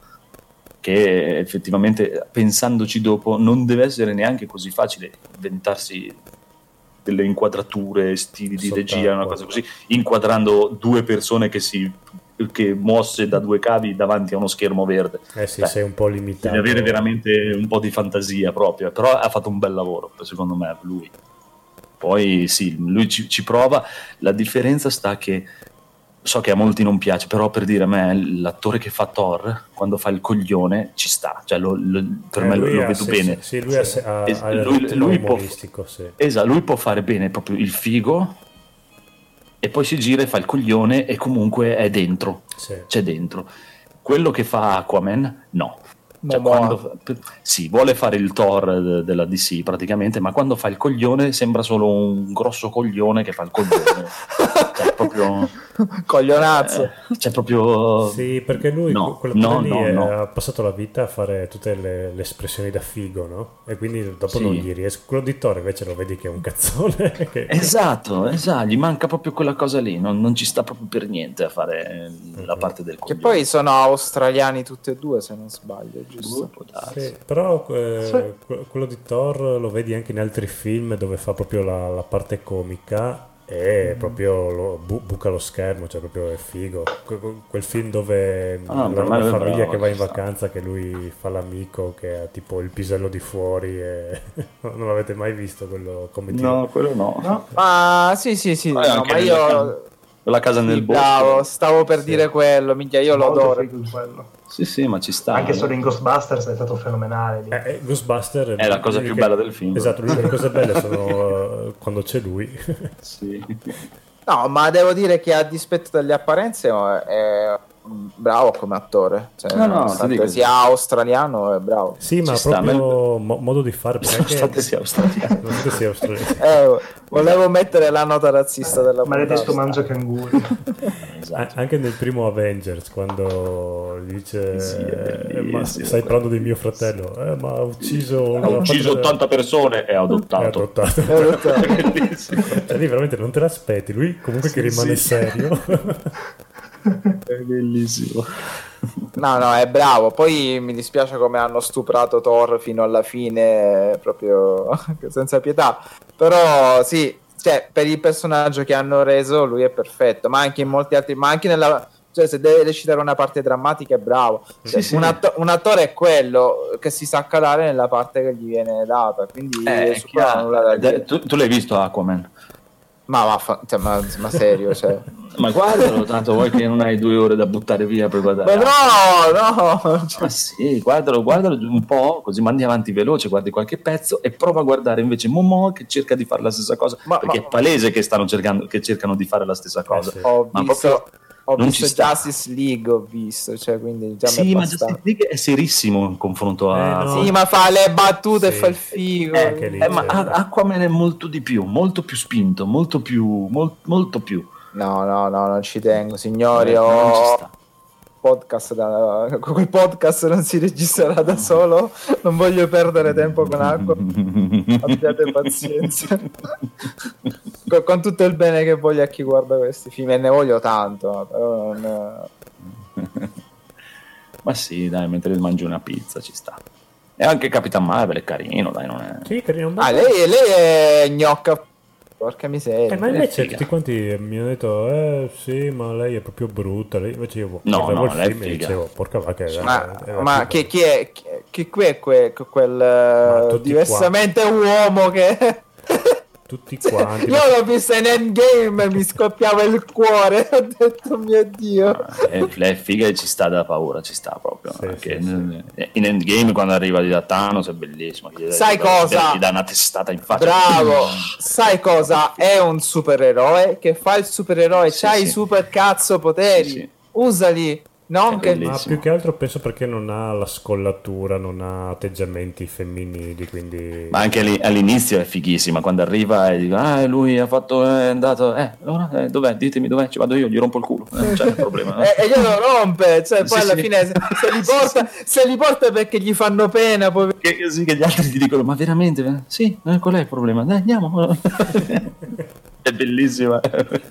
che effettivamente, pensandoci dopo, non deve essere neanche così facile inventarsi delle inquadrature, stili di regia, una cosa così, inquadrando due persone che mosse da due cavi davanti a uno schermo verde. Sì, sei un po' limitato. Deve avere veramente un po' di fantasia proprio, però ha fatto un bel lavoro, secondo me, lui. Poi sì, lui ci prova. La differenza sta che so che a molti non piace, però per dire, a me l'attore che fa Thor quando fa il coglione ci sta, cioè per me lo vedo bene. Sì, lui ha il umoristico, sì. Esatto, lui può fare bene proprio il figo e poi si gira e fa il coglione e comunque è dentro, c'è dentro. Quello che fa Aquaman no. Cioè, vuole fare il Thor della DC praticamente, ma quando fa il coglione sembra solo un grosso coglione che fa il coglione. Cioè, proprio coglionazzo. Cioè, proprio sì, perché lui ha passato la vita a fare tutte le espressioni da figo, no? E quindi dopo non gli riesco. Quello di Thor invece lo vedi che è un cazzone. Esatto, gli manca proprio quella cosa lì, non ci sta proprio per niente a fare la parte del coglione. Che poi sono australiani tutti e due, se non sbaglio, giusto? Sì, però quello di Thor lo vedi anche in altri film dove fa proprio la parte comica e proprio buca lo schermo, cioè proprio è figo. Quel film dove la famiglia che va in vacanza, che lui fa l'amico che ha tipo il pisello di fuori e non l'avete mai visto quello come tipo? No, quello no. Ah, sì, no, ma io la casa nel bosco. Stavo per dire quello, minchia, io lo adoro. Sì, ma ci sta. Anche solo in Ghostbusters è stato fenomenale. Ghostbusters è la cosa più bella del film. Esatto, le cose belle sono quando c'è lui. Sì. No, ma devo dire che a dispetto delle apparenze è bravo come attore. Cioè, sia australiano è bravo. Sì, ma proprio modo di fare. Nonostante sia australiano. Volevo mettere la nota razzista della maledetto mangia canguri. Esatto. Anche nel primo Avengers, quando gli dice stai parlando di mio fratello, ma ha ucciso 80 persone e ha adottato. Cioè, lì veramente non te l'aspetti, lui comunque che rimane serio. È bellissimo. No, è bravo. Poi mi dispiace come hanno stuprato Thor fino alla fine, proprio senza pietà. Però sì, cioè, per il personaggio che hanno reso lui è perfetto, ma anche in molti altri, ma anche cioè, se deve recitare una parte drammatica è bravo. Cioè, sì. Un attore è quello che si sa calare nella parte che gli viene data, quindi tu l'hai visto Aquaman? Ma serio, cioè. Ma guardalo, tanto vuoi che non hai 2 ore da buttare via per guardare. Ma no! Ma sì, guardalo un po', così mandi avanti veloce, guardi qualche pezzo e prova a guardare invece Momo che cerca di fare la stessa cosa, perché è palese che cercano di fare la stessa cosa. Sì. Ho visto Justice League, cioè, quindi già ma Justice League è serissimo in confronto a... Sì, ma fa le battute e fa il figo. Ma Aquaman è molto di più, molto più spinto, molto più. No, non ci tengo, signori. Quel podcast non si registrerà da solo. Non voglio perdere tempo con Acqua. Abbiate pazienza. Con tutto il bene che voglio a chi guarda questi film, e ne voglio tanto. Però ma sì, dai, mentre mangi una pizza ci sta. E anche Capitan Marvel è carino, dai, non è... Sì, carino. Lei è gnocca. Porca miseria. Ma invece tutti quanti mi hanno detto sì, ma lei è proprio brutta. Lei invece io guardavo il film e dicevo porca vacca. Ma chi è quel diversamente uomo che tutti quanti. Io l'ho vista in Endgame e mi scoppiava il cuore. Ho detto mio Dio. È figa e ci sta da paura, ci sta proprio. In Endgame quando arriva da Thanos è bellissimo. Sai cosa? Gli dà una testata in faccia. Bravo. Sai cosa? È un supereroe che fa il supereroe. C'ha i super cazzo poteri. Usali. No, che... Ma più che altro penso perché non ha la scollatura, non ha atteggiamenti femminili, quindi... Ma anche all'inizio è fighissima, quando arriva e dico, lui ha fatto, è andato, allora, dov'è? Ditemi dov'è, ci vado io, gli rompo il culo, non c'è problema. E glielo rompe, cioè poi alla fine se li porta perché gli fanno pena, poi... Che gli altri ti dicono, ma veramente? Sì, qual è il problema? Dai, andiamo. È bellissima.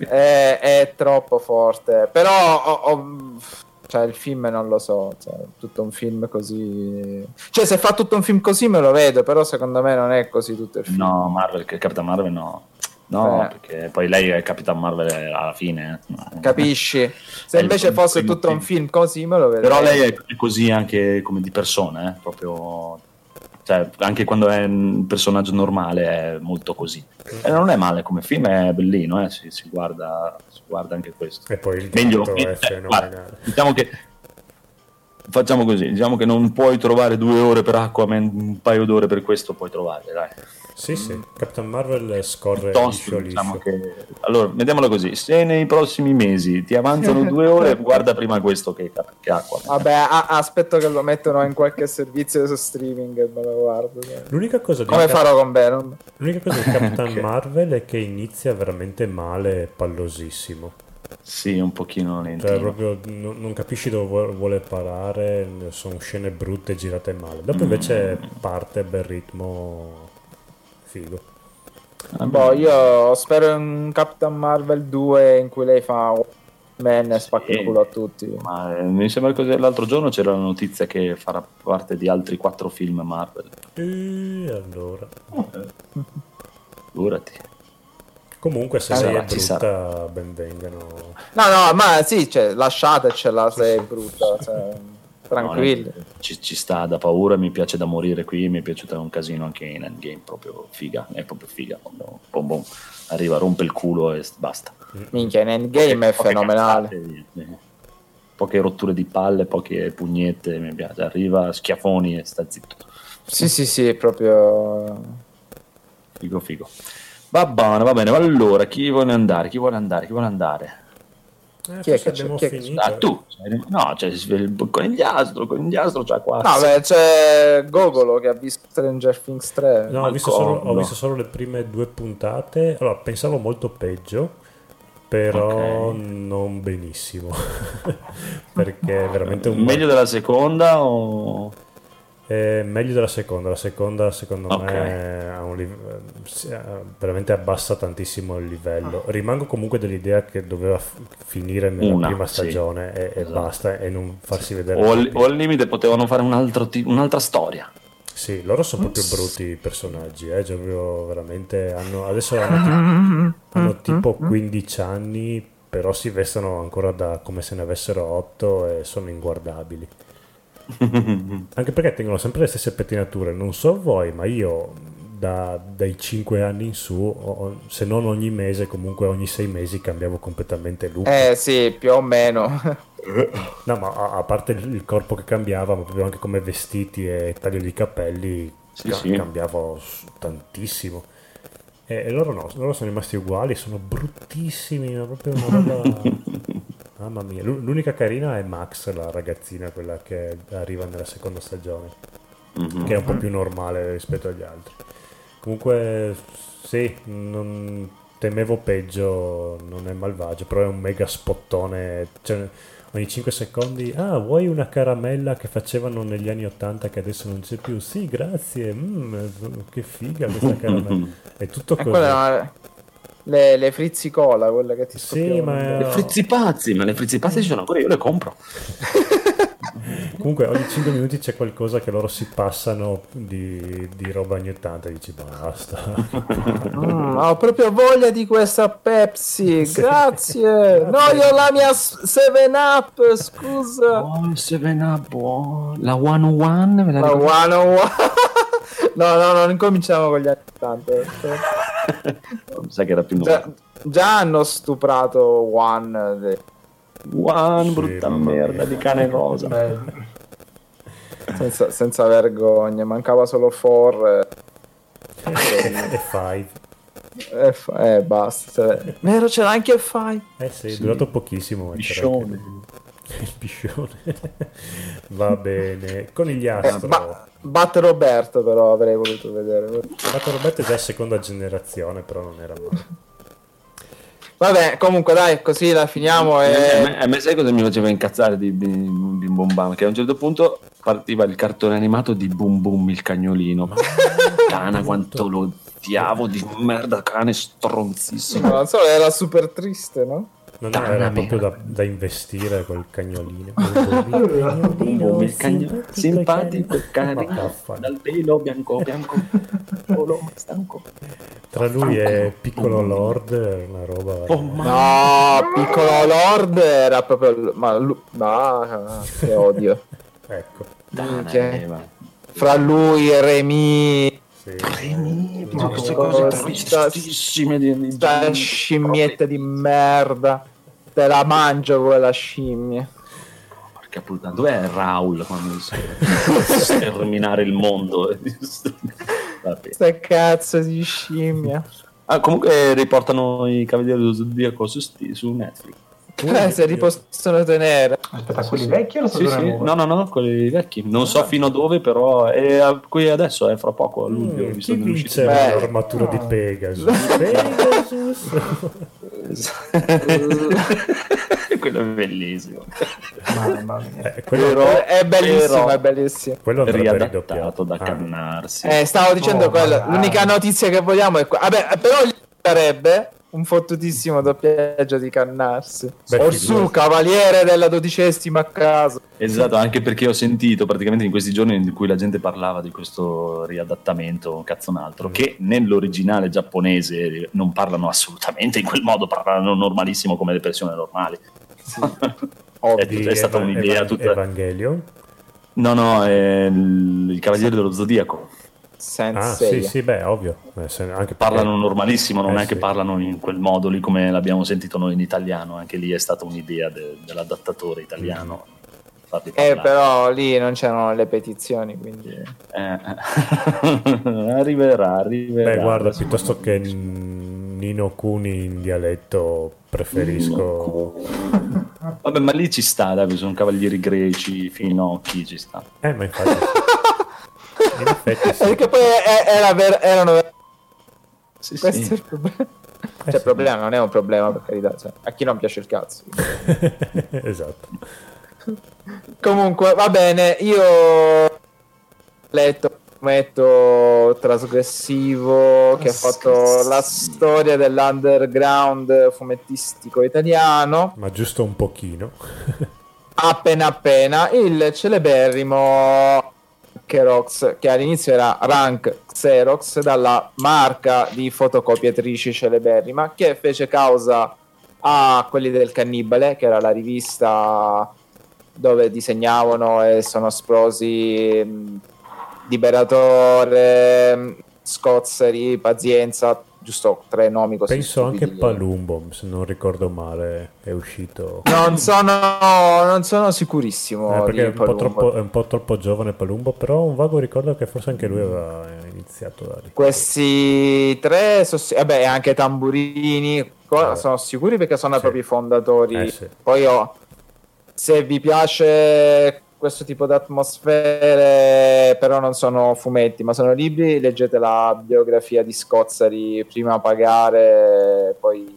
È troppo forte, però... Cioè il film non lo so, cioè, tutto un film così, cioè se fa tutto un film così me lo vedo, però secondo me non è così tutto il film. No, Capitan Marvel no, perché poi lei è Capitan Marvel alla fine. Capisci? Se invece fosse tutto un film così me lo vedo. Però lei è così anche come di persona, proprio, cioè anche quando è un personaggio normale è molto così. E non è male come film, è bellino, si guarda anche questo. E poi il gatto è fenomenale. Guarda, diciamo che facciamo così, diciamo che non puoi trovare 2 ore per Aquaman, un paio d'ore per questo puoi trovare, dai. Sì, Captain Marvel scorre liscio. Diciamo che... Allora, vediamola così, se nei prossimi mesi ti avanzano 2 ore, guarda prima questo che Aquaman. Vabbè, aspetto che lo mettono in qualche servizio su streaming e me lo guardo. L'unica cosa come farò con Venom? L'unica cosa di Captain Marvel è che inizia veramente male, pallosissimo. Sì, un pochino lento. Cioè, proprio non capisci dove vuole parare, sono scene brutte girate male. Dopo invece parte bel ritmo figo. Io spero in Captain Marvel 2 in cui lei fa Man e spacca il culo a tutti. Ma mi sembra che l'altro giorno c'era la notizia che farà parte di altri 4 film Marvel. E allora figurati. Comunque se lei è brutta ben vengano. No, ma sì, cioè, lasciatecela se è brutta, cioè, tranquilli. No, ci sta da paura, mi piace da morire qui, mi è piaciuto un casino anche in Endgame, proprio figa, è proprio figa. Bom. Arriva, rompe il culo e basta. Minchia, in Endgame è fenomenale. Poche rotture di palle, poche pugnette, mi piace. Arriva, schiaffoni e sta zitto. Sì, proprio figo. Va bene, allora chi vuole andare? Chi è che abbiamo finito? Tu? No, c'è il conigliastro c'ha qua. No, beh, c'è Gogolo che ha visto Stranger Things 3. No, ho visto solo le prime 2 puntate. Allora, pensavo molto peggio, però non benissimo. Perché è veramente meglio della seconda o... meglio della seconda. La seconda secondo me ha veramente abbassa tantissimo il livello. Rimango comunque dell'idea che doveva finire nella prima stagione e basta, e non farsi vedere o al limite potevano fare un'altra storia. Sì, loro sono proprio brutti i personaggi, proprio veramente adesso hanno tipo 15 anni, però si vestono ancora come se ne avessero 8 e sono inguardabili. Anche perché tengono sempre le stesse pettinature. Non so voi, ma io dai 5 anni in su, se non ogni mese, comunque ogni 6 mesi cambiavo completamente look. Sì, più o meno. No, ma a parte il corpo che cambiava, ma proprio anche come vestiti e taglio di capelli cambiavo tantissimo. E loro no, loro sono rimasti uguali, sono bruttissimi, proprio una roba... Mamma mia, l'unica carina è Max, la ragazzina, quella che arriva nella seconda stagione, che è un po' più normale rispetto agli altri. Comunque sì, non temevo peggio, non è malvagio, però è un mega spottone, cioè, ogni 5 secondi vuoi una caramella che facevano negli anni 80 che adesso non c'è più? Sì, grazie, che figa questa caramella. È tutto così. Le frizzicola, quella che ti le frizzipazzi, ma le frizzipazzi ci sono ancora, io le compro. Comunque ogni 5 minuti c'è qualcosa che loro si passano di roba anni 80 e dici basta. Ho proprio voglia di questa Pepsi, grazie. No, io ho la mia 7up, scusa. 7up, la 101. La 101. No, non incominciamo con gli anni 80. Sai che era più nuovo. Già hanno stuprato One, brutta merda di cane rosa. senza vergogna, mancava solo 4 e 5. Basta. Vero, c'era anche 5. Sì, è durato pochissimo. Il piscione. Va bene. Conigliastro. Batte Roberto però avrei voluto vedere. Batte Roberto è già seconda generazione, però non era male. Vabbè, comunque dai, così la finiamo. A me sai cosa mi faceva incazzare di Bim Bom Bam? Che a un certo punto partiva il cartone animato di Boom Boom il cagnolino. Cana, quanto lo odiavo di merda, cane stronzissimo. Non so, era super triste, no? Non era proprio da investire quel cagnolino. Il cagnolino simpatico, carino, dal pelo bianco, volo stanco. Tra lui e Piccolo Lord una roba. No, Piccolo Lord era proprio. Che odio. Ecco. Fra lui e Remy. Queste cose tristissime sta scimmietta di merda, te la mangio quella scimmia. Porca puttana, dov'è Raul quando sterminare il mondo? Sta cazzo di scimmia. Comunque riportano i Cavalieri dello Zodiaco su Netflix. Se li possono tenere. Aspetta, quelli vecchi o la stagione nuova? No, quelli vecchi. Non so fino a dove, però è qui adesso, è fra poco a luglio. Chi vince l'armatura di Pegasus? Quello è bellissimo. Mamma mia. È bellissimo, è bellissimo. Quello riadattato da cannarsi. Stavo dicendo quello. L'unica notizia che vogliamo è vabbè, però gli sarebbe un fottutissimo doppiaggio di Cannarsi. Orsù, cavaliere della 12ª a caso. Esatto, anche perché ho sentito praticamente in questi giorni in cui la gente parlava di questo riadattamento, cazzo un altro, che nell'originale giapponese non parlano assolutamente in quel modo, parlano normalissimo come le persone normali. Sì. È stata un'idea tutta. Evangelion? No, è il Cavaliere dello Zodiaco. Sì, beh, ovvio. Anche parlano normalissimo, non è che parlano in quel modo lì come l'abbiamo sentito noi in italiano. Anche lì è stata un'idea dell'adattatore italiano. Però lì non c'erano le petizioni, quindi arriverà. Beh, guarda, piuttosto che Nino Kuni in dialetto preferisco. Vabbè, ma lì ci sta, dai, sono cavalieri greci, finocchi, ci sta. Ma infatti. In effetti sì. Perché poi erano sì. Questo è il problema. Il problema non è un problema, per carità, cioè, a chi non piace il cazzo. Esatto. Comunque va bene, io ho letto un fumetto trasgressivo che ha fatto la storia dell'underground fumettistico italiano, ma giusto un pochino. appena il celeberrimo Xerox, che all'inizio era Rank Xerox, dalla marca di fotocopiatrici celeberrima, che fece causa a quelli del Cannibale, che era la rivista dove disegnavano e sono esplosi Liberatore, Scozzeri, Pazienza, giusto 3 nomi così. Penso anche Palumbo, se non ricordo male, è uscito. Non sono sicurissimo. Perché è un po' troppo giovane Palumbo, però un vago ricordo che forse anche lui aveva iniziato da lì. Questi 3, vabbè, anche Tamburini, sono sicuri perché sono i propri fondatori. Sì. Poi se vi piace questo tipo di atmosfere, però non sono fumetti ma sono libri, leggete la biografia di Scozzari, prima Pagare, poi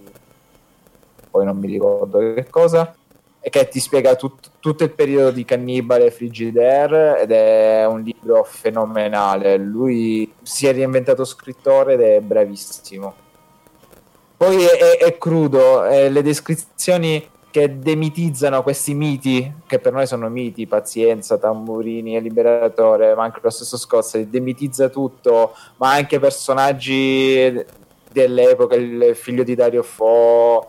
non mi ricordo che cosa, e che ti spiega tutto il periodo di Cannibale e Frigidaire, ed è un libro fenomenale. Lui si è reinventato scrittore ed è bravissimo. Poi è crudo, le descrizioni che demitizzano questi miti, che per noi sono miti, Pazienza, Tamburini e Liberatore, ma anche lo stesso Scozzari, demitizza tutto, ma anche personaggi dell'epoca, il figlio di Dario Fo,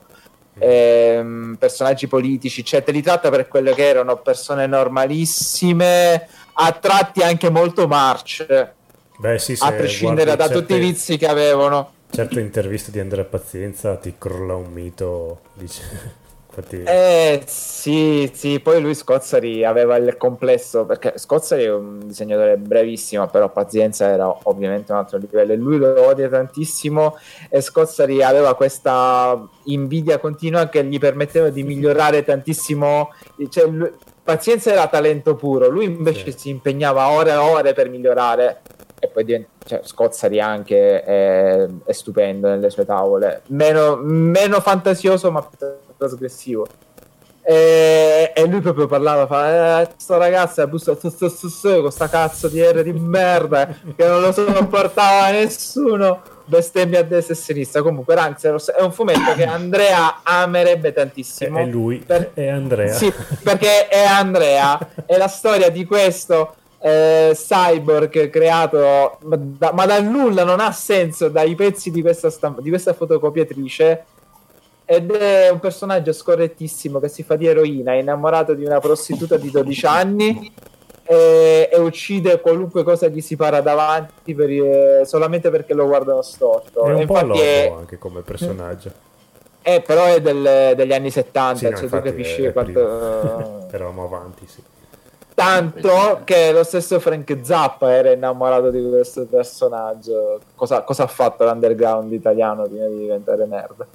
personaggi politici, cioè te li tratta per quello che erano, persone normalissime, a tratti anche molto march, a prescindere da tutti i vizi che avevano. Certe interviste di Andrea Pazienza ti crolla un mito, dice... Infatti... sì, poi lui Scozzari aveva il complesso, perché Scozzari è un disegnatore bravissimo, però Pazienza era ovviamente un altro livello e lui lo odia tantissimo, e Scozzari aveva questa invidia continua che gli permetteva di migliorare tantissimo, cioè, Pazienza era talento puro, lui invece si impegnava ore e ore per migliorare, e poi Scozzari anche è stupendo nelle sue tavole, meno fantasioso ma trasgressivo, e lui proprio parlava, sto ragazzo è busto con sta cazzo di R di merda che non lo sopportava nessuno, bestemmia a destra e a sinistra. Comunque Ranks è un fumetto che Andrea amerebbe tantissimo, e lui è Andrea, sì, perché è Andrea, è la storia di questo cyborg creato ma dal nulla, non ha senso, dai pezzi di questa fotocopiatrice, ed è un personaggio scorrettissimo che si fa di eroina, è innamorato di una prostituta di 12 anni e uccide qualunque cosa gli si para davanti solamente perché lo guardano storto. È un po' infatti loco anche come personaggio, però è degli anni 70, sì, no, cioè tu capisci quanto eravamo avanti, sì. Tanto che lo stesso Frank Zappa era innamorato di questo personaggio. Cosa ha fatto l'underground italiano prima di diventare nerd?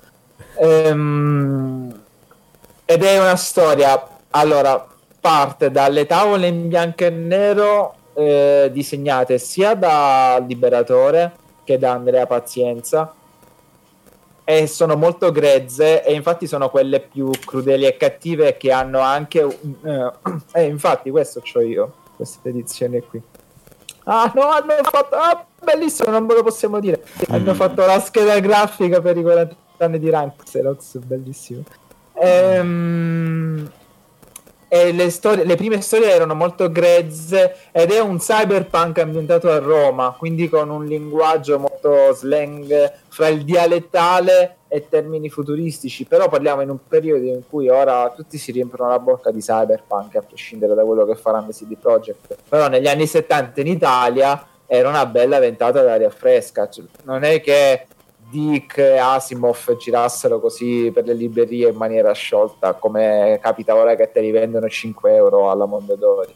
Ed è una storia, allora, parte dalle tavole in bianco e nero disegnate sia da Liberatore che da Andrea Pazienza, e sono molto grezze, e infatti sono quelle più crudeli e cattive, che hanno anche infatti questo c'ho io, questa edizione qui. Hanno fatto bellissimo, non ve lo possiamo dire, hanno fatto la scheda grafica per i 40 anni di Ranks, bellissimo. E le prime storie erano molto grezze, ed è un cyberpunk ambientato a Roma, quindi con un linguaggio molto slang fra il dialettale e termini futuristici, però parliamo in un periodo in cui ora tutti si riempiono la bocca di cyberpunk, a prescindere da quello che faranno i CD Projekt, però negli anni 70 in Italia era una bella ventata d'aria fresca, cioè, non è che Dick e Asimov girassero così per le librerie in maniera sciolta, come capita ora che te li vendono 5 euro alla Mondadori.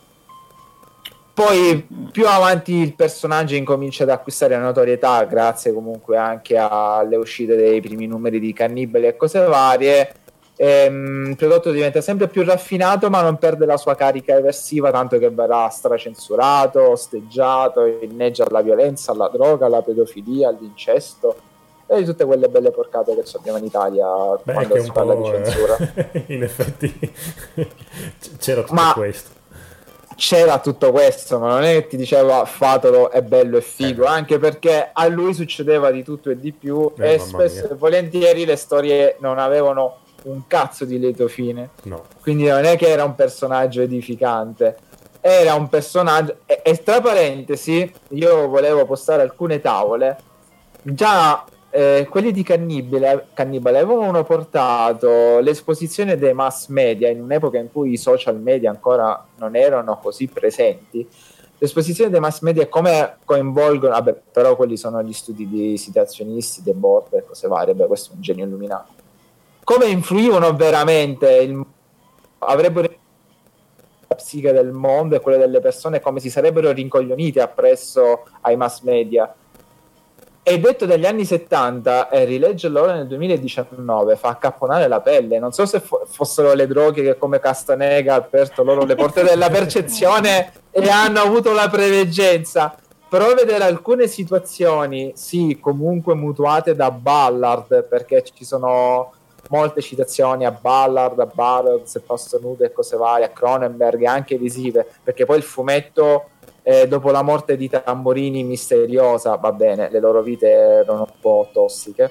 Poi più avanti il personaggio incomincia ad acquistare notorietà, grazie comunque anche alle uscite dei primi numeri di Cannibali e cose varie. Il prodotto diventa sempre più raffinato, ma non perde la sua carica eversiva, tanto che verrà stracensurato, osteggiato, inneggia alla violenza, alla droga, alla pedofilia, all'incesto e di tutte quelle belle porcate che abbiamo in Italia. Beh, quando si parla di censura. In effetti c'era tutto questo. C'era tutto questo, ma non è che ti diceva fatelo, è bello e figo, anche perché a lui succedeva di tutto e di più, e spesso e volentieri le storie non avevano un cazzo di lieto fine, no. Quindi non è che era un personaggio edificante, era un personaggio, e tra parentesi io volevo postare alcune tavole, già quelli di Cannibale avevano portato l'esposizione dei mass media in un'epoca in cui i social media ancora non erano così presenti. L'esposizione dei mass media, come coinvolgono, però quelli sono gli studi di situazionisti, dei board e cose varie, questo è un genio illuminato, come influivano veramente avrebbero la psiche del mondo e quelle delle persone, come si sarebbero rincoglionite appresso ai mass media. È detto dagli anni 70, e rileggerlo ora nel 2019 fa accapponare la pelle. Non so se fossero le droghe che come Castanega ha aperto loro le porte della percezione e hanno avuto la preveggenza, però vedere alcune situazioni, sì, comunque mutuate da Ballard, perché ci sono molte citazioni a Ballard, a Burroughs, Posto Nudo e cose varie, a Cronenberg, anche visive, perché poi il fumetto dopo la morte di Tamborini misteriosa, va bene, le loro vite erano un po' tossiche,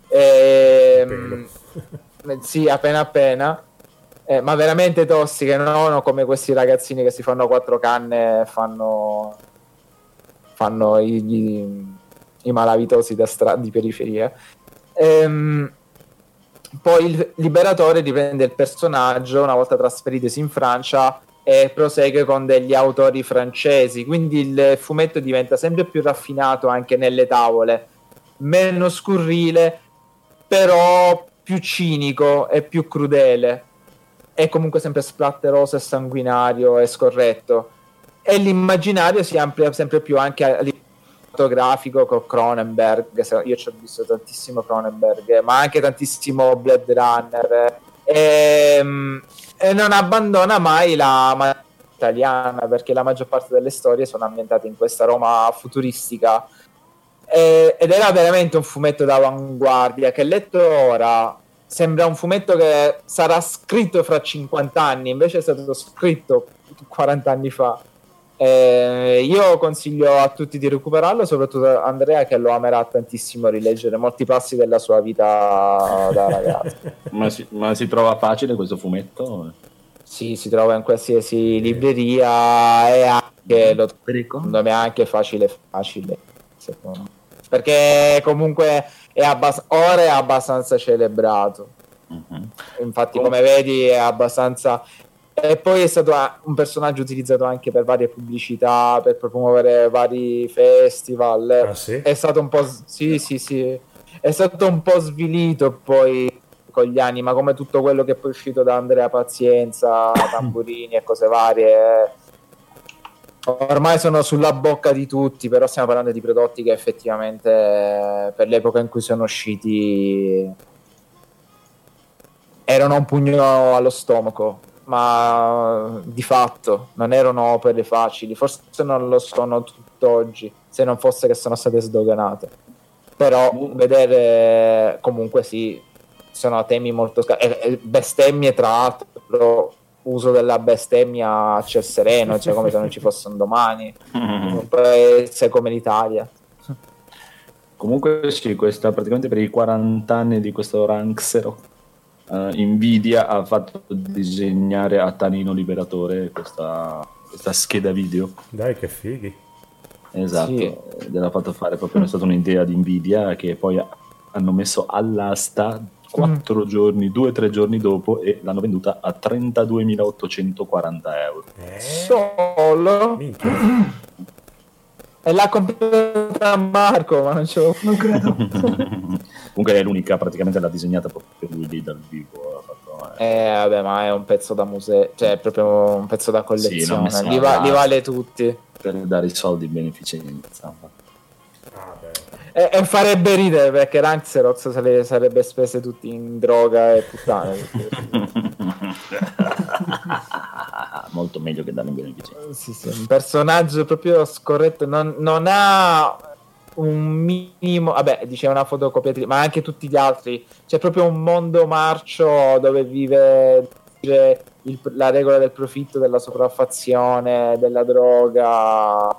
sì, appena ma veramente tossiche, non come questi ragazzini che si fanno 4 canne e fanno i malavitosi di periferia. Poi il Liberatore riprende il personaggio una volta trasferitosi in Francia e prosegue con degli autori francesi, quindi il fumetto diventa sempre più raffinato anche nelle tavole, meno scurrile, però più cinico e più crudele, è comunque sempre splatteroso e sanguinario e scorretto, e l'immaginario si amplia sempre più anche a livello fotografico con Cronenberg. Io ci ho visto tantissimo Cronenberg, ma anche tantissimo Blade Runner, e non abbandona mai la italiana, perché la maggior parte delle storie sono ambientate in questa Roma futuristica, ed era veramente un fumetto d'avanguardia che, letto ora, sembra un fumetto che sarà scritto fra 50 anni, invece è stato scritto 40 anni fa. Io consiglio a tutti di recuperarlo, soprattutto a Andrea, che lo amerà tantissimo rileggere molti passi della sua vita da ragazzo. Ma si trova facile questo fumetto? Sì, si trova in qualsiasi libreria, e anche secondo me anche facile, secondo me. Perché comunque ora è abbastanza celebrato. Infatti, come vedi, è abbastanza. E poi è stato un personaggio utilizzato anche per varie pubblicità, per promuovere vari festival. Ah, sì? È stato un po' sì, è stato un po' svilito poi con gli anni, ma come tutto quello che è poi uscito da Andrea Pazienza, Tamburini e cose varie, ormai sono sulla bocca di tutti. Però stiamo parlando di prodotti che effettivamente, per l'epoca in cui sono usciti, erano un pugno allo stomaco, ma di fatto non erano opere facili. Forse non lo sono tutt'oggi, se non fosse che sono state sdoganate. Però vedere, comunque sì, sono temi molto bestemmie, tra l'altro uso della bestemmia a ciel sereno, cioè come se non ci fosse un domani, un paese come l'Italia. Comunque sì, questa praticamente per i 40 anni di questo Ranxero, Nvidia ha fatto disegnare a Tanino Liberatore questa scheda video. Dai, che fighi. Esatto, Sì. gliel'ha fatto fare proprio, è stata un'idea di Nvidia che poi hanno messo all'asta 4 giorni, 2-3 giorni dopo, e l'hanno venduta a 32.840 euro. Solo? Minchia. E l'ha comprata Marco, ma non credo. Comunque è l'unica, praticamente l'ha disegnata proprio lui lì dal vivo. Ha fatto, Vabbè, ma è un pezzo da museo, cioè è proprio un pezzo da collezione, Sì, li vale tutti. per dare i soldi in beneficenza. E farebbe ridere, perché Ranxerox se le sarebbe spese tutti in droga e puttane. Molto meglio che darlo in beneficenza. Sì, un personaggio proprio scorretto, non ha un minimo, vabbè, dice una fotocopiatrice, ma anche tutti gli altri, c'è proprio un mondo marcio dove vive la regola del profitto, della sopraffazione, della droga,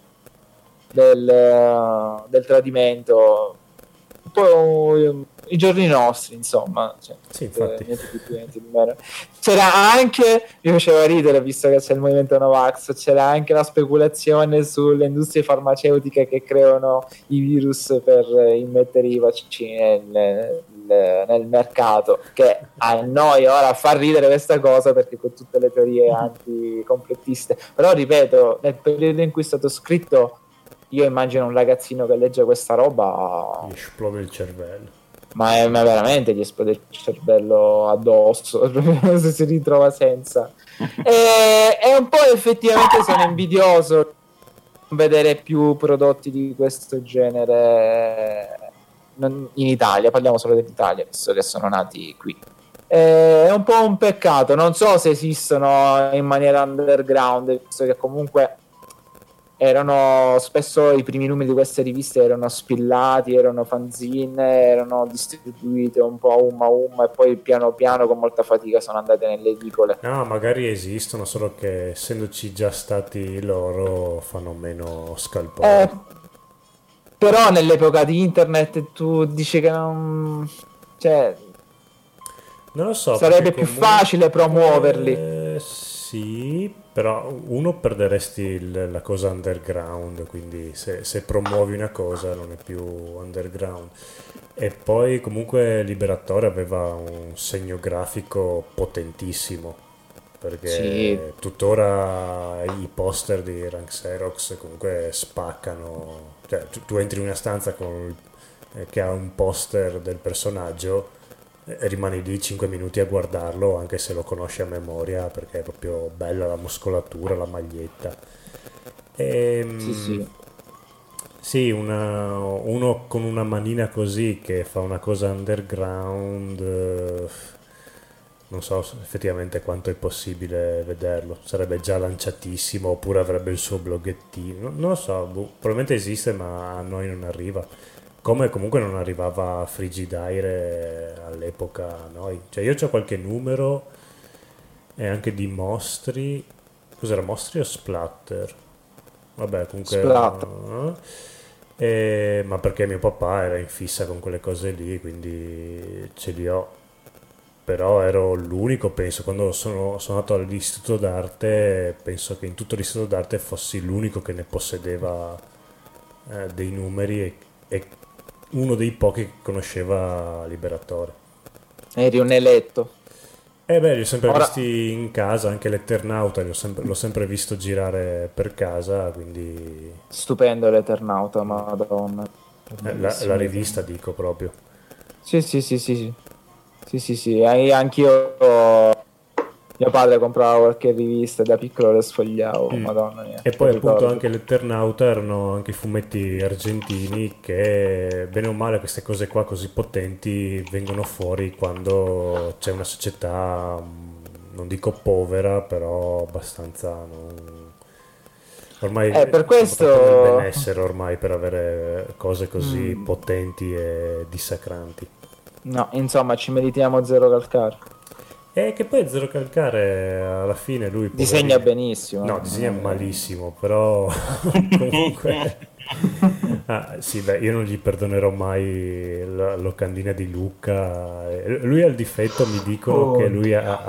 del tradimento, un po' i giorni nostri, insomma, cioè, sì, infatti. niente di più, niente di meno. C'era anche, mi faceva ridere, visto che c'è il movimento Novax, c'era anche la speculazione sulle industrie farmaceutiche che creano i virus per immettere i vaccini nel mercato, che a noi ora fa ridere questa cosa, perché con tutte le teorie anticomplottiste, però ripeto, nel periodo in cui è stato scritto, io immagino un ragazzino che legge questa roba, Gli esplode il cervello. ma veramente gli esplode il cervello addosso se si ritrova senza. E un po' effettivamente sono invidioso di vedere più prodotti di questo genere in Italia. Parliamo solo dell'Italia, visto che sono nati qui. È un po' un peccato, non so se esistono in maniera underground, visto che comunque erano spesso i primi numeri di queste riviste erano spillati, erano fanzine, erano distribuite un po' a umma, e poi piano piano con molta fatica sono andate nelle edicole. No, magari esistono, solo che essendoci già stati loro fanno meno scalpore. Però nell'epoca di internet tu dici che non, cioè, non lo so, sarebbe perché più facile promuoverli. Sì, però uno perderesti la cosa underground, quindi se promuovi una cosa non è più underground. E poi comunque Liberatore aveva un segno grafico potentissimo, perché Sì. tuttora i poster di Ranxerox comunque spaccano. Cioè tu entri in una stanza che ha un poster del personaggio rimani lì 5 minuti a guardarlo anche se lo conosci a memoria perché è proprio bella la muscolatura, la maglietta. Sì, uno con una manina così che fa una cosa underground, non so effettivamente quanto è possibile vederlo. Sarebbe già lanciatissimo oppure avrebbe il suo bloggettino. Non lo so, probabilmente esiste ma a noi non arriva. Come comunque non arrivava Frigidaire all'epoca a noi. Cioè io ho qualche numero e anche di mostri. Cos'era, mostri o splatter? Vabbè, comunque Splatter. ma perché mio papà era in fissa con quelle cose lì, quindi ce li ho. Però ero l'unico, penso, quando sono andato all'istituto d'arte, penso che in tutto l'istituto d'arte fossi l'unico che ne possedeva dei numeri e uno dei pochi che conosceva Liberatore. Eri un eletto. Beh, li ho sempre visti in casa, anche l'Eternauta l'ho sempre visto girare per casa, quindi... Stupendo l'Eternauta, madonna. La rivista dico proprio. Sì. Anch'io... Mio padre comprava qualche rivista e da piccolo le sfogliavo, madonna mia. E poi appunto anche l'Eternauta erano anche i fumetti argentini che bene o male queste cose qua così potenti vengono fuori quando c'è una società, non dico povera, però abbastanza... Ormai per questo il benessere ormai per avere cose così potenti e dissacranti. No, insomma, ci meritiamo Zero Calcare. E che poi Zero Calcare alla fine lui disegna benissimo. No, disegna malissimo, però comunque sì, beh, io non gli perdonerò mai la locandina di Lucca. Lui ha il difetto, mi dicono che lui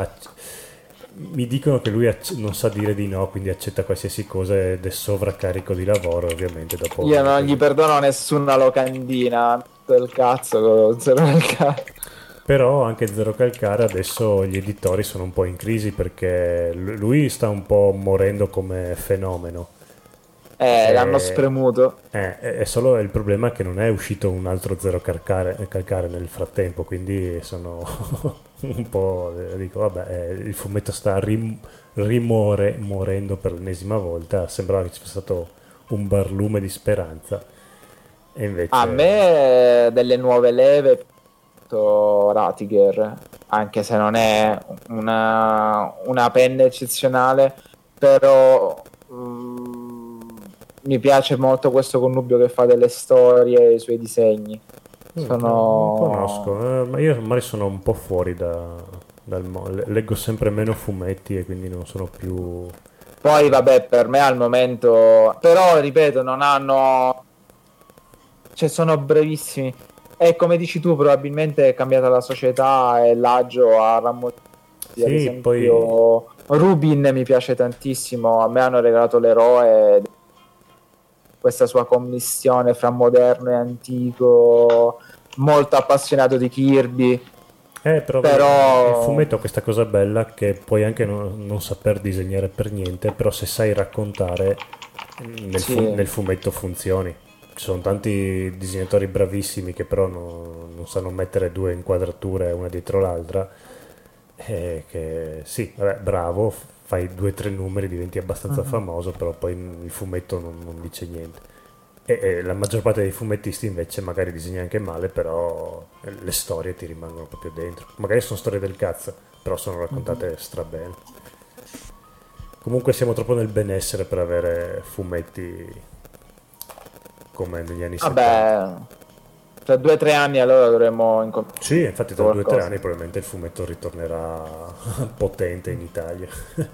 non sa dire di no, quindi accetta qualsiasi cosa ed è sovraccarico di lavoro, ovviamente dopo. Io non gli perdono nessuna locandina del cazzo con Zero Calcare. Però anche Zero Calcare adesso gli editori sono un po' in crisi perché lui sta un po' morendo come fenomeno. L'hanno spremuto. È solo il problema è che non è uscito un altro Zero Calcare nel frattempo, quindi sono un po'... dico, vabbè, il fumetto sta morendo per l'ennesima volta, sembrava che ci fosse stato un barlume di speranza. E invece... A me delle nuove leve... Ratiger, anche se non è una penna eccezionale, però mi piace molto questo connubio che fa delle storie e i suoi disegni. Non conosco, ma io ormai sono un po' fuori leggo sempre meno fumetti e quindi non sono più... Poi vabbè, per me al momento, però ripeto, non hanno, cioè sono brevissimi. E come dici tu, probabilmente è cambiata la società e l'agio a rammorzare. Ad esempio, poi... Rubin mi piace tantissimo. A me hanno regalato l'eroe, questa sua commistione fra moderno e antico, molto appassionato di Kirby. Però il fumetto ha questa cosa bella che puoi anche non saper disegnare per niente, però se sai raccontare nel fumetto funzioni. Ci sono tanti disegnatori bravissimi che però non sanno mettere due inquadrature una dietro l'altra, che sì, vabbè, bravo, fai 2 o 3 numeri, diventi abbastanza famoso, però poi il fumetto non dice niente. E la maggior parte dei fumettisti invece magari disegna anche male, però le storie ti rimangono proprio dentro. Magari sono storie del cazzo, però sono raccontate strabene. Comunque siamo troppo nel benessere per avere fumetti come negli anni 70. Vabbè, tra 2 o 3 anni allora dovremmo incontrare. Sì, infatti tra 2 o 3 anni probabilmente il fumetto ritornerà potente in Italia.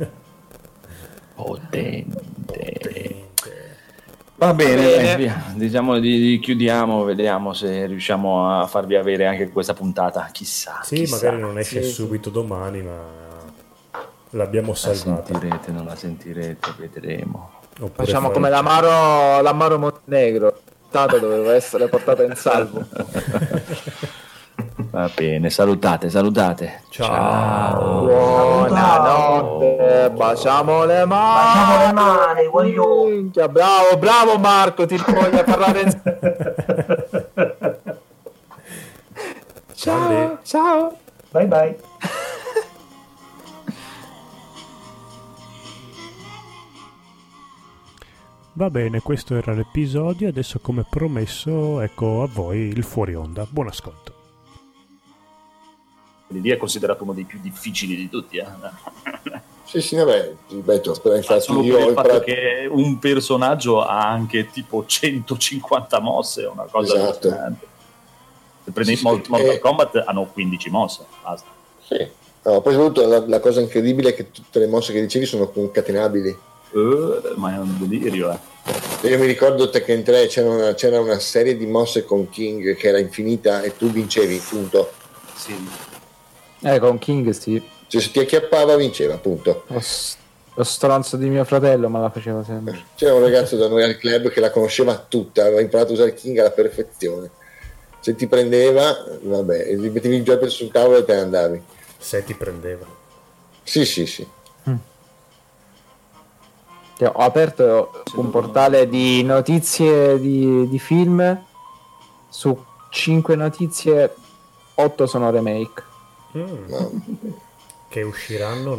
Potente. Va bene. Via. Diciamo di chiudiamo, vediamo se riusciamo a farvi avere anche questa puntata, chissà. Sì, magari non esce subito domani, ma l'abbiamo salvata. Non la sentirete, vedremo. Oppure facciamo come l'Amaro Montenegro, doveva essere portata in salvo. Va bene, salutate. Ciao. Buonanotte, baciamo le mani, minchia, bravo Marco, ti voglio parlare Ciao. Bye bye. Va bene, questo era l'episodio. Adesso, come promesso, ecco a voi il fuori onda. Buon ascolto. Lì è considerato uno dei più difficili di tutti. Sì, vabbè, ripeto, infatti solo io per il fatto che un personaggio ha anche tipo 150 mosse, è una cosa allucinante. Se prendi Mortal Kombat hanno 15 mosse, basta. Sì, no, poi soprattutto la cosa incredibile è che tutte le mosse che dicevi sono concatenabili. Ma è un delirio, Io mi ricordo Tekken 3 c'era una serie di mosse con King che era infinita e tu vincevi, punto. Sì. Con King sì. Cioè, se ti acchiappava vinceva, punto. Lo stronzo di mio fratello me la faceva sempre. C'era un ragazzo da noi al club che la conosceva tutta, aveva imparato a usare King alla perfezione. Se ti prendeva, vabbè, ti mettevi il gioco sul tavolo e te ne andavi. Se ti prendeva. Sì. Ho aperto un portale di notizie di film. Su 5 notizie 8 sono remake. Che usciranno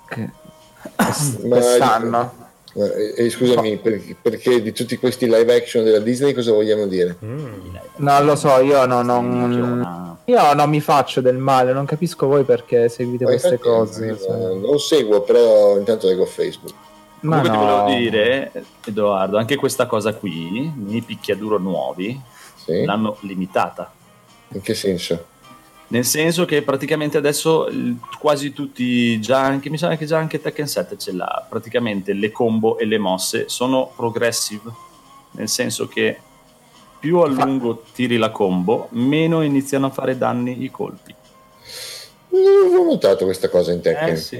quest'anno. Scusami, perché di tutti questi live action della Disney cosa vogliamo dire? Non lo so, io non mi faccio del male, non capisco voi perché seguite queste cose. Non seguo, però intanto leggo Facebook. Comunque ti volevo dire, Edoardo, anche questa cosa qui, nei picchiaduro nuovi, l'hanno limitata. In che senso? Nel senso che praticamente adesso quasi tutti, mi sa che già anche Tekken 7 ce l'ha, praticamente le combo e le mosse sono progressive, nel senso che più a lungo tiri la combo, meno iniziano a fare danni i colpi. Non avevo notato questa cosa in Tekken. Sì.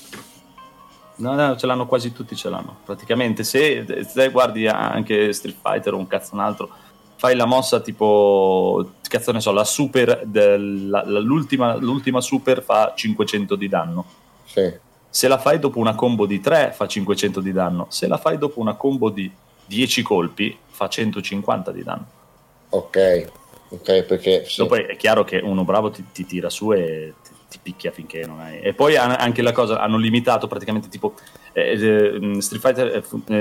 No, ce l'hanno quasi tutti, ce l'hanno. Praticamente se guardi anche Street Fighter o un cazzo un altro, fai la mossa tipo, cazzo ne so, la super, l'ultima super fa 500 di danno. Sì. Se la fai dopo una combo di 3 fa 500 di danno. Se la fai dopo una combo di 10 colpi fa 150 di danno. Ok, perché sì. Dopo è chiaro che uno bravo ti tira su e ti picchia finché non hai. E poi anche la cosa, hanno limitato praticamente tipo Street Fighter,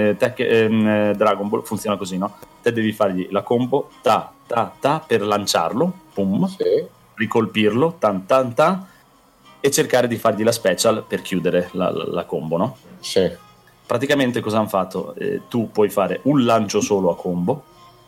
Dragon Ball funziona così, no? Te devi fargli la combo ta per lanciarlo, pum, ricolpirlo tan e cercare di fargli la special per chiudere la combo, no? Sì. Praticamente cosa hanno fatto? Tu puoi fare un lancio solo a combo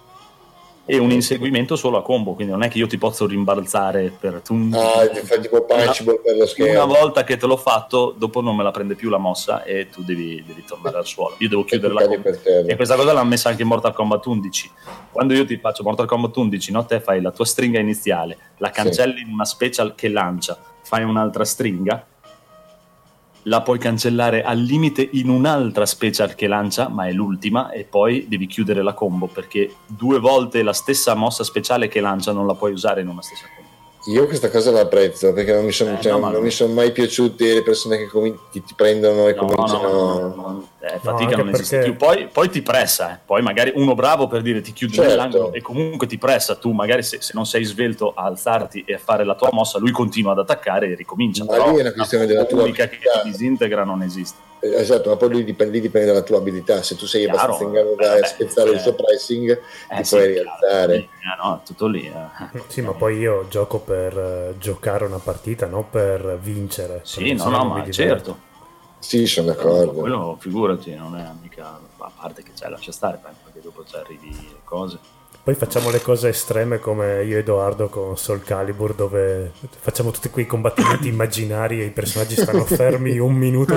e un inseguimento solo a combo, quindi non è che io ti posso rimbalzare per fai tipo punchable per lo schermo. Una volta che te l'ho fatto, dopo non me la prende più la mossa e tu devi tornare al suolo. Io devo chiudere la combo. E questa cosa l'hanno messa anche in Mortal Kombat 11. Quando io ti faccio Mortal Kombat 11, no? Te fai la tua stringa iniziale, la cancelli in una special che lancia, fai un'altra stringa, la puoi cancellare al limite in un'altra special che lancia, ma è l'ultima, e poi devi chiudere la combo, perché 2 volte la stessa mossa speciale che lancia non la puoi usare in una stessa combo. Io questa cosa la apprezzo, perché non mi sono mai piaciute le persone che ti prendono e cominciano... fatica non esiste più. Poi ti pressa, poi magari uno bravo per dire ti chiude nell'angolo e comunque ti pressa, tu magari se non sei svelto a alzarti e a fare la tua mossa, lui continua ad attaccare e ricomincia. Ma lì è una questione della tua abilità che ti disintegra, non esiste. Esatto, ma poi lui dipende dalla tua abilità. Se tu sei abbastanza in grado da spezzare il suo pressing, ti puoi rialzare. No, tutto lì. Sì, ma poi io gioco per giocare una partita, non per vincere. Sì, ma certo. Sì, sono d'accordo. Quello, figurati, non è mica, a parte che lascia stare, perché dopo ci arrivi le cose. Poi facciamo le cose estreme come io e Edoardo con Soul Calibur, dove facciamo tutti quei combattimenti immaginari e i personaggi stanno fermi un minuto.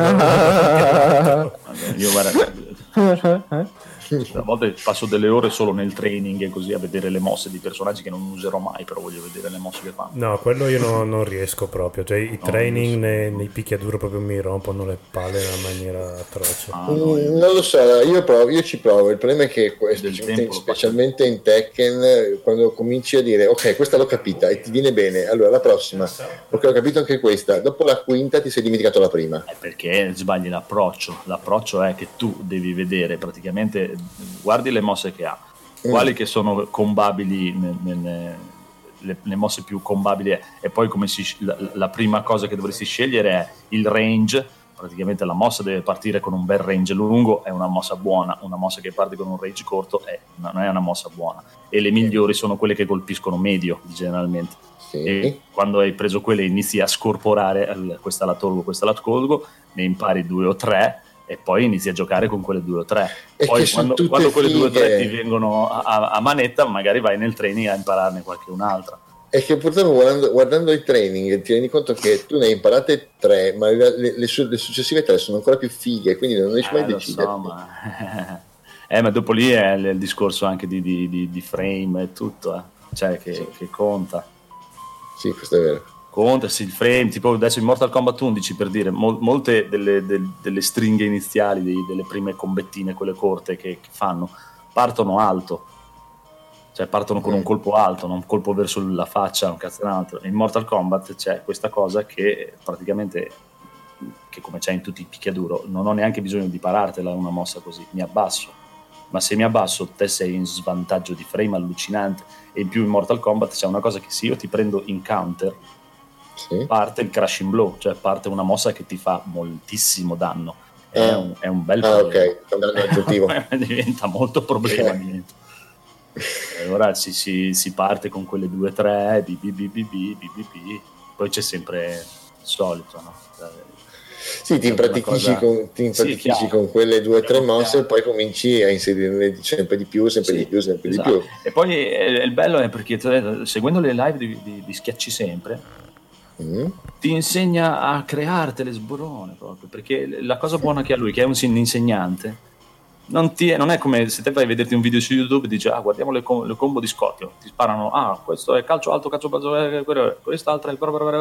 Io guarda, a volte passo delle ore solo nel training e così a vedere le mosse di personaggi che non userò mai, però voglio vedere le mosse che fanno. No, quello io non riesco proprio, cioè i training nei picchiaduro proprio mi rompono le palle in una maniera atroce. Non lo so, io ci provo. Il problema è che specialmente in Tekken, quando cominci a dire ok, questa l'ho capita e ti viene bene, allora la prossima, ok, ho capito anche questa, dopo la quinta ti sei dimenticato la prima. Perché sbagli l'approccio è che tu devi vedere praticamente, guardi le mosse che ha, quali che sono combabili le mosse più combabili e poi come la prima cosa che dovresti scegliere è il range. Praticamente la mossa deve partire con un bel range lungo, è una mossa buona. Una mossa che parte con un range corto non è una mossa buona, e le migliori sono quelle che colpiscono medio generalmente. Sì. E quando hai preso quelle inizi a scorporare, questa la tolgo, ne impari 2 o 3 e poi inizi a giocare con quelle 2 o 3. E poi quando quelle 2 o 3 ti fighe. vengono a manetta, magari vai nel training a impararne qualche un'altra. È che purtroppo guardando i training ti rendi conto che tu ne hai imparate 3, ma le successive 3 sono ancora più fighe, quindi non riesci mai a decidere. So, ma dopo lì è il discorso anche di frame e tutto, cioè che conta. Sì, questo è vero. Conta, sì, il frame, tipo adesso in Mortal Kombat 11, per dire, molte delle stringhe iniziali, delle prime combettine, quelle corte che fanno, partono alto. Cioè partono con un colpo alto, non un colpo verso la faccia, un cazzo un altro. In Mortal Kombat c'è questa cosa che praticamente, che come c'è in tutti i picchiaduro, non ho neanche bisogno di parartela una mossa così, mi abbasso. Ma se mi abbasso te sei in svantaggio di frame allucinante, e in più in Mortal Kombat c'è una cosa che se io ti prendo in counter, sì, parte il crashing blow, cioè parte una mossa che ti fa moltissimo danno. È un bel problema. Ok, è un danno aggiuntivo. Diventa molto problema. Diventa. Allora si parte con quelle 2-3 poi c'è sempre il solito, no? Sì, ti impratichici con quelle 2-3 mosse e poi cominci a inserirle sempre di più, sempre di più. E poi il bello è perché seguendo le live di Schiacci Sempre ti insegna a creartele sborone proprio, perché la cosa buona che ha lui, che è un insegnante, non è come se te vai a vederti un video su YouTube e dici guardiamo le combo di Scorpion, ti sparano questo è calcio alto, calcio basso, quest'altra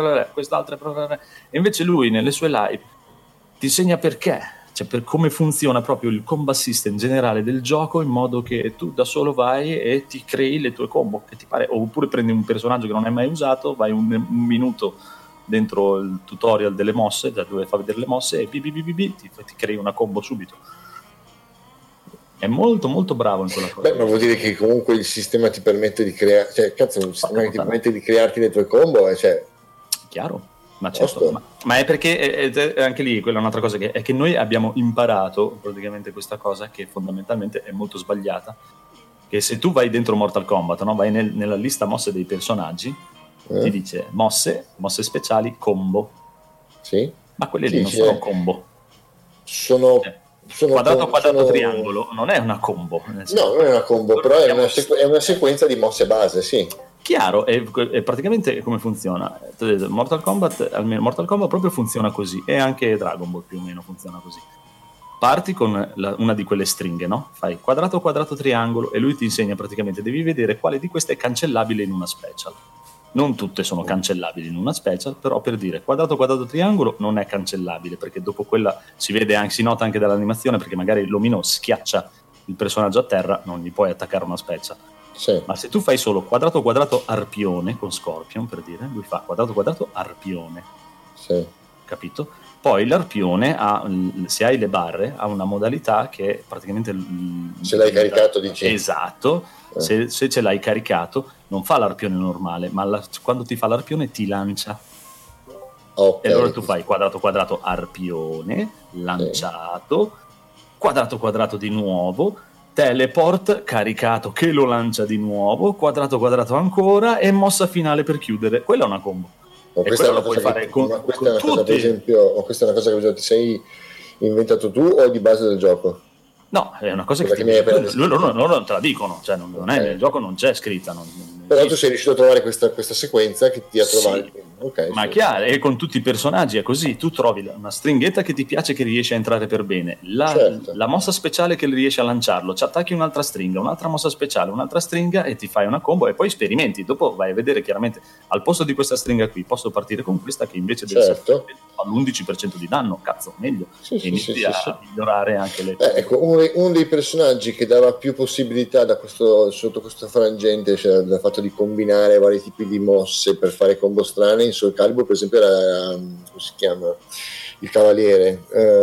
è e invece lui nelle sue live ti insegna perché, cioè per come funziona proprio il combat system generale del gioco, in modo che tu da solo vai e ti crei le tue combo che ti pare, oppure prendi un personaggio che non hai mai usato, vai un minuto dentro il tutorial delle mosse, dove fa vedere le mosse e ti crei una combo subito. È molto molto bravo in quella cosa. Beh, ma vuol dire che comunque il sistema ti permette di creare, cioè cazzo, un sistema che ti permette di crearti le tue combo, cioè chiaro, ma certo, ma è perché anche lì quella è un'altra cosa, è che noi abbiamo imparato praticamente questa cosa che fondamentalmente è molto sbagliata, che se tu vai dentro Mortal Kombat, no? Vai nella lista mosse dei personaggi, ti dice mosse speciali, combo. Sì. Ma quelle lì non sono combo. Sono quadrato, triangolo, non è una combo. No, non è una combo, però è una sequenza di mosse base, sì. Chiaro, e praticamente come funziona? Mortal Kombat proprio funziona così, e anche Dragon Ball più o meno funziona così. Parti con una di quelle stringhe, no? Fai quadrato, quadrato, triangolo, e lui ti insegna praticamente, devi vedere quale di queste è cancellabile in una special. Non tutte sono cancellabili in una special, però per dire quadrato, quadrato, triangolo non è cancellabile, perché dopo quella si nota anche dall'animazione, perché magari l'omino schiaccia il personaggio a terra, non gli puoi attaccare una special. Sì. Ma se tu fai solo quadrato, quadrato, arpione con Scorpion, per dire, lui fa quadrato, quadrato, arpione. Sì. Capito? Poi l'arpione se hai le barre, ha una modalità che praticamente se l'hai caricato, dici. Esatto. Se ce l'hai caricato non fa l'arpione normale, ma quando ti fa l'arpione ti lancia. Okay. E allora tu fai quadrato quadrato arpione, lanciato, quadrato quadrato di nuovo, teleport caricato che lo lancia di nuovo, quadrato quadrato ancora e mossa finale per chiudere. Quella è una combo. Ma questa è una cosa per esempio, questa è una cosa che ti sei inventato tu o di base del gioco? No, è una cosa che loro non te la dicono, cioè non è, nel gioco non c'è scritta. Però tu sei riuscito a trovare questa sequenza che ti ha trovato. Sì. Okay, ma chiaro, e con tutti i personaggi è così, tu trovi una stringhetta che ti piace, che riesce a entrare per bene, la mossa speciale che riesce a lanciarlo, ci attacchi un'altra stringa, un'altra mossa speciale, un'altra stringa e ti fai una combo e poi sperimenti, dopo vai a vedere chiaramente al posto di questa stringa qui posso partire con questa che invece deve fa l'11% di danno, cazzo, meglio, e inizi a migliorare anche le ecco, uno dei personaggi che dava più possibilità sotto questo frangente, cioè dal fatto di combinare vari tipi di mosse per fare combo strane, in Soul Calibur per esempio era come si chiama, il cavaliere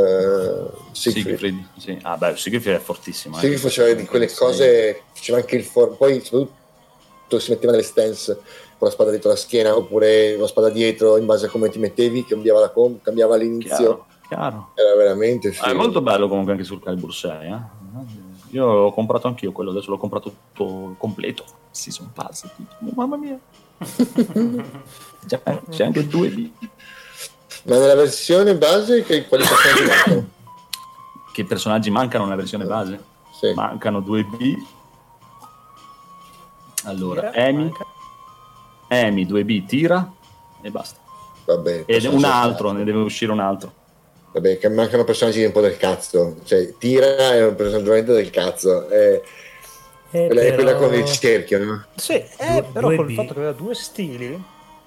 Siegfried. Sì. Siegfried è fortissimo. Siegfried faceva di quelle cose, faceva anche poi soprattutto si metteva nelle stance con la spada dietro la schiena oppure la spada dietro, in base a come ti mettevi cambiava cambiava l'inizio. Chiaro. Era veramente È molto bello comunque anche sul Calibur 6, Io l'ho comprato anch'io quello, adesso l'ho comprato tutto completo, Season Pass, tutto. Mamma mia. C'è anche 2B. Ma nella versione base quali personaggi mancano? Che personaggi mancano nella versione base? Sì. Mancano 2B. Allora, Amy, 2B, Tira e basta. Vabbè, ed un altro, ne deve uscire un altro. Vabbè, che mancano personaggi un po' del cazzo. Cioè, Tira è un personaggio del cazzo. È quella con il cerchio, no? Sì, però col fatto che aveva 2 stili.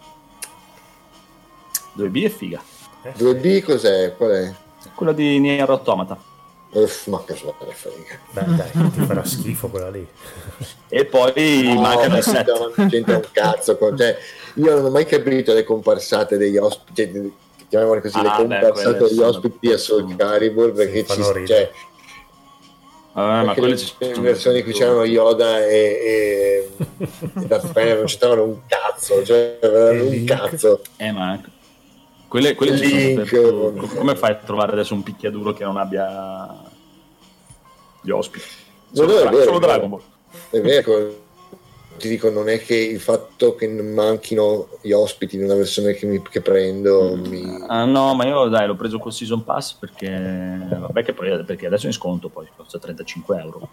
2B è figa. 2B cos'è? Qual è? Quella di Nier Automata. Ma che so, frega. Beh, dai, ti farà schifo quella lì. E poi mancano i 7. Non c'entra un cazzo. Cioè, io non ho mai capito le comparsate degli ospiti, chiamiamole così, le comparsate degli ospiti a Soul Calibur, perché cioè, ma quelle ci in versioni in cui c'erano Yoda e Darth Vader non c'entravano un cazzo, cioè un cazzo. Ma quelle ci sono come fai a trovare adesso un picchiaduro che non abbia gli ospiti? Solo Dragon Ball. È vero, ti dico, non è che il fatto che manchino gli ospiti in una versione che prendo no, ma io l'ho preso col Season Pass perché vabbè, perché adesso è in sconto, poi costa 35 euro.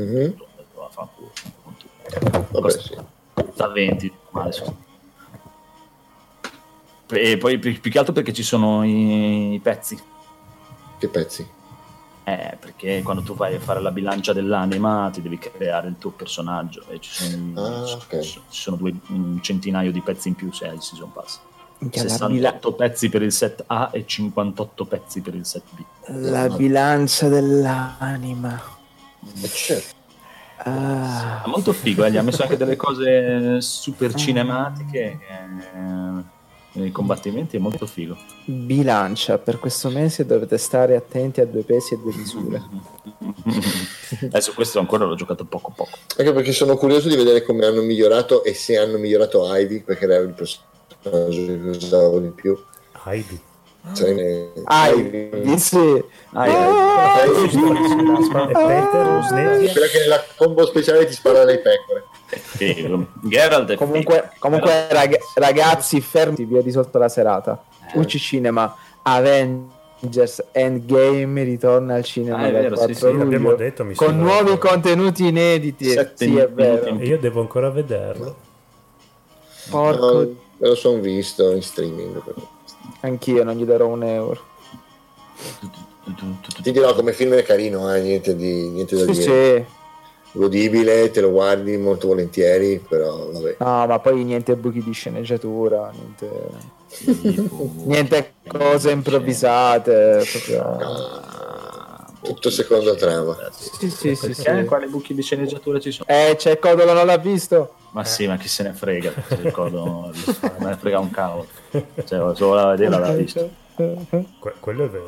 Vabbè, sì. Costa 20 adesso. E poi più che altro perché ci sono i pezzi. Che pezzi? Perché quando tu vai a fare la bilancia dell'anima ti devi creare il tuo personaggio e ci sono un centinaio di pezzi in più se hai il Season Pass. 68 pezzi per il set A e 58 pezzi per il set B. La bilancia dell'anima. È molto figo, gli ha messo anche delle cose super cinematiche nei combattimenti, è molto figo. Bilancia, per questo mese dovete stare attenti a 2 pesi e 2 misure. Adesso questo ancora l'ho giocato poco. Anche perché sono curioso di vedere come hanno migliorato e se hanno migliorato Ivy, perché era il personaggio che usavo di più. Ivy? Ivy, sì. Quella che nella combo speciale ti spara le pecore. Geralt è comunque ragazzi, fermi, vi ho risolto la serata. UC Cinema Avengers Endgame ritorna al cinema dal 4 luglio, abbiamo detto, con nuovi contenuti inediti. Sì, è vero. E io devo ancora vederlo. Porco, me lo sono visto in streaming. Anch'io non gli darò €1. Ti dirò, come film è carino, niente da dire. Sì. Godibile, te lo guardi molto volentieri, però vabbè. No, ma poi niente buchi di sceneggiatura, niente cose improvvisate, tutto secondo trama. Sì. Quali buchi di sceneggiatura ci sono? C'è Codolo, non l'ha visto? Ma sì, ma chi se ne frega, me ne frega un cavolo, cioè solo la vedere l'ha visto. Quello è vero.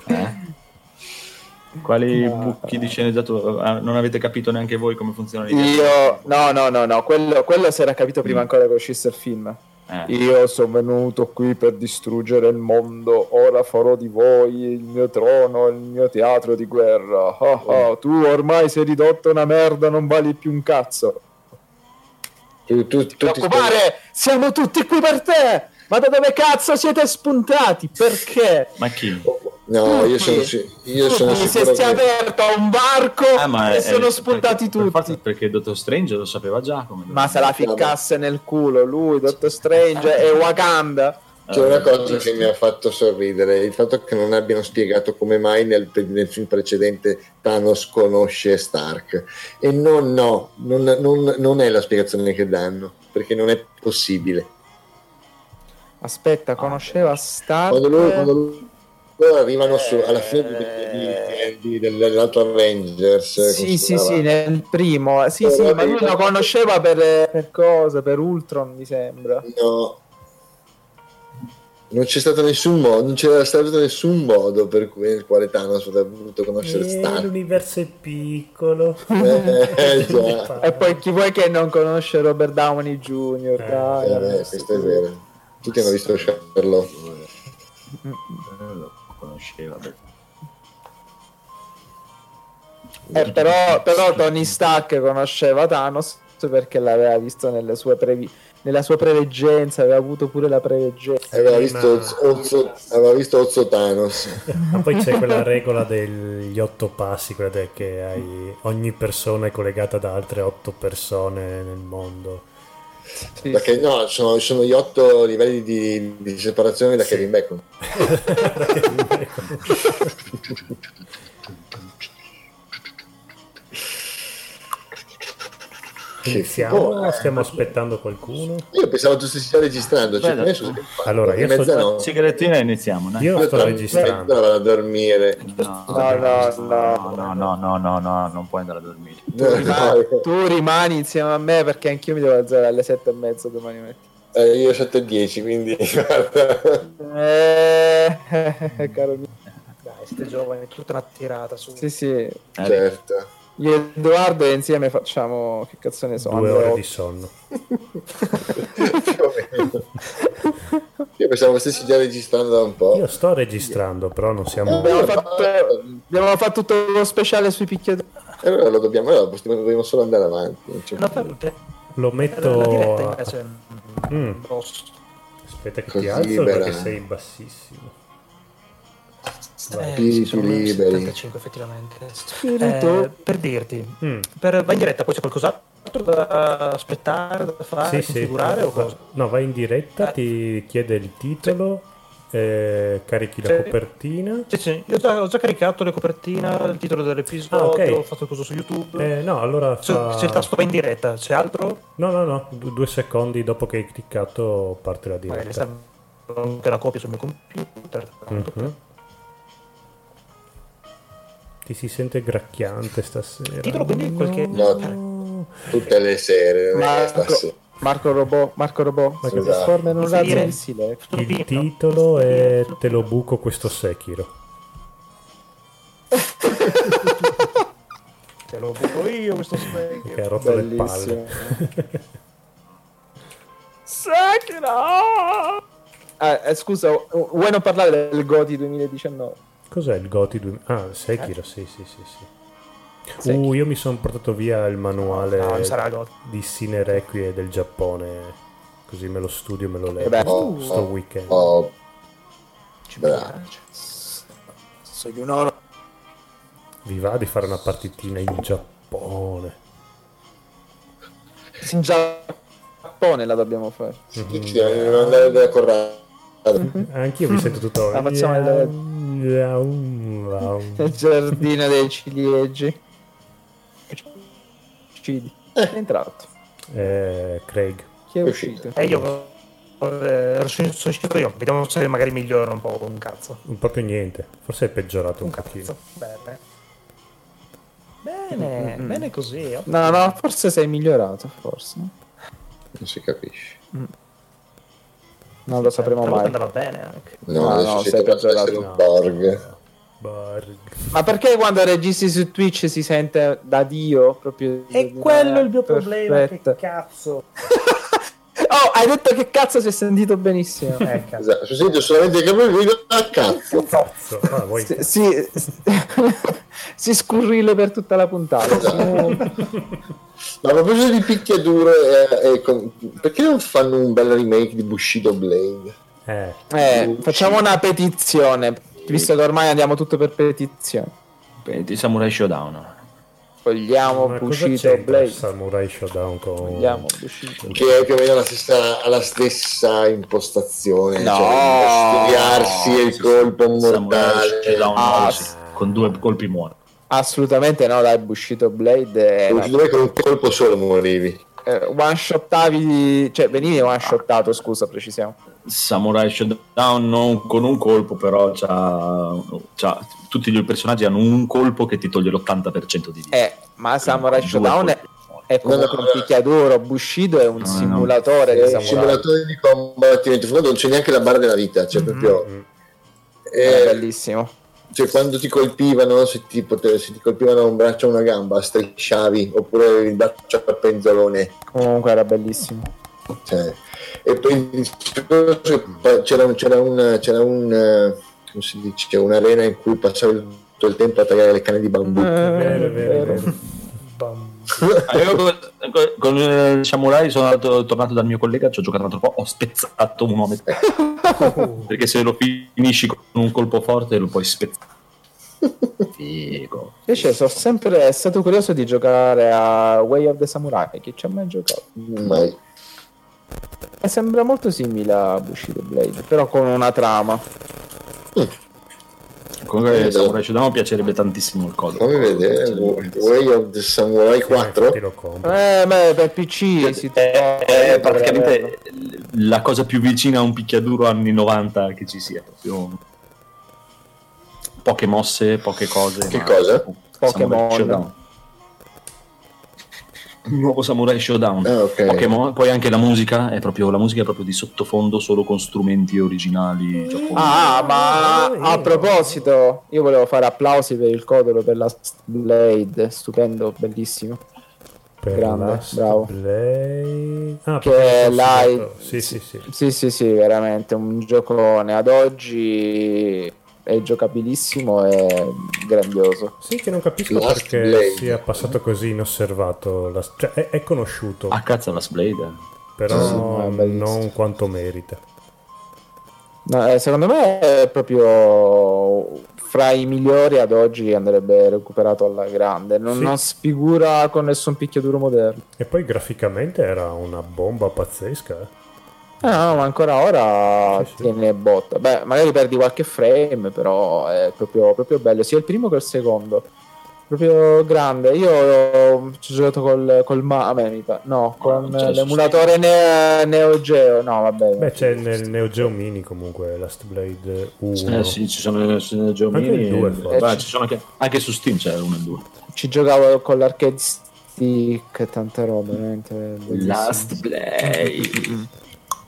Quali buchi di sceneggiatura? Non avete capito neanche voi come funziona? No, quello si era capito prima ancora che uscisse il film. Io sono venuto qui per distruggere il mondo, ora farò di voi il mio trono, il mio teatro di guerra. Tu ormai sei ridotto una merda, non vali più un cazzo. Non ti preoccupare, siamo tutti qui per te. Ma da dove cazzo siete spuntati? Perché? Ma chi? No, io sono sicuro se si è aperto a un barco e sono spuntati tutti. Perché Dottor Strange lo sapeva già come. Ma se la ficcasse nel culo lui, Dottor Strange e Wakanda. C'è una cosa che mi ha fatto sorridere, il fatto che non abbiano spiegato come mai nel film precedente Thanos conosce Stark. E non è la spiegazione che danno, perché non è possibile. Aspetta, conosceva Stark quando loro arrivano alla fine dell'altro Avengers. Sì, nel primo. Ma lui lo conosceva per cosa? Per Ultron, mi sembra. No. Non c'è stato nessun modo, non c'era stato nessun modo per cui nel quale Thanos avrebbe potuto conoscere Stark. L'universo è piccolo. Già. E poi chi vuoi che non conosce Robert Downey Jr. dai. Questo è vero. Tutti hanno visto Sherlock. Lo conosceva. Però Tony Stark conosceva Thanos perché l'aveva visto nella sua preveggenza, aveva avuto pure la preveggenza. Aveva visto Ozzo Thanos. Ma poi c'è quella regola degli 8 passi, quella che ogni persona è collegata da altre 8 persone nel mondo. Sì, Perché no, sono gli 8 livelli di separazione da Kevin Bacon. Iniziamo, stiamo aspettando qualcuno. Io pensavo tu stessi già registrando. Allora, io Sigarettina, iniziamo. Dai. Io sto registrando. Vado a dormire. No, non puoi andare a dormire. tu rimani insieme a me perché anch'io mi devo alzare alle 7:30 domani mattina. Io 7:10, quindi Caro mio. Dai, siete giovani, è tutta una tirata su. Sì, sì. certo. Io e Edoardo e insieme facciamo, che cazzo ne so, 2 ore di sonno. Io pensavo che stessi già registrando da un po'. Io sto registrando, però non siamo. abbiamo fatto tutto lo speciale sui picchiatori. Allora dobbiamo solo andare avanti. Lo metto. La diretta invece Aspetta che Così ti alzo libera. perché sei bassissimo. Spiriti liberi. 75 effettivamente. Per dirti, vai in diretta, poi c'è qualcos'altro da aspettare, da fare, configurare o cosa? No, vai in diretta, ti chiede il titolo, carichi la copertina. Sì, io ho già caricato le copertine, il titolo dell'episodio, ok. ho fatto cosa su YouTube. No, allora C'è il tasto va in diretta, c'è altro? No, 2 secondi dopo che hai cliccato parte la Magari diretta. serve anche una copia sul mio computer. Mhm. Ti si sente gracchiante stasera. Titolo quindi qualche... No, tutte le sere. Marco Robot Ma che trasforma in un razzo dire? missile. Il titolo è Te lo buco questo Sekiro. Te lo buco io questo specchio. Che ha rotto le palle. Sakura! Scusa, vuoi non parlare del GOTY 2019? Cos'è il GOTY 2000? Ah, Sekiro, sì. Sekiro. Io mi sono portato via il manuale No, non sarà GOTY. di Sine Requie del Giappone, così me lo studio, me lo leggo beh, sto weekend. Bravo. Sono un oro. Vi va di fare una partitina in Giappone? In Giappone la dobbiamo fare. Non andare da Corrado. Anch'io mi sento tutto. La facciamo nel giardino dei ciliegi. Cidi. È entrato. Craig. Chi è uscito? Io sono uscito io. Vediamo se magari migliora un po' un cazzo. Proprio niente. Forse è peggiorato un pochino. Cazzo. Bene così. No, forse sei migliorato, forse. Non si capisce. Non lo sapremo mai. Andava bene anche. No, adesso sei potrebbe essere un Borg. Ma perché quando registri su Twitch si sente da Dio? Proprio E quello è il mio problema. Perfetto. Che cazzo. Oh, hai detto che cazzo si è sentito benissimo. Cazzo. Esatto, sento solamente che lui guida a cazzo. Zozzo. Ah, vuoi... si scurrile per tutta la puntata. Esatto. Ma a proposito di picchiaduro, perché non fanno un bel remake di Bushido Blade? Facciamo una petizione, visto che ormai andiamo tutto per petizione. Di Samurai Showdown. Vogliamo Bushido Blade. Samurai Showdown con... Vogliamo Bushido. Che è più o meno la stessa impostazione. No. Cioè, studiarsi il colpo mortale. Con 2 colpi muore. Assolutamente no, dai, Bushido Blade Con un colpo solo morivi. one shottavi, cioè venivi one shottato, scusa, precisiamo. Samurai Showdown non con un colpo, però tutti i personaggi hanno un colpo che ti toglie l'80% di vita. Ma Samurai Showdown è comunque un picchiaduro. Bushido è un simulatore di samurai. Simulatore di combattimento, non c'è neanche la barra della vita, cioè proprio è bellissimo. Cioè quando ti colpivano, se ti colpivano un braccio o una gamba, strisciavi, oppure il braccio a penzolone. Comunque era bellissimo. Cioè, e poi c'era un come si dice, un'arena in cui passavi tutto il tempo a tagliare le canne di bambù. Vero. Io con Samurai sono tornato dal mio collega, ci ho giocato un altro po', ho spezzato un uomo perché se lo finisci con un colpo forte lo puoi spezzare. Figo. Invece sono sempre stato curioso di giocare a Way of the Samurai, che ci ha mai giocato? Mai. E sembra molto simile a Bushido Blade, però con una trama. Comunque Samurai Shodown piacerebbe tantissimo il codice. Come vedete, Way of the Samurai 4? Per PC è praticamente la cosa più vicina a un picchiaduro anni 90 che ci sia. Proprio poche mosse, poche cose. Che cosa? Pokémon. Il nuovo Samurai Shodown. Okay. Pokémon, poi anche la musica è proprio di sottofondo, solo con strumenti originali giapponesi. Ma a proposito, io volevo fare applausi per il codolo per la Blade, stupendo, bellissimo. Grande, bravo. Che l'hai sì, veramente un giocone. Ad oggi è giocabilissimo e grandioso. Sì, che non capisco perché sia passato così inosservato. Cioè, è conosciuto. Cazzo, Last Blade. Però non quanto merita. No, secondo me è proprio fra i migliori ad oggi, andrebbe recuperato alla grande. Non sfigura con nessun picchiaduro moderno. E poi graficamente era una bomba pazzesca. No, ma ancora ora tiene botta. Beh, magari perdi qualche frame, però è proprio bello. Sia il primo che il secondo. Proprio grande. Io ci ho giocato con l'emulatore Neo Geo. No, vabbè. Beh, c'è nel Neo Geo Mini comunque Last Blade 1. Sì, ci sono nel Neo Geo Mini. Anche il 2 ci sono anche su Steam c'è l'1 e il 2. Ci giocavo con l'arcade stick, tanta roba, veramente. Last Blade.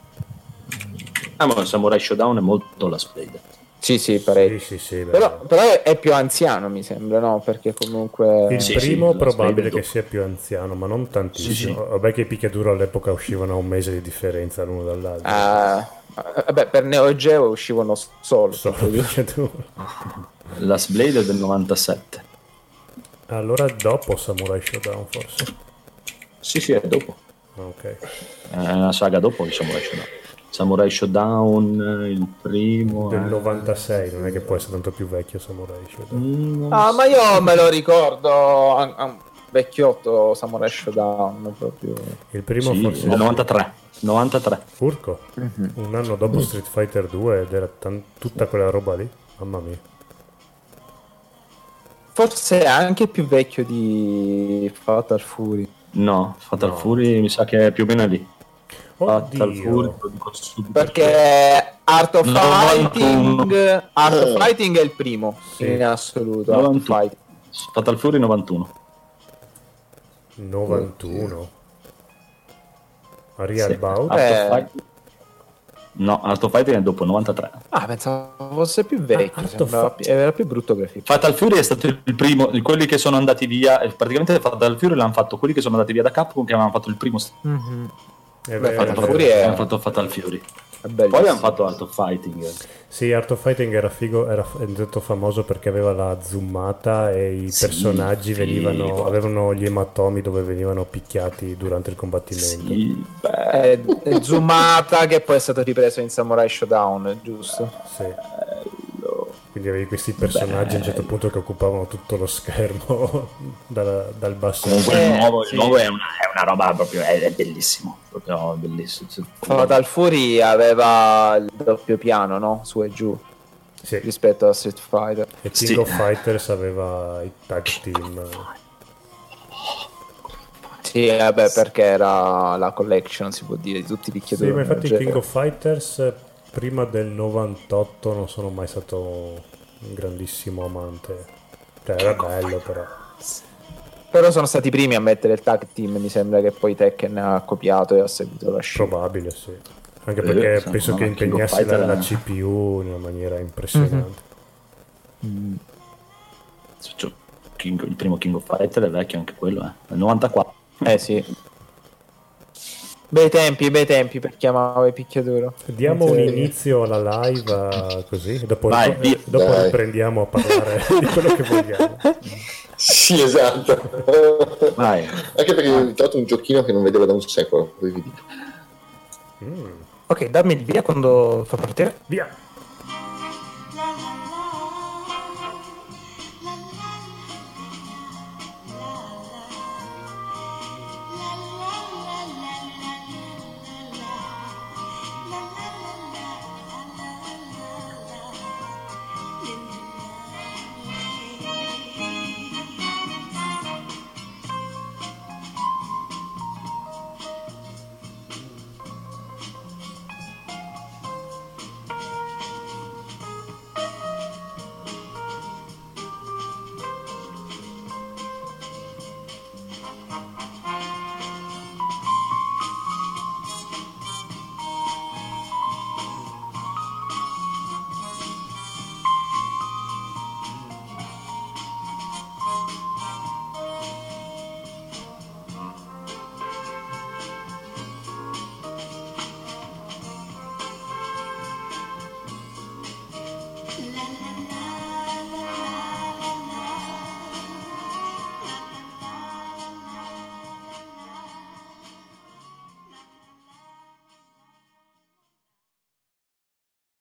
Ma Samurai Shodown è molto Last Blade. Sì, parecchio. Sì, però è più anziano, mi sembra, no? Perché comunque il primo probabile che sia più anziano, ma non tantissimo. Vabbè che i picchiaduro all'epoca uscivano a un mese di differenza l'uno dall'altro. Vabbè, per Neo Geo uscivano solo picchiaduro. Last Blade è del 97. Allora dopo Samurai Shodown forse. Sì, è dopo. Ok. È una saga dopo di Samurai Shodown. Samurai Shodown, il primo del 96, non è che può essere tanto più vecchio Samurai Shodown. Ma io me lo ricordo vecchiotto Samurai Shodown proprio. Il primo forse del 93. Furco. Un anno dopo Street Fighter 2 ed era tutta quella roba lì. Mamma mia. Forse è anche più vecchio di Fatal Fury. No, Fatal Fury mi sa che è più o meno lì. Fatal Fury, perché Art of Fighting è il primo in assoluto. Fatal Fury 91. Real Bout? No, Art of Fighting è dopo, 93. Pensavo fosse più vecchio, era più brutto grafico. Fatal Fury è stato il primo, quelli che sono andati via, praticamente Fatal Fury l'hanno fatto quelli che sono andati via da Capcom, che avevano fatto il primo. Hanno fatto Fatal Fury. Poi hanno fatto Art of Fighting. Sì, Art of Fighting era figo, era detto famoso perché aveva la zoomata e i personaggi avevano gli ematomi dove venivano picchiati durante il combattimento. Zoomata che poi è stato ripreso in Samurai Shodown, giusto? Sì. Quindi avevi questi personaggi a un certo punto che occupavano tutto lo schermo dal basso. Comunque il nuovo è una roba proprio, è bellissimo, proprio bellissimo. Fatal Fury aveva il doppio piano, no? Su e giù. Sì. Rispetto a Street Fighter. E King of Fighters aveva i tag team. Sì, vabbè, perché era la collection, si può dire, di tutti i picchiatori. Sì, ma infatti King of Fighters prima del 98 non sono mai stato un grandissimo amante. Cioè, era bello, però Però sono stati i primi a mettere il tag team, mi sembra che poi Tekken ha copiato e ha seguito la scia. Probabile, sì. Anche perché penso che impegnassi la CPU in una maniera impressionante. Il primo King of Fighter è vecchio anche quello, nel 94. Sì. Bei tempi per chiamare picchiaduro. Diamo un inizio alla live così, dopo riprendiamo a parlare di quello che vogliamo. Sì, esatto. Vai. Anche perché ho trovato un giochino che non vedevo da un secolo. Ok, dammi il via quando fa partire. Via.